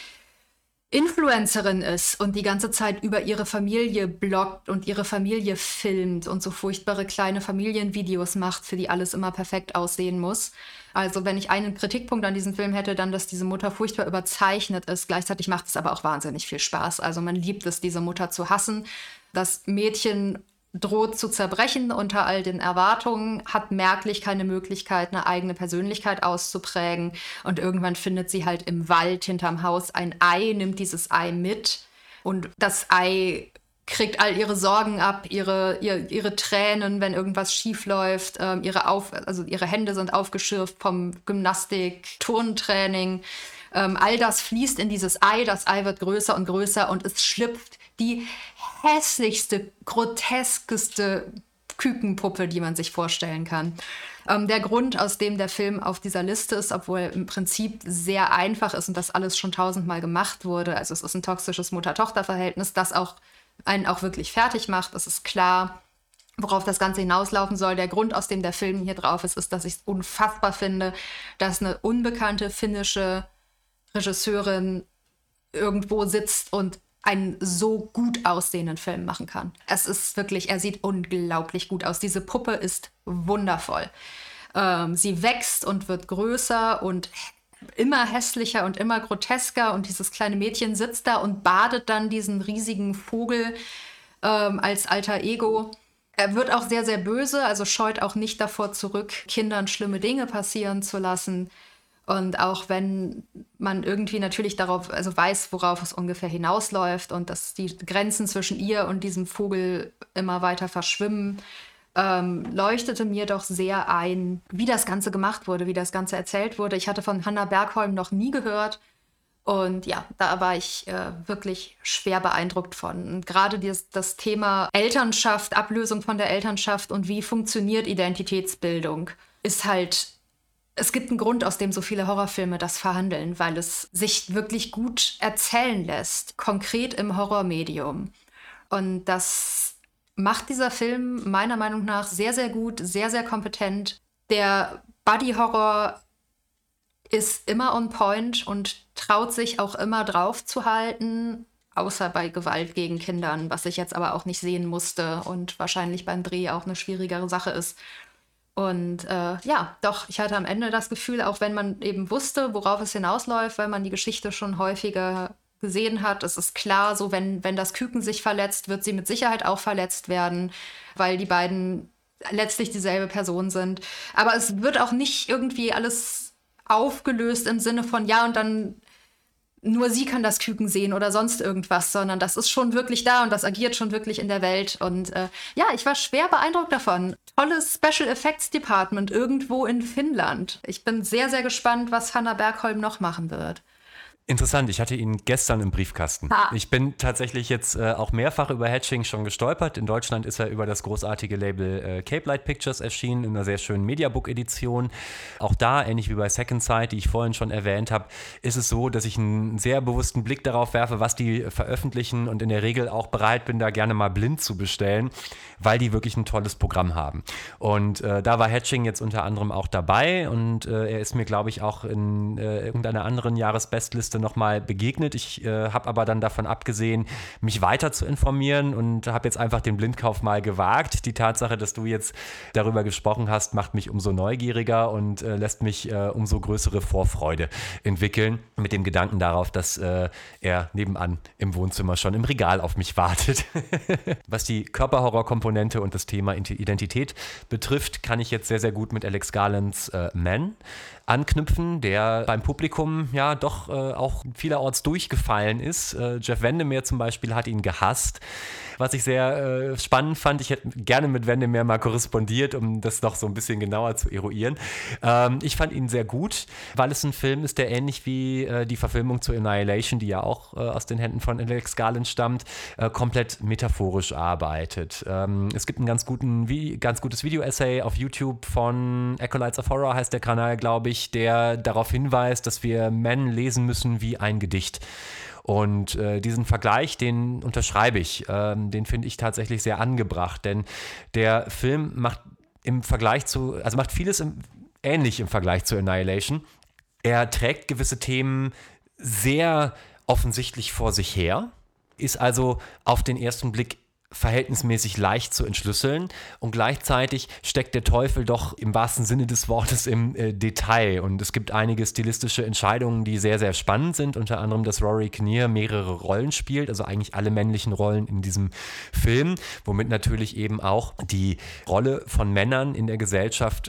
Influencerin ist und die ganze Zeit über ihre Familie bloggt und ihre Familie filmt und so furchtbare kleine Familienvideos macht, für die alles immer perfekt aussehen muss. Also wenn ich einen Kritikpunkt an diesem Film hätte, dann, dass diese Mutter furchtbar überzeichnet ist. Gleichzeitig macht es aber auch wahnsinnig viel Spaß. Also man liebt es, diese Mutter zu hassen. Das Mädchen droht zu zerbrechen unter all den Erwartungen, hat merklich keine Möglichkeit, eine eigene Persönlichkeit auszuprägen. Und irgendwann findet sie halt im Wald hinterm Haus ein Ei, nimmt dieses Ei mit. Und das Ei kriegt all ihre Sorgen ab, ihre Tränen, wenn irgendwas schief läuft. Ihre Hände sind aufgeschürft vom Gymnastik-Turntraining. All das fließt in dieses Ei. Das Ei wird größer und größer und es schlüpft die hässlichste, groteskeste Kükenpuppe, die man sich vorstellen kann. Der Grund, aus dem der Film auf dieser Liste ist, obwohl er im Prinzip sehr einfach ist und das alles schon 1000-mal gemacht wurde, also es ist ein toxisches Mutter-Tochter-Verhältnis, das einen auch wirklich fertig macht. Es ist klar, worauf das Ganze hinauslaufen soll. Der Grund, aus dem der Film hier drauf ist, dass ich es unfassbar finde, dass eine unbekannte finnische Regisseurin irgendwo sitzt und einen so gut aussehenden Film machen kann. Es ist wirklich, er sieht unglaublich gut aus. Diese Puppe ist wundervoll. Sie wächst und wird größer und immer hässlicher und immer grotesker und dieses kleine Mädchen sitzt da und badet dann diesen riesigen Vogel als alter Ego. Er wird auch sehr, sehr böse, also scheut auch nicht davor zurück, Kindern schlimme Dinge passieren zu lassen. Und auch wenn man irgendwie natürlich weiß, worauf es ungefähr hinausläuft und dass die Grenzen zwischen ihr und diesem Vogel immer weiter verschwimmen, leuchtete mir doch sehr ein, wie das Ganze gemacht wurde, wie das Ganze erzählt wurde. Ich hatte von Hanna Bergholm noch nie gehört. Und ja, da war ich wirklich schwer beeindruckt von. Und gerade das Thema Elternschaft, Ablösung von der Elternschaft und wie funktioniert Identitätsbildung, ist halt. Es gibt einen Grund, aus dem so viele Horrorfilme das verhandeln, weil es sich wirklich gut erzählen lässt, konkret im Horrormedium. Und das macht dieser Film meiner Meinung nach sehr, sehr gut, sehr, sehr kompetent. Der Buddy-Horror ist immer on point und traut sich auch immer drauf zu halten, außer bei Gewalt gegen Kindern, was ich jetzt aber auch nicht sehen musste und wahrscheinlich beim Dreh auch eine schwierigere Sache ist. Und ich hatte am Ende das Gefühl, auch wenn man eben wusste, worauf es hinausläuft, weil man die Geschichte schon häufiger gesehen hat, es ist klar, so wenn das Küken sich verletzt, wird sie mit Sicherheit auch verletzt werden, weil die beiden letztlich dieselbe Person sind. Aber es wird auch nicht irgendwie alles aufgelöst im Sinne von, ja, und dann nur sie kann das Küken sehen oder sonst irgendwas, sondern das ist schon wirklich da und das agiert schon wirklich in der Welt. Und ich war schwer beeindruckt davon. Tolles Special Effects Department irgendwo in Finnland. Ich bin sehr, sehr gespannt, was Hanna Bergholm noch machen wird. Interessant, ich hatte ihn gestern im Briefkasten. Ha. Ich bin tatsächlich jetzt auch mehrfach über Hatching schon gestolpert. In Deutschland ist er über das großartige Label Cape Light Pictures erschienen, in einer sehr schönen Mediabook-Edition. Auch da, ähnlich wie bei Second Sight, die ich vorhin schon erwähnt habe, ist es so, dass ich einen sehr bewussten Blick darauf werfe, was die veröffentlichen und in der Regel auch bereit bin, da gerne mal blind zu bestellen, weil die wirklich ein tolles Programm haben. Und da war Hatching jetzt unter anderem auch dabei und er ist mir, glaube ich, auch in irgendeiner anderen Jahresbestliste nochmal begegnet. Ich habe aber dann davon abgesehen, mich weiter zu informieren und habe jetzt einfach den Blindkauf mal gewagt. Die Tatsache, dass du jetzt darüber gesprochen hast, macht mich umso neugieriger und lässt mich umso größere Vorfreude entwickeln mit dem Gedanken darauf, dass er nebenan im Wohnzimmer schon im Regal auf mich wartet. Was die Körperhorror-Komponente und das Thema Identität betrifft, kann ich jetzt sehr, sehr gut mit Alex Garlands Man anknüpfen, der beim Publikum ja doch auch vielerorts durchgefallen ist. Jeff Vandermeer zum Beispiel hat ihn gehasst, was ich sehr spannend fand. Ich hätte gerne mit Vandermeer mal korrespondiert, um das noch so ein bisschen genauer zu eruieren. Ich fand ihn sehr gut, weil es ein Film ist, der ähnlich wie die Verfilmung zu Annihilation, die ja auch aus den Händen von Alex Garland stammt, komplett metaphorisch arbeitet. Es gibt ein ganz gutes Video-Essay auf YouTube von Acolytes of Horror, heißt der Kanal, glaube ich, der darauf hinweist, dass wir Men lesen müssen wie ein Gedicht. Und diesen Vergleich, den unterschreibe ich. Den finde ich tatsächlich sehr angebracht, denn der Film macht vieles ähnlich im Vergleich zu Annihilation. Er trägt gewisse Themen sehr offensichtlich vor sich her, ist also auf den ersten Blick verhältnismäßig leicht zu entschlüsseln und gleichzeitig steckt der Teufel doch im wahrsten Sinne des Wortes im Detail und es gibt einige stilistische Entscheidungen, die sehr, sehr spannend sind, unter anderem, dass Rory Kinnear mehrere Rollen spielt, also eigentlich alle männlichen Rollen in diesem Film, womit natürlich eben auch die Rolle von Männern in der Gesellschaft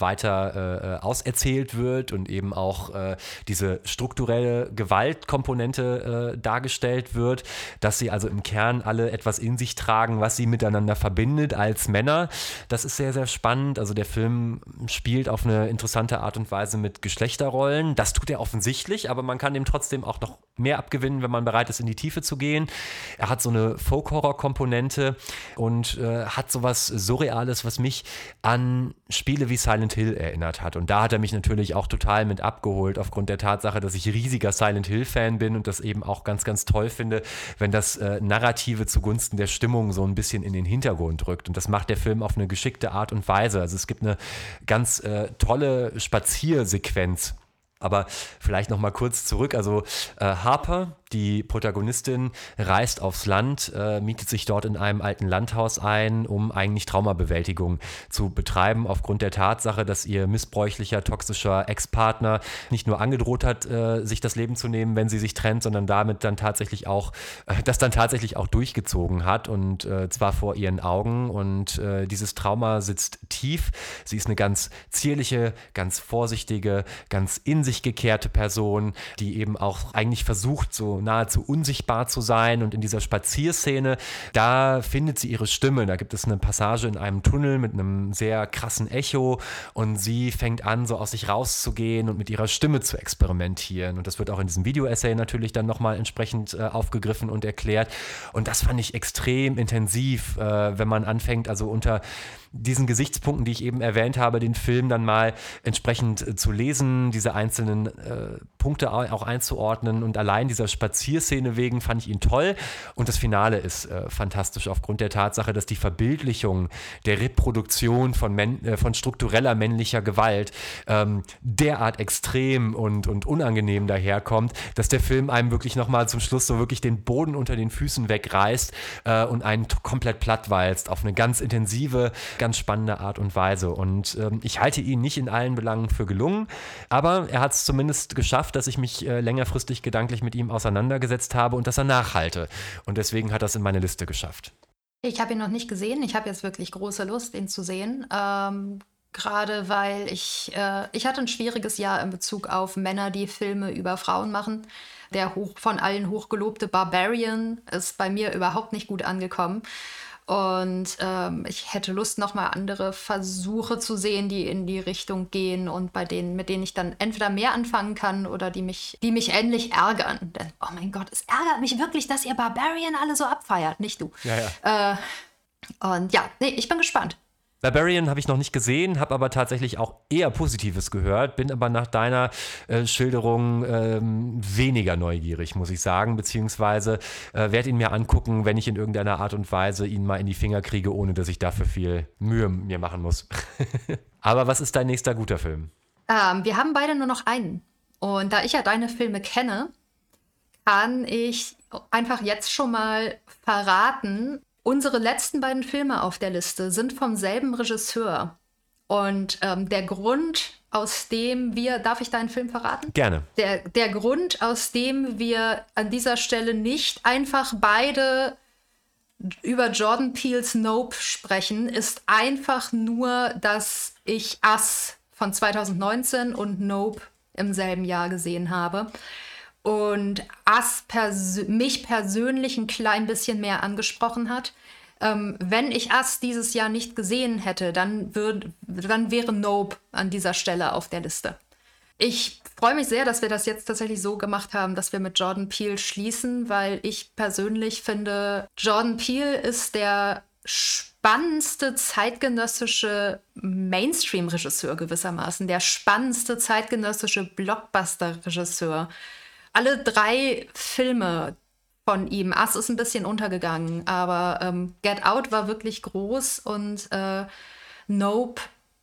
weiter auserzählt wird und eben auch diese strukturelle Gewaltkomponente dargestellt wird, dass sie also im Kern alle etwas in sich tragen, was sie miteinander verbindet als Männer. Das ist sehr, sehr spannend. Also der Film spielt auf eine interessante Art und Weise mit Geschlechterrollen. Das tut er offensichtlich, aber man kann dem trotzdem auch noch mehr abgewinnen, wenn man bereit ist, in die Tiefe zu gehen. Er hat so eine Folk-Horror-Komponente und hat sowas Surreales, was mich an Spiele wie Silent Hill erinnert hat. Und da hat er mich natürlich auch total mit abgeholt, aufgrund der Tatsache, dass ich riesiger Silent Hill-Fan bin und das eben auch ganz, ganz toll finde, wenn das Narrative zugunsten der Stimmung so ein bisschen in den Hintergrund rückt. Und das macht der Film auf eine geschickte Art und Weise. Also es gibt eine ganz tolle Spaziersequenz. Aber vielleicht noch mal kurz zurück. Also Harper, die Protagonistin, reist aufs Land, mietet sich dort in einem alten Landhaus ein, um eigentlich Traumabewältigung zu betreiben, aufgrund der Tatsache, dass ihr missbräuchlicher, toxischer Ex-Partner nicht nur angedroht hat, sich das Leben zu nehmen, wenn sie sich trennt, sondern damit dann tatsächlich auch, das dann tatsächlich auch durchgezogen hat und zwar vor ihren Augen. Und dieses Trauma sitzt tief. Sie ist eine ganz zierliche, ganz vorsichtige, ganz in sich gekehrte Person, die eben auch eigentlich versucht, so nahezu unsichtbar zu sein. Und in dieser Spazierszene, da findet sie ihre Stimme. Da gibt es eine Passage in einem Tunnel mit einem sehr krassen Echo und sie fängt an, so aus sich rauszugehen und mit ihrer Stimme zu experimentieren. Und das wird auch in diesem Video-Essay natürlich dann nochmal entsprechend aufgegriffen und erklärt. Und das fand ich extrem intensiv, wenn man anfängt, also unter diesen Gesichtspunkten, die ich eben erwähnt habe, den Film dann mal entsprechend zu lesen, diese einzelnen Punkte auch einzuordnen und allein dieser Spazierszene wegen fand ich ihn toll und das Finale ist fantastisch aufgrund der Tatsache, dass die Verbildlichung der Reproduktion von struktureller männlicher Gewalt derart extrem und unangenehm daherkommt, dass der Film einem wirklich nochmal zum Schluss so wirklich den Boden unter den Füßen wegreißt und einen komplett plattwalzt auf eine ganz intensive, ganz spannende Art und Weise. Und ich halte ihn nicht in allen Belangen für gelungen, aber er hat es zumindest geschafft, dass ich mich längerfristig gedanklich mit ihm auseinandergesetzt habe und dass er nachhalte. Und deswegen hat er es in meine Liste geschafft. Ich habe ihn noch nicht gesehen. Ich habe jetzt wirklich große Lust, ihn zu sehen. Gerade weil ich hatte ein schwieriges Jahr in Bezug auf Männer, die Filme über Frauen machen. Der von allen hochgelobte Barbarian ist bei mir überhaupt nicht gut angekommen. Und ich hätte Lust, nochmal andere Versuche zu sehen, die in die Richtung gehen und mit denen ich dann entweder mehr anfangen kann oder die mich ähnlich ärgern. Denn, oh mein Gott, es ärgert mich wirklich, dass ihr Barbarian alle so abfeiert, nicht du. Ja. Und ja, nee, ich bin gespannt. Barbarian habe ich noch nicht gesehen, habe aber tatsächlich auch eher Positives gehört, bin aber nach deiner Schilderung weniger neugierig, muss ich sagen, beziehungsweise werde ihn mir angucken, wenn ich in irgendeiner Art und Weise ihn mal in die Finger kriege, ohne dass ich dafür viel Mühe mir machen muss. Aber was ist dein nächster guter Film? Wir haben beide nur noch einen. Und da ich ja deine Filme kenne, kann ich einfach jetzt schon mal verraten, unsere letzten beiden Filme auf der Liste sind vom selben Regisseur. Und der Grund, aus dem wir, darf ich deinen Film verraten? Gerne. Der Grund, aus dem wir an dieser Stelle nicht einfach beide über Jordan Peele's Nope sprechen, ist einfach nur, dass ich Us von 2019 und Nope im selben Jahr gesehen habe. Und Us mich persönlich ein klein bisschen mehr angesprochen hat. Wenn ich Us dieses Jahr nicht gesehen hätte, dann wäre Nope an dieser Stelle auf der Liste. Ich freue mich sehr, dass wir das jetzt tatsächlich so gemacht haben, dass wir mit Jordan Peele schließen, weil ich persönlich finde, Jordan Peele ist der spannendste zeitgenössische Mainstream-Regisseur gewissermaßen, der spannendste zeitgenössische Blockbuster-Regisseur. Alle 3 Filme von ihm, Us ist ein bisschen untergegangen, aber Get Out war wirklich groß und Nope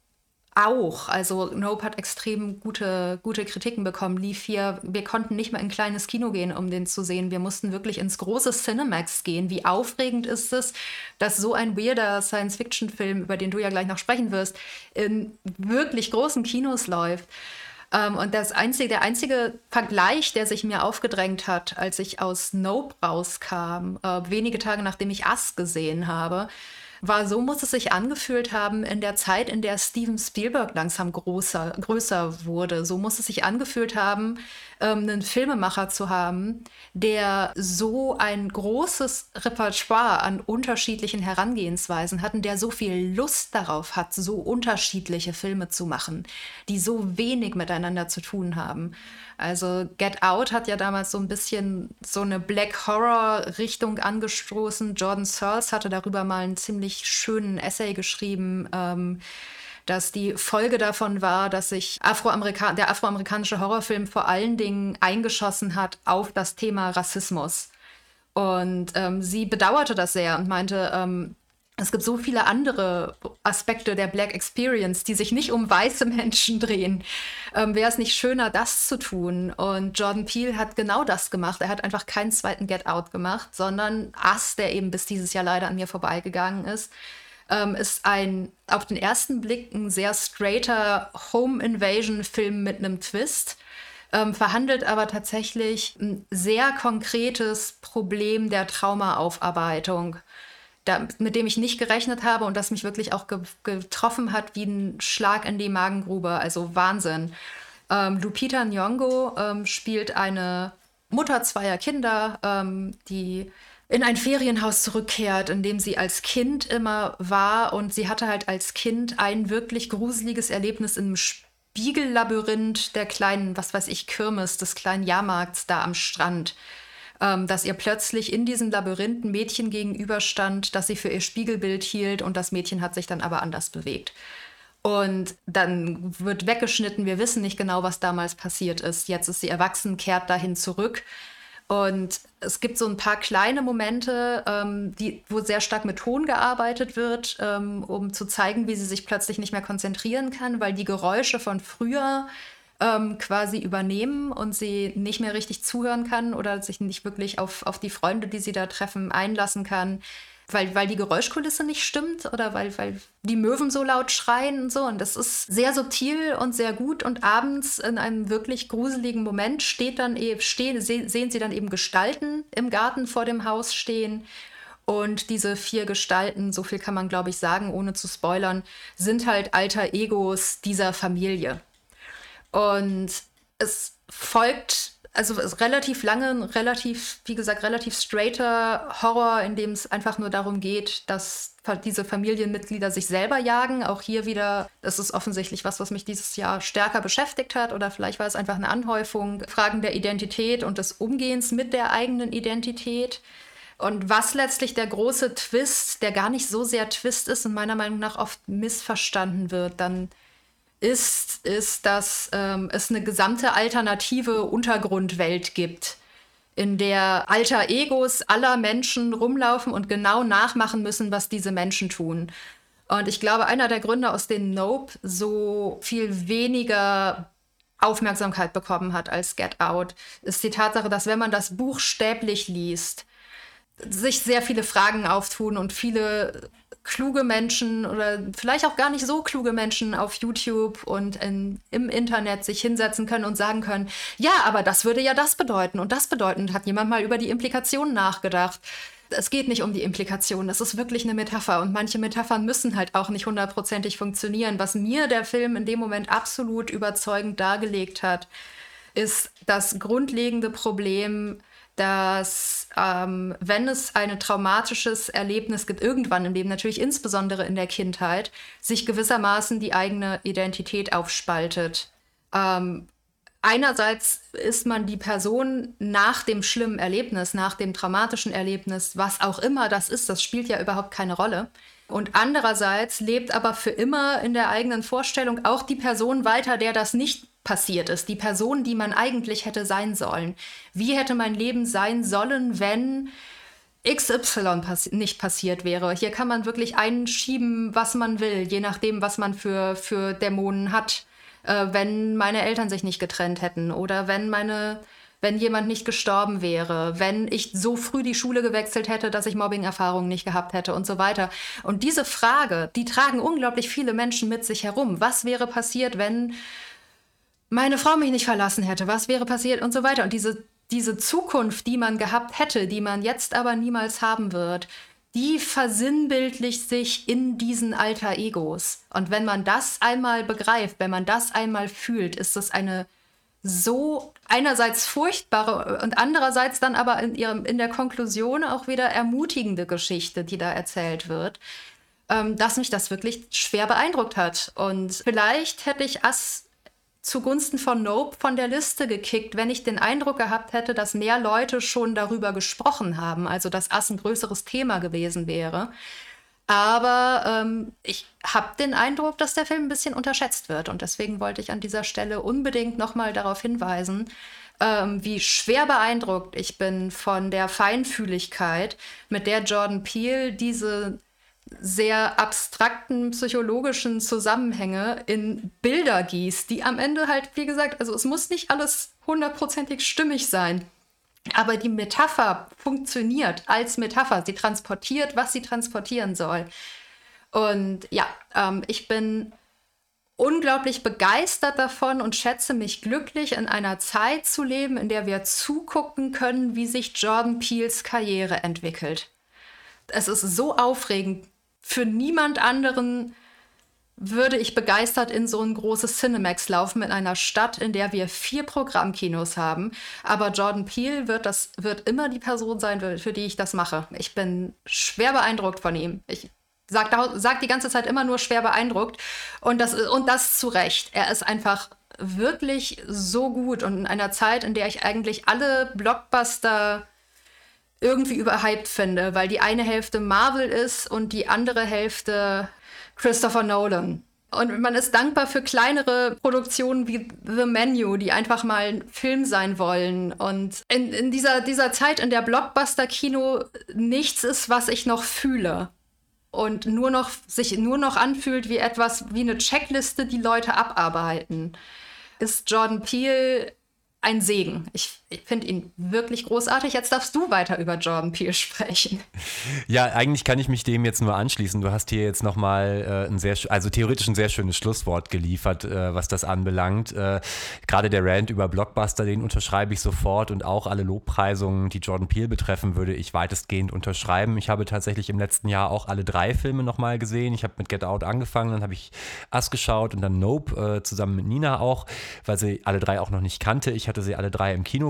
auch. Also Nope hat extrem gute Kritiken bekommen, lief hier. Wir konnten nicht mal in ein kleines Kino gehen, um den zu sehen. Wir mussten wirklich ins große Cinemax gehen. Wie aufregend ist es, dass so ein weirder Science-Fiction-Film, über den du ja gleich noch sprechen wirst, in wirklich großen Kinos läuft. Und der einzige Vergleich, der sich mir aufgedrängt hat, als ich aus Nope rauskam, wenige Tage nachdem ich Us gesehen habe, war, so muss es sich angefühlt haben in der Zeit, in der Steven Spielberg langsam größer wurde. So muss es sich angefühlt haben, einen Filmemacher zu haben, der so ein großes Repertoire an unterschiedlichen Herangehensweisen hat und der so viel Lust darauf hat, so unterschiedliche Filme zu machen, die so wenig miteinander zu tun haben. Also Get Out hat ja damals so ein bisschen so eine Black Horror-Richtung angestoßen. Jordan Searles hatte darüber mal einen ziemlich schönen Essay geschrieben, dass die Folge davon war, dass sich der afroamerikanische Horrorfilm vor allen Dingen eingeschossen hat auf das Thema Rassismus. Und sie bedauerte das sehr und meinte, es gibt so viele andere Aspekte der Black Experience, die sich nicht um weiße Menschen drehen. Wäre es nicht schöner, das zu tun? Und Jordan Peele hat genau das gemacht. Er hat einfach keinen zweiten Get Out gemacht, sondern Us, der eben bis dieses Jahr leider an mir vorbeigegangen ist ein auf den ersten Blick ein sehr straighter Home-Invasion-Film mit einem Twist. Verhandelt aber tatsächlich ein sehr konkretes Problem der Traumaaufarbeitung, mit dem ich nicht gerechnet habe und das mich wirklich auch getroffen hat wie ein Schlag in die Magengrube. Also Wahnsinn. Lupita Nyong'o spielt eine Mutter 2 Kinder, die in ein Ferienhaus zurückkehrt, in dem sie als Kind immer war. Und sie hatte halt als Kind ein wirklich gruseliges Erlebnis im Spiegellabyrinth der kleinen, was weiß ich, Kirmes, des kleinen Jahrmarkts da am Strand. Dass ihr plötzlich in diesem Labyrinth ein Mädchen gegenüberstand, das sie für ihr Spiegelbild hielt und das Mädchen hat sich dann aber anders bewegt. Und dann wird weggeschnitten, wir wissen nicht genau, was damals passiert ist. Jetzt ist sie erwachsen, kehrt dahin zurück. Und es gibt so ein paar kleine Momente, wo sehr stark mit Ton gearbeitet wird, um zu zeigen, wie sie sich plötzlich nicht mehr konzentrieren kann, weil die Geräusche von früher quasi übernehmen und sie nicht mehr richtig zuhören kann oder sich nicht wirklich auf die Freunde, die sie da treffen, einlassen kann, weil die Geräuschkulisse nicht stimmt oder weil die Möwen so laut schreien und so. Und das ist sehr subtil und sehr gut. Und abends in einem wirklich gruseligen Moment sehen sie dann eben Gestalten im Garten vor dem Haus stehen. Und diese 4 Gestalten, so viel kann man, glaube ich, sagen, ohne zu spoilern, sind halt Alter Egos dieser Familie. Und es folgt Also es ist relativ lange, wie gesagt, relativ straighter Horror, in dem es einfach nur darum geht, dass diese Familienmitglieder sich selber jagen. Auch hier wieder, das ist offensichtlich was mich dieses Jahr stärker beschäftigt hat, oder vielleicht war es einfach eine Anhäufung. Fragen der Identität und des Umgehens mit der eigenen Identität. Und was letztlich der große Twist, der gar nicht so sehr Twist ist und meiner Meinung nach oft missverstanden wird, dann ist, dass es eine gesamte alternative Untergrundwelt gibt, in der Alter Egos aller Menschen rumlaufen und genau nachmachen müssen, was diese Menschen tun. Und ich glaube, einer der Gründe, aus denen Nope so viel weniger Aufmerksamkeit bekommen hat als Get Out, ist die Tatsache, dass wenn man das buchstäblich liest, sich sehr viele Fragen auftun und viele kluge Menschen oder vielleicht auch gar nicht so kluge Menschen auf YouTube und im Internet sich hinsetzen können und sagen können, ja, aber das würde ja das bedeuten und das bedeuten. Hat jemand mal über die Implikationen nachgedacht? Es geht nicht um die Implikationen, das ist wirklich eine Metapher und manche Metaphern müssen halt auch nicht 100%ig funktionieren. Was mir der Film in dem Moment absolut überzeugend dargelegt hat, ist das grundlegende Problem, dass wenn es ein traumatisches Erlebnis gibt, irgendwann im Leben, natürlich insbesondere in der Kindheit, sich gewissermaßen die eigene Identität aufspaltet. Einerseits ist man die Person nach dem schlimmen Erlebnis, nach dem traumatischen Erlebnis, was auch immer das ist, das spielt ja überhaupt keine Rolle. Und andererseits lebt aber für immer in der eigenen Vorstellung auch die Person weiter, der das nicht passiert ist. Die Person, die man eigentlich hätte sein sollen. Wie hätte mein Leben sein sollen, wenn XY nicht passiert wäre? Hier kann man wirklich einschieben, was man will, je nachdem, was man für Dämonen hat. Wenn meine Eltern sich nicht getrennt hätten oder wenn jemand nicht gestorben wäre, wenn ich so früh die Schule gewechselt hätte, dass ich Mobbing-Erfahrungen nicht gehabt hätte und so weiter. Und diese Frage, die tragen unglaublich viele Menschen mit sich herum. Was wäre passiert, wenn meine Frau mich nicht verlassen hätte? Was wäre passiert und so weiter? Und diese Zukunft, die man gehabt hätte, die man jetzt aber niemals haben wird, die versinnbildlicht sich in diesen Alter Egos. Und wenn man das einmal begreift, wenn man das einmal fühlt, ist das eine so einerseits furchtbare und andererseits dann aber in der Konklusion auch wieder ermutigende Geschichte, die da erzählt wird, dass mich das wirklich schwer beeindruckt hat. Und vielleicht hätte ich zugunsten von Nope von der Liste gekickt, wenn ich den Eindruck gehabt hätte, dass mehr Leute schon darüber gesprochen haben, also dass ein größeres Thema gewesen wäre. Aber ich habe den Eindruck, dass der Film ein bisschen unterschätzt wird. Und deswegen wollte ich an dieser Stelle unbedingt nochmal darauf hinweisen, wie schwer beeindruckt ich bin von der Feinfühligkeit, mit der Jordan Peele diese sehr abstrakten psychologischen Zusammenhänge in Bilder gießt, die am Ende halt, wie gesagt, also es muss nicht alles 100%ig stimmig sein. Aber die Metapher funktioniert als Metapher. Sie transportiert, was sie transportieren soll. Und ja, ich bin unglaublich begeistert davon und schätze mich glücklich, in einer Zeit zu leben, in der wir zugucken können, wie sich Jordan Peeles Karriere entwickelt. Es ist so aufregend. Für niemand anderen würde ich begeistert in so ein großes Cinemax laufen, in einer Stadt, in der wir 4 Programmkinos haben. Aber Jordan Peele wird immer die Person sein, für die ich das mache. Ich bin schwer beeindruckt von ihm. Ich sag die ganze Zeit immer nur schwer beeindruckt. Und das zu Recht. Er ist einfach wirklich so gut. Und in einer Zeit, in der ich eigentlich alle Blockbuster irgendwie überhyped finde, weil die eine Hälfte Marvel ist und die andere Hälfte Christopher Nolan. Und man ist dankbar für kleinere Produktionen wie The Menu, die einfach mal ein Film sein wollen. Und in dieser Zeit, in der Blockbuster-Kino nichts ist, was ich noch fühle. Und sich nur noch anfühlt wie eine Checkliste, die Leute abarbeiten, ist Jordan Peele ein Segen. Ich finde ihn wirklich großartig. Jetzt darfst du weiter über Jordan Peele sprechen. Ja, eigentlich kann ich mich dem jetzt nur anschließen. Du hast hier jetzt nochmal theoretisch ein sehr schönes Schlusswort geliefert, was das anbelangt. Gerade der Rant über Blockbuster, den unterschreibe ich sofort, und auch alle Lobpreisungen, die Jordan Peele betreffen, würde ich weitestgehend unterschreiben. Ich habe tatsächlich im letzten Jahr auch alle 3 Filme nochmal gesehen. Ich habe mit Get Out angefangen, dann habe ich Us geschaut und dann Nope, zusammen mit Nina auch, weil sie alle 3 auch noch nicht kannte. Ich hatte sie alle 3 im Kino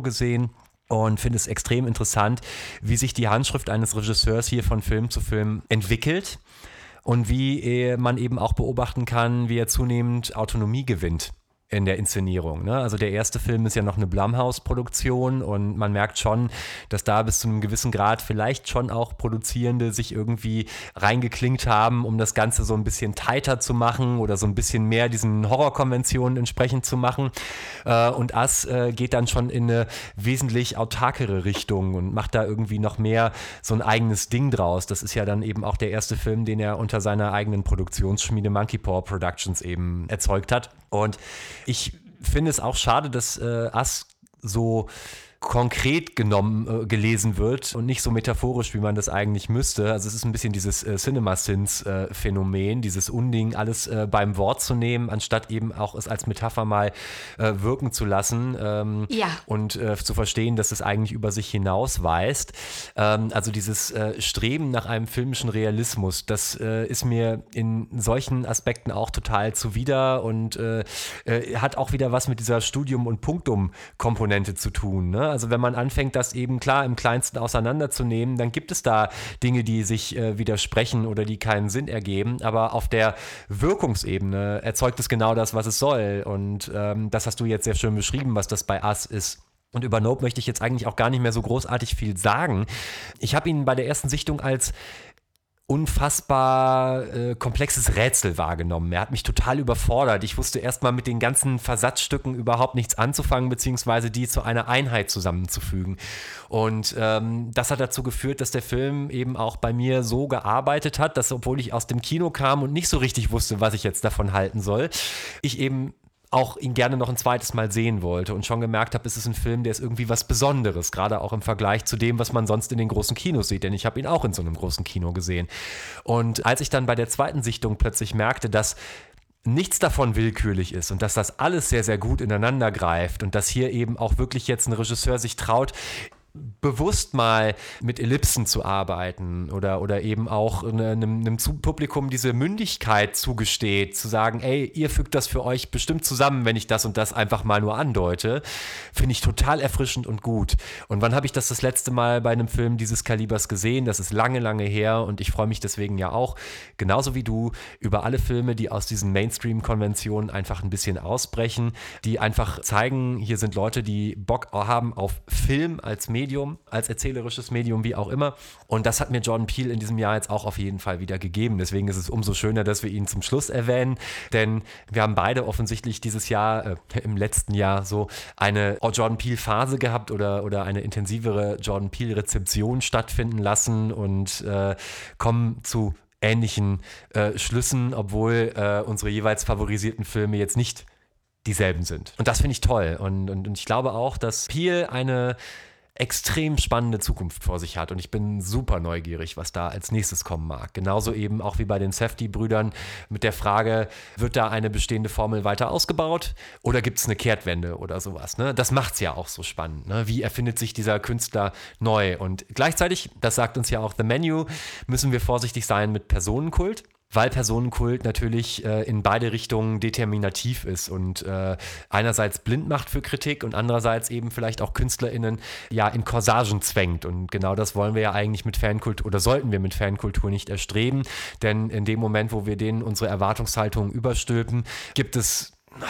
gesehen. Und finde es extrem interessant, wie sich die Handschrift eines Regisseurs hier von Film zu Film entwickelt und wie man eben auch beobachten kann, wie er zunehmend Autonomie gewinnt in der Inszenierung. Ne? Also der erste Film ist ja noch eine Blumhouse-Produktion und man merkt schon, dass da bis zu einem gewissen Grad vielleicht schon auch Produzierende sich irgendwie reingeklinkt haben, um das Ganze so ein bisschen tighter zu machen oder so ein bisschen mehr diesen Horrorkonventionen entsprechend zu machen. Und Us geht dann schon in eine wesentlich autarkere Richtung und macht da irgendwie noch mehr so ein eigenes Ding draus. Das ist ja dann eben auch der erste Film, den er unter seiner eigenen Produktionsschmiede Monkey Paw Productions eben erzeugt hat. Und ich finde es auch schade, dass Us so konkret gelesen wird und nicht so metaphorisch, wie man das eigentlich müsste. Also es ist ein bisschen dieses CinemaSins-Phänomen, dieses Unding, alles beim Wort zu nehmen, anstatt eben auch es als Metapher mal wirken zu lassen und zu verstehen, dass es eigentlich über sich hinausweist. Also dieses Streben nach einem filmischen Realismus, das ist mir in solchen Aspekten auch total zuwider und hat auch wieder was mit dieser Studium- und Punktum-Komponente zu tun, ne? Also wenn man anfängt, das eben klar im Kleinsten auseinanderzunehmen, dann gibt es da Dinge, die sich widersprechen oder die keinen Sinn ergeben. Aber auf der Wirkungsebene erzeugt es genau das, was es soll. Und das hast du jetzt sehr schön beschrieben, was das bei Us ist. Und über Nope möchte ich jetzt eigentlich auch gar nicht mehr so großartig viel sagen. Ich habe ihn bei der ersten Sichtung als unfassbar komplexes Rätsel wahrgenommen. Er hat mich total überfordert. Ich wusste erstmal mit den ganzen Versatzstücken überhaupt nichts anzufangen, beziehungsweise die zu einer Einheit zusammenzufügen. Und das hat dazu geführt, dass der Film eben auch bei mir so gearbeitet hat, dass, obwohl ich aus dem Kino kam und nicht so richtig wusste, was ich jetzt davon halten soll, ich eben auch ihn gerne noch ein zweites Mal sehen wollte und schon gemerkt habe, es ist ein Film, der ist irgendwie was Besonderes, gerade auch im Vergleich zu dem, was man sonst in den großen Kinos sieht, denn ich habe ihn auch in so einem großen Kino gesehen. Und als ich dann bei der zweiten Sichtung plötzlich merkte, dass nichts davon willkürlich ist und dass das alles sehr, sehr gut ineinander greift und dass hier eben auch wirklich jetzt ein Regisseur sich traut, bewusst mal mit Ellipsen zu arbeiten oder eben auch einem Publikum diese Mündigkeit zugesteht, zu sagen, ey, ihr fügt das für euch bestimmt zusammen, wenn ich das und das einfach mal nur andeute, finde ich total erfrischend und gut. Und wann habe ich das letzte Mal bei einem Film dieses Kalibers gesehen? Das ist lange, lange her und ich freue mich deswegen ja auch, genauso wie du, über alle Filme, die aus diesen Mainstream-Konventionen einfach ein bisschen ausbrechen, die einfach zeigen, hier sind Leute, die Bock haben auf Film als Medium, als erzählerisches Medium, wie auch immer. Und das hat mir Jordan Peele in diesem Jahr jetzt auch auf jeden Fall wieder gegeben. Deswegen ist es umso schöner, dass wir ihn zum Schluss erwähnen, denn wir haben beide offensichtlich dieses Jahr, im letzten Jahr so eine Jordan Peele-Phase gehabt oder eine intensivere Jordan Peele-Rezeption stattfinden lassen und kommen zu ähnlichen Schlüssen, obwohl unsere jeweils favorisierten Filme jetzt nicht dieselben sind. Und das finde ich toll. Und ich glaube auch, dass Peele eine extrem spannende Zukunft vor sich hat und ich bin super neugierig, was da als nächstes kommen mag. Genauso eben auch wie bei den Safdie-Brüdern mit der Frage, wird da eine bestehende Formel weiter ausgebaut oder gibt es eine Kehrtwende oder sowas, ne? Das macht es ja auch so spannend, ne? Wie erfindet sich dieser Künstler neu? Und gleichzeitig, das sagt uns ja auch The Menu, müssen wir vorsichtig sein mit Personenkult, weil Personenkult natürlich in beide Richtungen determinativ ist und einerseits blind macht für Kritik und andererseits eben vielleicht auch KünstlerInnen ja in Corsagen zwängt. Und genau das wollen wir ja eigentlich mit Fankultur oder sollten wir mit Fankultur nicht erstreben, denn in dem Moment, wo wir denen unsere Erwartungshaltung überstülpen, gibt es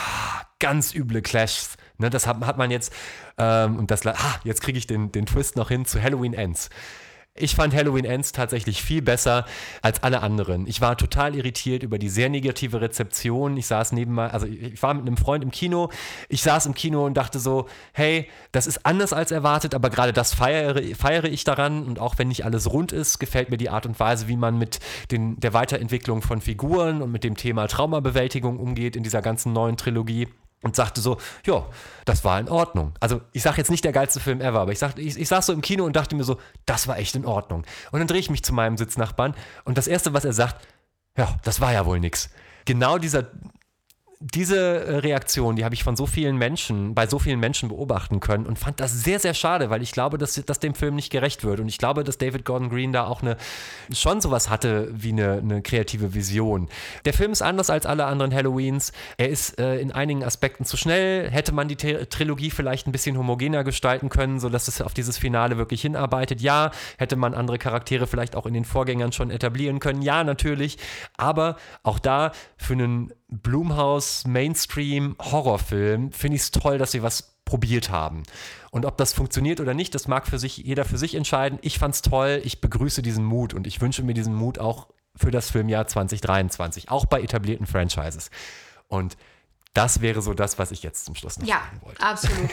ganz üble Clashs. Ne, das hat man jetzt, und jetzt kriege ich den Twist noch hin zu Halloween Ends. Ich fand Halloween Ends tatsächlich viel besser als alle anderen. Ich war total irritiert über die sehr negative Rezeption. Ich war mit einem Freund im Kino. Ich saß im Kino und dachte so, hey, das ist anders als erwartet, aber gerade das feiere ich daran. Und auch wenn nicht alles rund ist, gefällt mir die Art und Weise, wie man mit der Weiterentwicklung von Figuren und mit dem Thema Traumabewältigung umgeht in dieser ganzen neuen Trilogie. Und sagte so, ja, das war in Ordnung. Also ich sage jetzt nicht der geilste Film ever, aber ich saß so im Kino und dachte mir so, das war echt in Ordnung. Und dann drehe ich mich zu meinem Sitznachbarn und das Erste, was er sagt, ja, das war ja wohl nix. Genau dieser diese Reaktion, die habe ich von so vielen Menschen, bei so vielen Menschen beobachten können und fand das sehr, sehr schade, weil ich glaube, dass das dem Film nicht gerecht wird. Und ich glaube, dass David Gordon Green da auch schon sowas hatte wie eine kreative Vision. Der Film ist anders als alle anderen Halloweens. Er ist in einigen Aspekten zu schnell. Hätte man die Trilogie vielleicht ein bisschen homogener gestalten können, sodass es auf dieses Finale wirklich hinarbeitet? Ja. Hätte man andere Charaktere vielleicht auch in den Vorgängern schon etablieren können? Ja, natürlich. Aber auch da für einen Blumhouse Mainstream Horrorfilm finde ich es toll, dass sie was probiert haben. Und ob das funktioniert oder nicht, das mag jeder für sich entscheiden. Ich fand's toll, ich begrüße diesen Mut und ich wünsche mir diesen Mut auch für das Filmjahr 2023, auch bei etablierten Franchises. Und das wäre so das, was ich jetzt zum Schluss noch sagen wollte. Ja, absolut.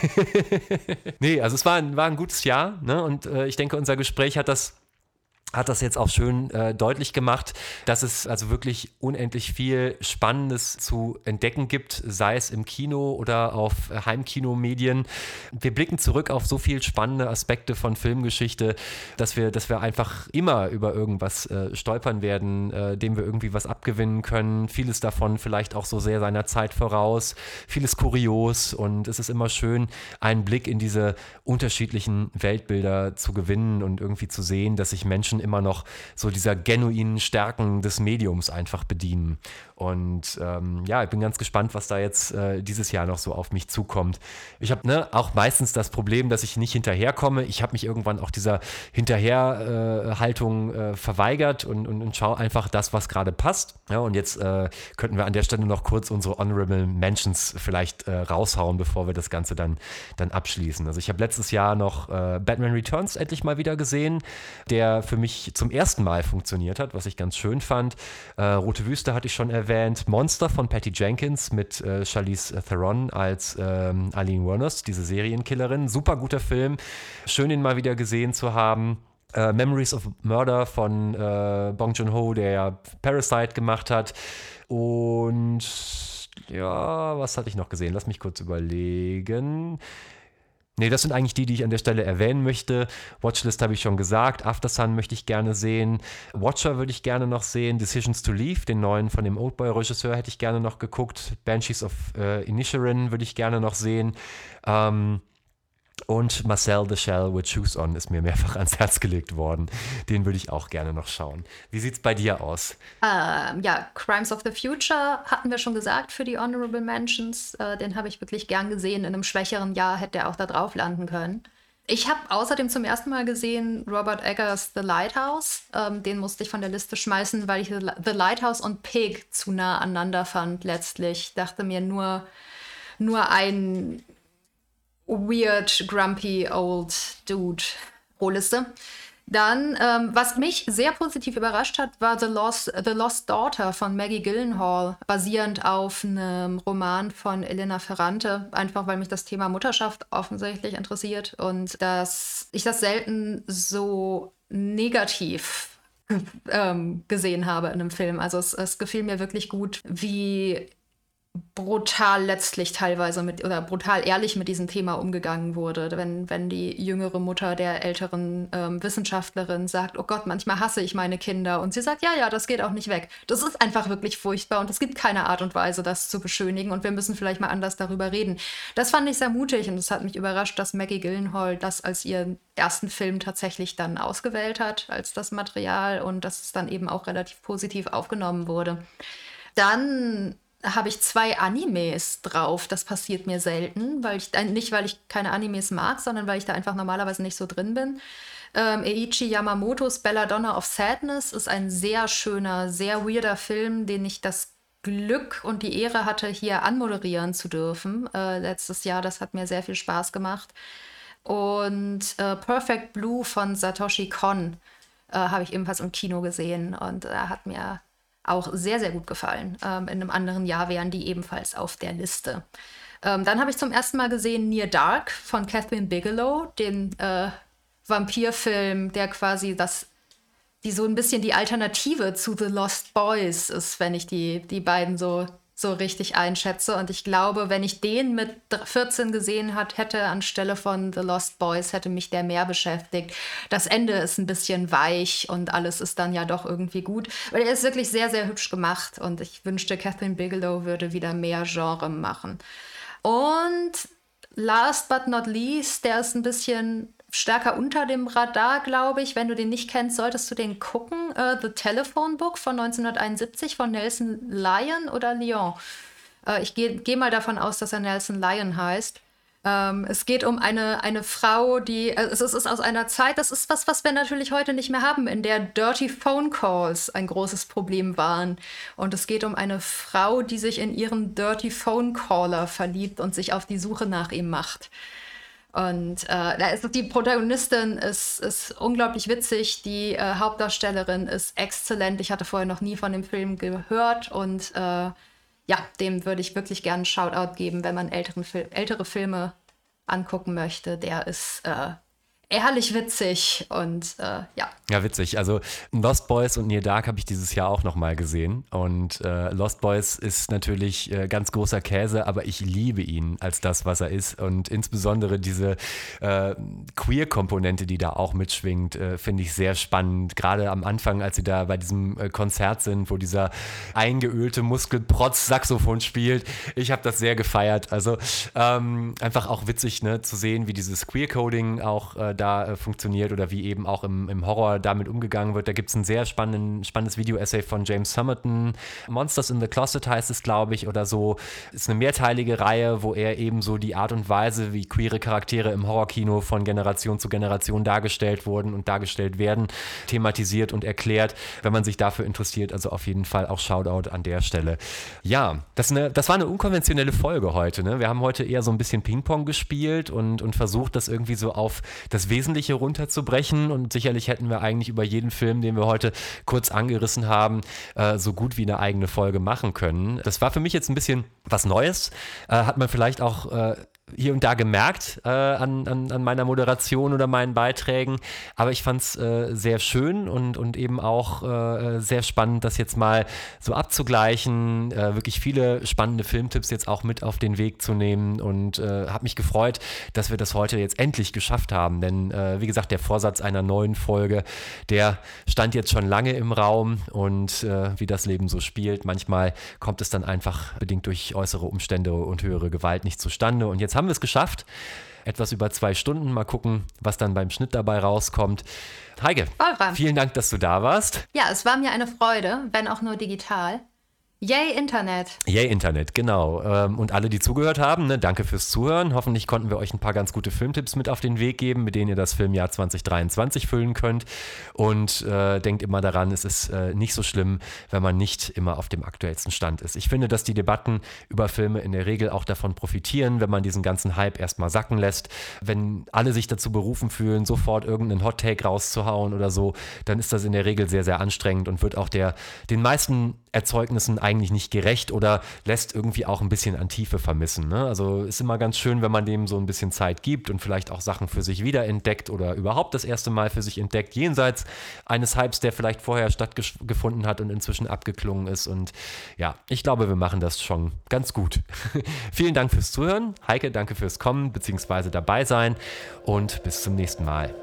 Nee, also es war ein gutes Jahr, ne? Und ich denke, unser Gespräch hat das jetzt auch schön deutlich gemacht, dass es also wirklich unendlich viel Spannendes zu entdecken gibt, sei es im Kino oder auf Heimkinomedien. Wir blicken zurück auf so viele spannende Aspekte von Filmgeschichte, dass wir einfach immer über irgendwas stolpern werden, dem wir irgendwie was abgewinnen können. Vieles davon vielleicht auch so sehr seiner Zeit voraus, vieles kurios, und es ist immer schön, einen Blick in diese unterschiedlichen Weltbilder zu gewinnen und irgendwie zu sehen, dass sich Menschen immer noch so dieser genuinen Stärken des Mediums einfach bedienen. Und ich bin ganz gespannt, was da jetzt dieses Jahr noch so auf mich zukommt. Ich habe auch meistens das Problem, dass ich nicht hinterherkomme. Ich habe mich irgendwann auch dieser Hinterherhaltung verweigert und schaue einfach das, was gerade passt. Ja, und jetzt könnten wir an der Stelle noch kurz unsere Honorable Mentions vielleicht raushauen, bevor wir das Ganze dann abschließen. Also ich habe letztes Jahr noch Batman Returns endlich mal wieder gesehen, der für mich zum ersten Mal funktioniert hat, was ich ganz schön fand. Rote Wüste hatte ich schon erwähnt. Monster von Patty Jenkins mit Charlize Theron als Eileen Wuornos, diese Serienkillerin. Super guter Film. Schön, ihn mal wieder gesehen zu haben. Memories of Murder von Bong Joon-ho, der ja Parasite gemacht hat. Und ja, was hatte ich noch gesehen? Lass mich kurz überlegen. Nee, das sind eigentlich die ich an der Stelle erwähnen möchte. Watchlist habe ich schon gesagt. Aftersun möchte ich gerne sehen. Watcher würde ich gerne noch sehen. Decisions to Leave, den neuen von dem Oldboy-Regisseur, hätte ich gerne noch geguckt. Banshees of Inisherin würde ich gerne noch sehen. Und Marcel the Shell with Shoes On ist mir mehrfach ans Herz gelegt worden. Den würde ich auch gerne noch schauen. Wie sieht es bei dir aus? Crimes of the Future hatten wir schon gesagt für die Honorable Mentions. Den habe ich wirklich gern gesehen. In einem schwächeren Jahr hätte er auch da drauf landen können. Ich habe außerdem zum ersten Mal gesehen Robert Eggers The Lighthouse. Den musste ich von der Liste schmeißen, weil ich The Lighthouse und Pig zu nah aneinander fand letztlich. Ich dachte mir, nur ein weird, grumpy, old dude Rohliste. Dann, was mich sehr positiv überrascht hat, war The Lost Daughter von Maggie Gyllenhaal, basierend auf einem Roman von Elena Ferrante, einfach weil mich das Thema Mutterschaft offensichtlich interessiert und dass ich das selten so negativ gesehen habe in einem Film. Also es gefiel mir wirklich gut, wie brutal letztlich teilweise oder brutal ehrlich mit diesem Thema umgegangen wurde. Wenn die jüngere Mutter der älteren Wissenschaftlerin sagt, oh Gott, manchmal hasse ich meine Kinder. Und sie sagt, ja, das geht auch nicht weg. Das ist einfach wirklich furchtbar und es gibt keine Art und Weise, das zu beschönigen und wir müssen vielleicht mal anders darüber reden. Das fand ich sehr mutig und es hat mich überrascht, dass Maggie Gyllenhaal das als ihren ersten Film tatsächlich dann ausgewählt hat, als das Material, und dass es dann eben auch relativ positiv aufgenommen wurde. Dann habe ich 2 Animes drauf. Das passiert mir selten, nicht weil ich keine Animes mag, sondern weil ich da einfach normalerweise nicht so drin bin. Eiichi Yamamotos Belladonna of Sadness ist ein sehr schöner, sehr weirder Film, den ich das Glück und die Ehre hatte, hier anmoderieren zu dürfen. Letztes Jahr, das hat mir sehr viel Spaß gemacht. Und Perfect Blue von Satoshi Kon habe ich ebenfalls im Kino gesehen und hat mir auch sehr, sehr gut gefallen. In einem anderen Jahr wären die ebenfalls auf der Liste. Dann habe ich zum ersten Mal gesehen Near Dark von Catherine Bigelow, den Vampirfilm, der quasi die so ein bisschen die Alternative zu The Lost Boys ist, wenn ich die beiden so so richtig einschätze. Und ich glaube, wenn ich den mit 14 gesehen hätte anstelle von The Lost Boys, hätte mich der mehr beschäftigt. Das Ende ist ein bisschen weich und alles ist dann ja doch irgendwie gut. Weil er ist wirklich sehr, sehr hübsch gemacht und ich wünschte, Catherine Bigelow würde wieder mehr Genre machen. Und last but not least, der ist ein bisschen stärker unter dem Radar, glaube ich. Wenn du den nicht kennst, solltest du den gucken. The Telephone Book von 1971 von Nelson Lyon oder Lyon. Ich geh mal davon aus, dass er Nelson Lyon heißt. Es geht um eine Frau, es ist aus einer Zeit, das ist was wir natürlich heute nicht mehr haben, in der Dirty Phone Calls ein großes Problem waren. Und es geht um eine Frau, die sich in ihren Dirty Phone Caller verliebt und sich auf die Suche nach ihm macht. Und die Protagonistin ist unglaublich witzig, die Hauptdarstellerin ist exzellent. Ich hatte vorher noch nie von dem Film gehört und dem würde ich wirklich gerne einen Shoutout geben, wenn man ältere Filme angucken möchte. Der ist ehrlich witzig und ja. Ja, witzig. Also Lost Boys und Near Dark habe ich dieses Jahr auch nochmal gesehen und Lost Boys ist natürlich ganz großer Käse, aber ich liebe ihn als das, was er ist und insbesondere diese Queer-Komponente, die da auch mitschwingt, finde ich sehr spannend. Gerade am Anfang, als sie da bei diesem Konzert sind, wo dieser eingeölte Muskelprotz-Saxophon spielt. Ich habe das sehr gefeiert. Also einfach auch witzig, ne, zu sehen, wie dieses Queer-Coding auch da funktioniert oder wie eben auch im Horror damit umgegangen wird. Da gibt es ein sehr spannendes Video-Essay von James Somerton. Monsters in the Closet heißt es, glaube ich, oder so. Ist eine mehrteilige Reihe, wo er eben so die Art und Weise, wie queere Charaktere im Horrorkino von Generation zu Generation dargestellt wurden und dargestellt werden, thematisiert und erklärt. Wenn man sich dafür interessiert, also auf jeden Fall auch Shoutout an der Stelle. Ja, das war eine unkonventionelle Folge heute. Ne? Wir haben heute eher so ein bisschen Ping-Pong gespielt und versucht, das irgendwie so auf das Wesentliche runterzubrechen und sicherlich hätten wir eigentlich über jeden Film, den wir heute kurz angerissen haben, so gut wie eine eigene Folge machen können. Das war für mich jetzt ein bisschen was Neues, hat man vielleicht auch hier und da gemerkt an meiner Moderation oder meinen Beiträgen, aber ich fand es sehr schön und eben auch sehr spannend, das jetzt mal so abzugleichen, wirklich viele spannende Filmtipps jetzt auch mit auf den Weg zu nehmen und habe mich gefreut, dass wir das heute jetzt endlich geschafft haben, denn wie gesagt, der Vorsatz einer neuen Folge, der stand jetzt schon lange im Raum und wie das Leben so spielt, manchmal kommt es dann einfach bedingt durch äußere Umstände und höhere Gewalt nicht zustande und jetzt haben wir es geschafft. Etwas über 2 Stunden. Mal gucken, was dann beim Schnitt dabei rauskommt. Heike, vielen Dank, dass du da warst. Ja, es war mir eine Freude, wenn auch nur digital. Yay Internet. Yay Internet, genau. Und alle, die zugehört haben, ne, danke fürs Zuhören. Hoffentlich konnten wir euch ein paar ganz gute Filmtipps mit auf den Weg geben, mit denen ihr das Filmjahr 2023 füllen könnt. Und denkt immer daran, es ist nicht so schlimm, wenn man nicht immer auf dem aktuellsten Stand ist. Ich finde, dass die Debatten über Filme in der Regel auch davon profitieren, wenn man diesen ganzen Hype erstmal sacken lässt. Wenn alle sich dazu berufen fühlen, sofort irgendeinen Hot-Take rauszuhauen oder so, dann ist das in der Regel sehr, sehr anstrengend und wird auch den meisten Erzeugnissen eigentlich nicht gerecht oder lässt irgendwie auch ein bisschen an Tiefe vermissen. Ne? Also ist immer ganz schön, wenn man dem so ein bisschen Zeit gibt und vielleicht auch Sachen für sich wiederentdeckt oder überhaupt das erste Mal für sich entdeckt, jenseits eines Hypes, der vielleicht vorher stattgefunden hat und inzwischen abgeklungen ist. Und ja, ich glaube, wir machen das schon ganz gut. Vielen Dank fürs Zuhören. Heike, danke fürs Kommen bzw. dabei sein und bis zum nächsten Mal.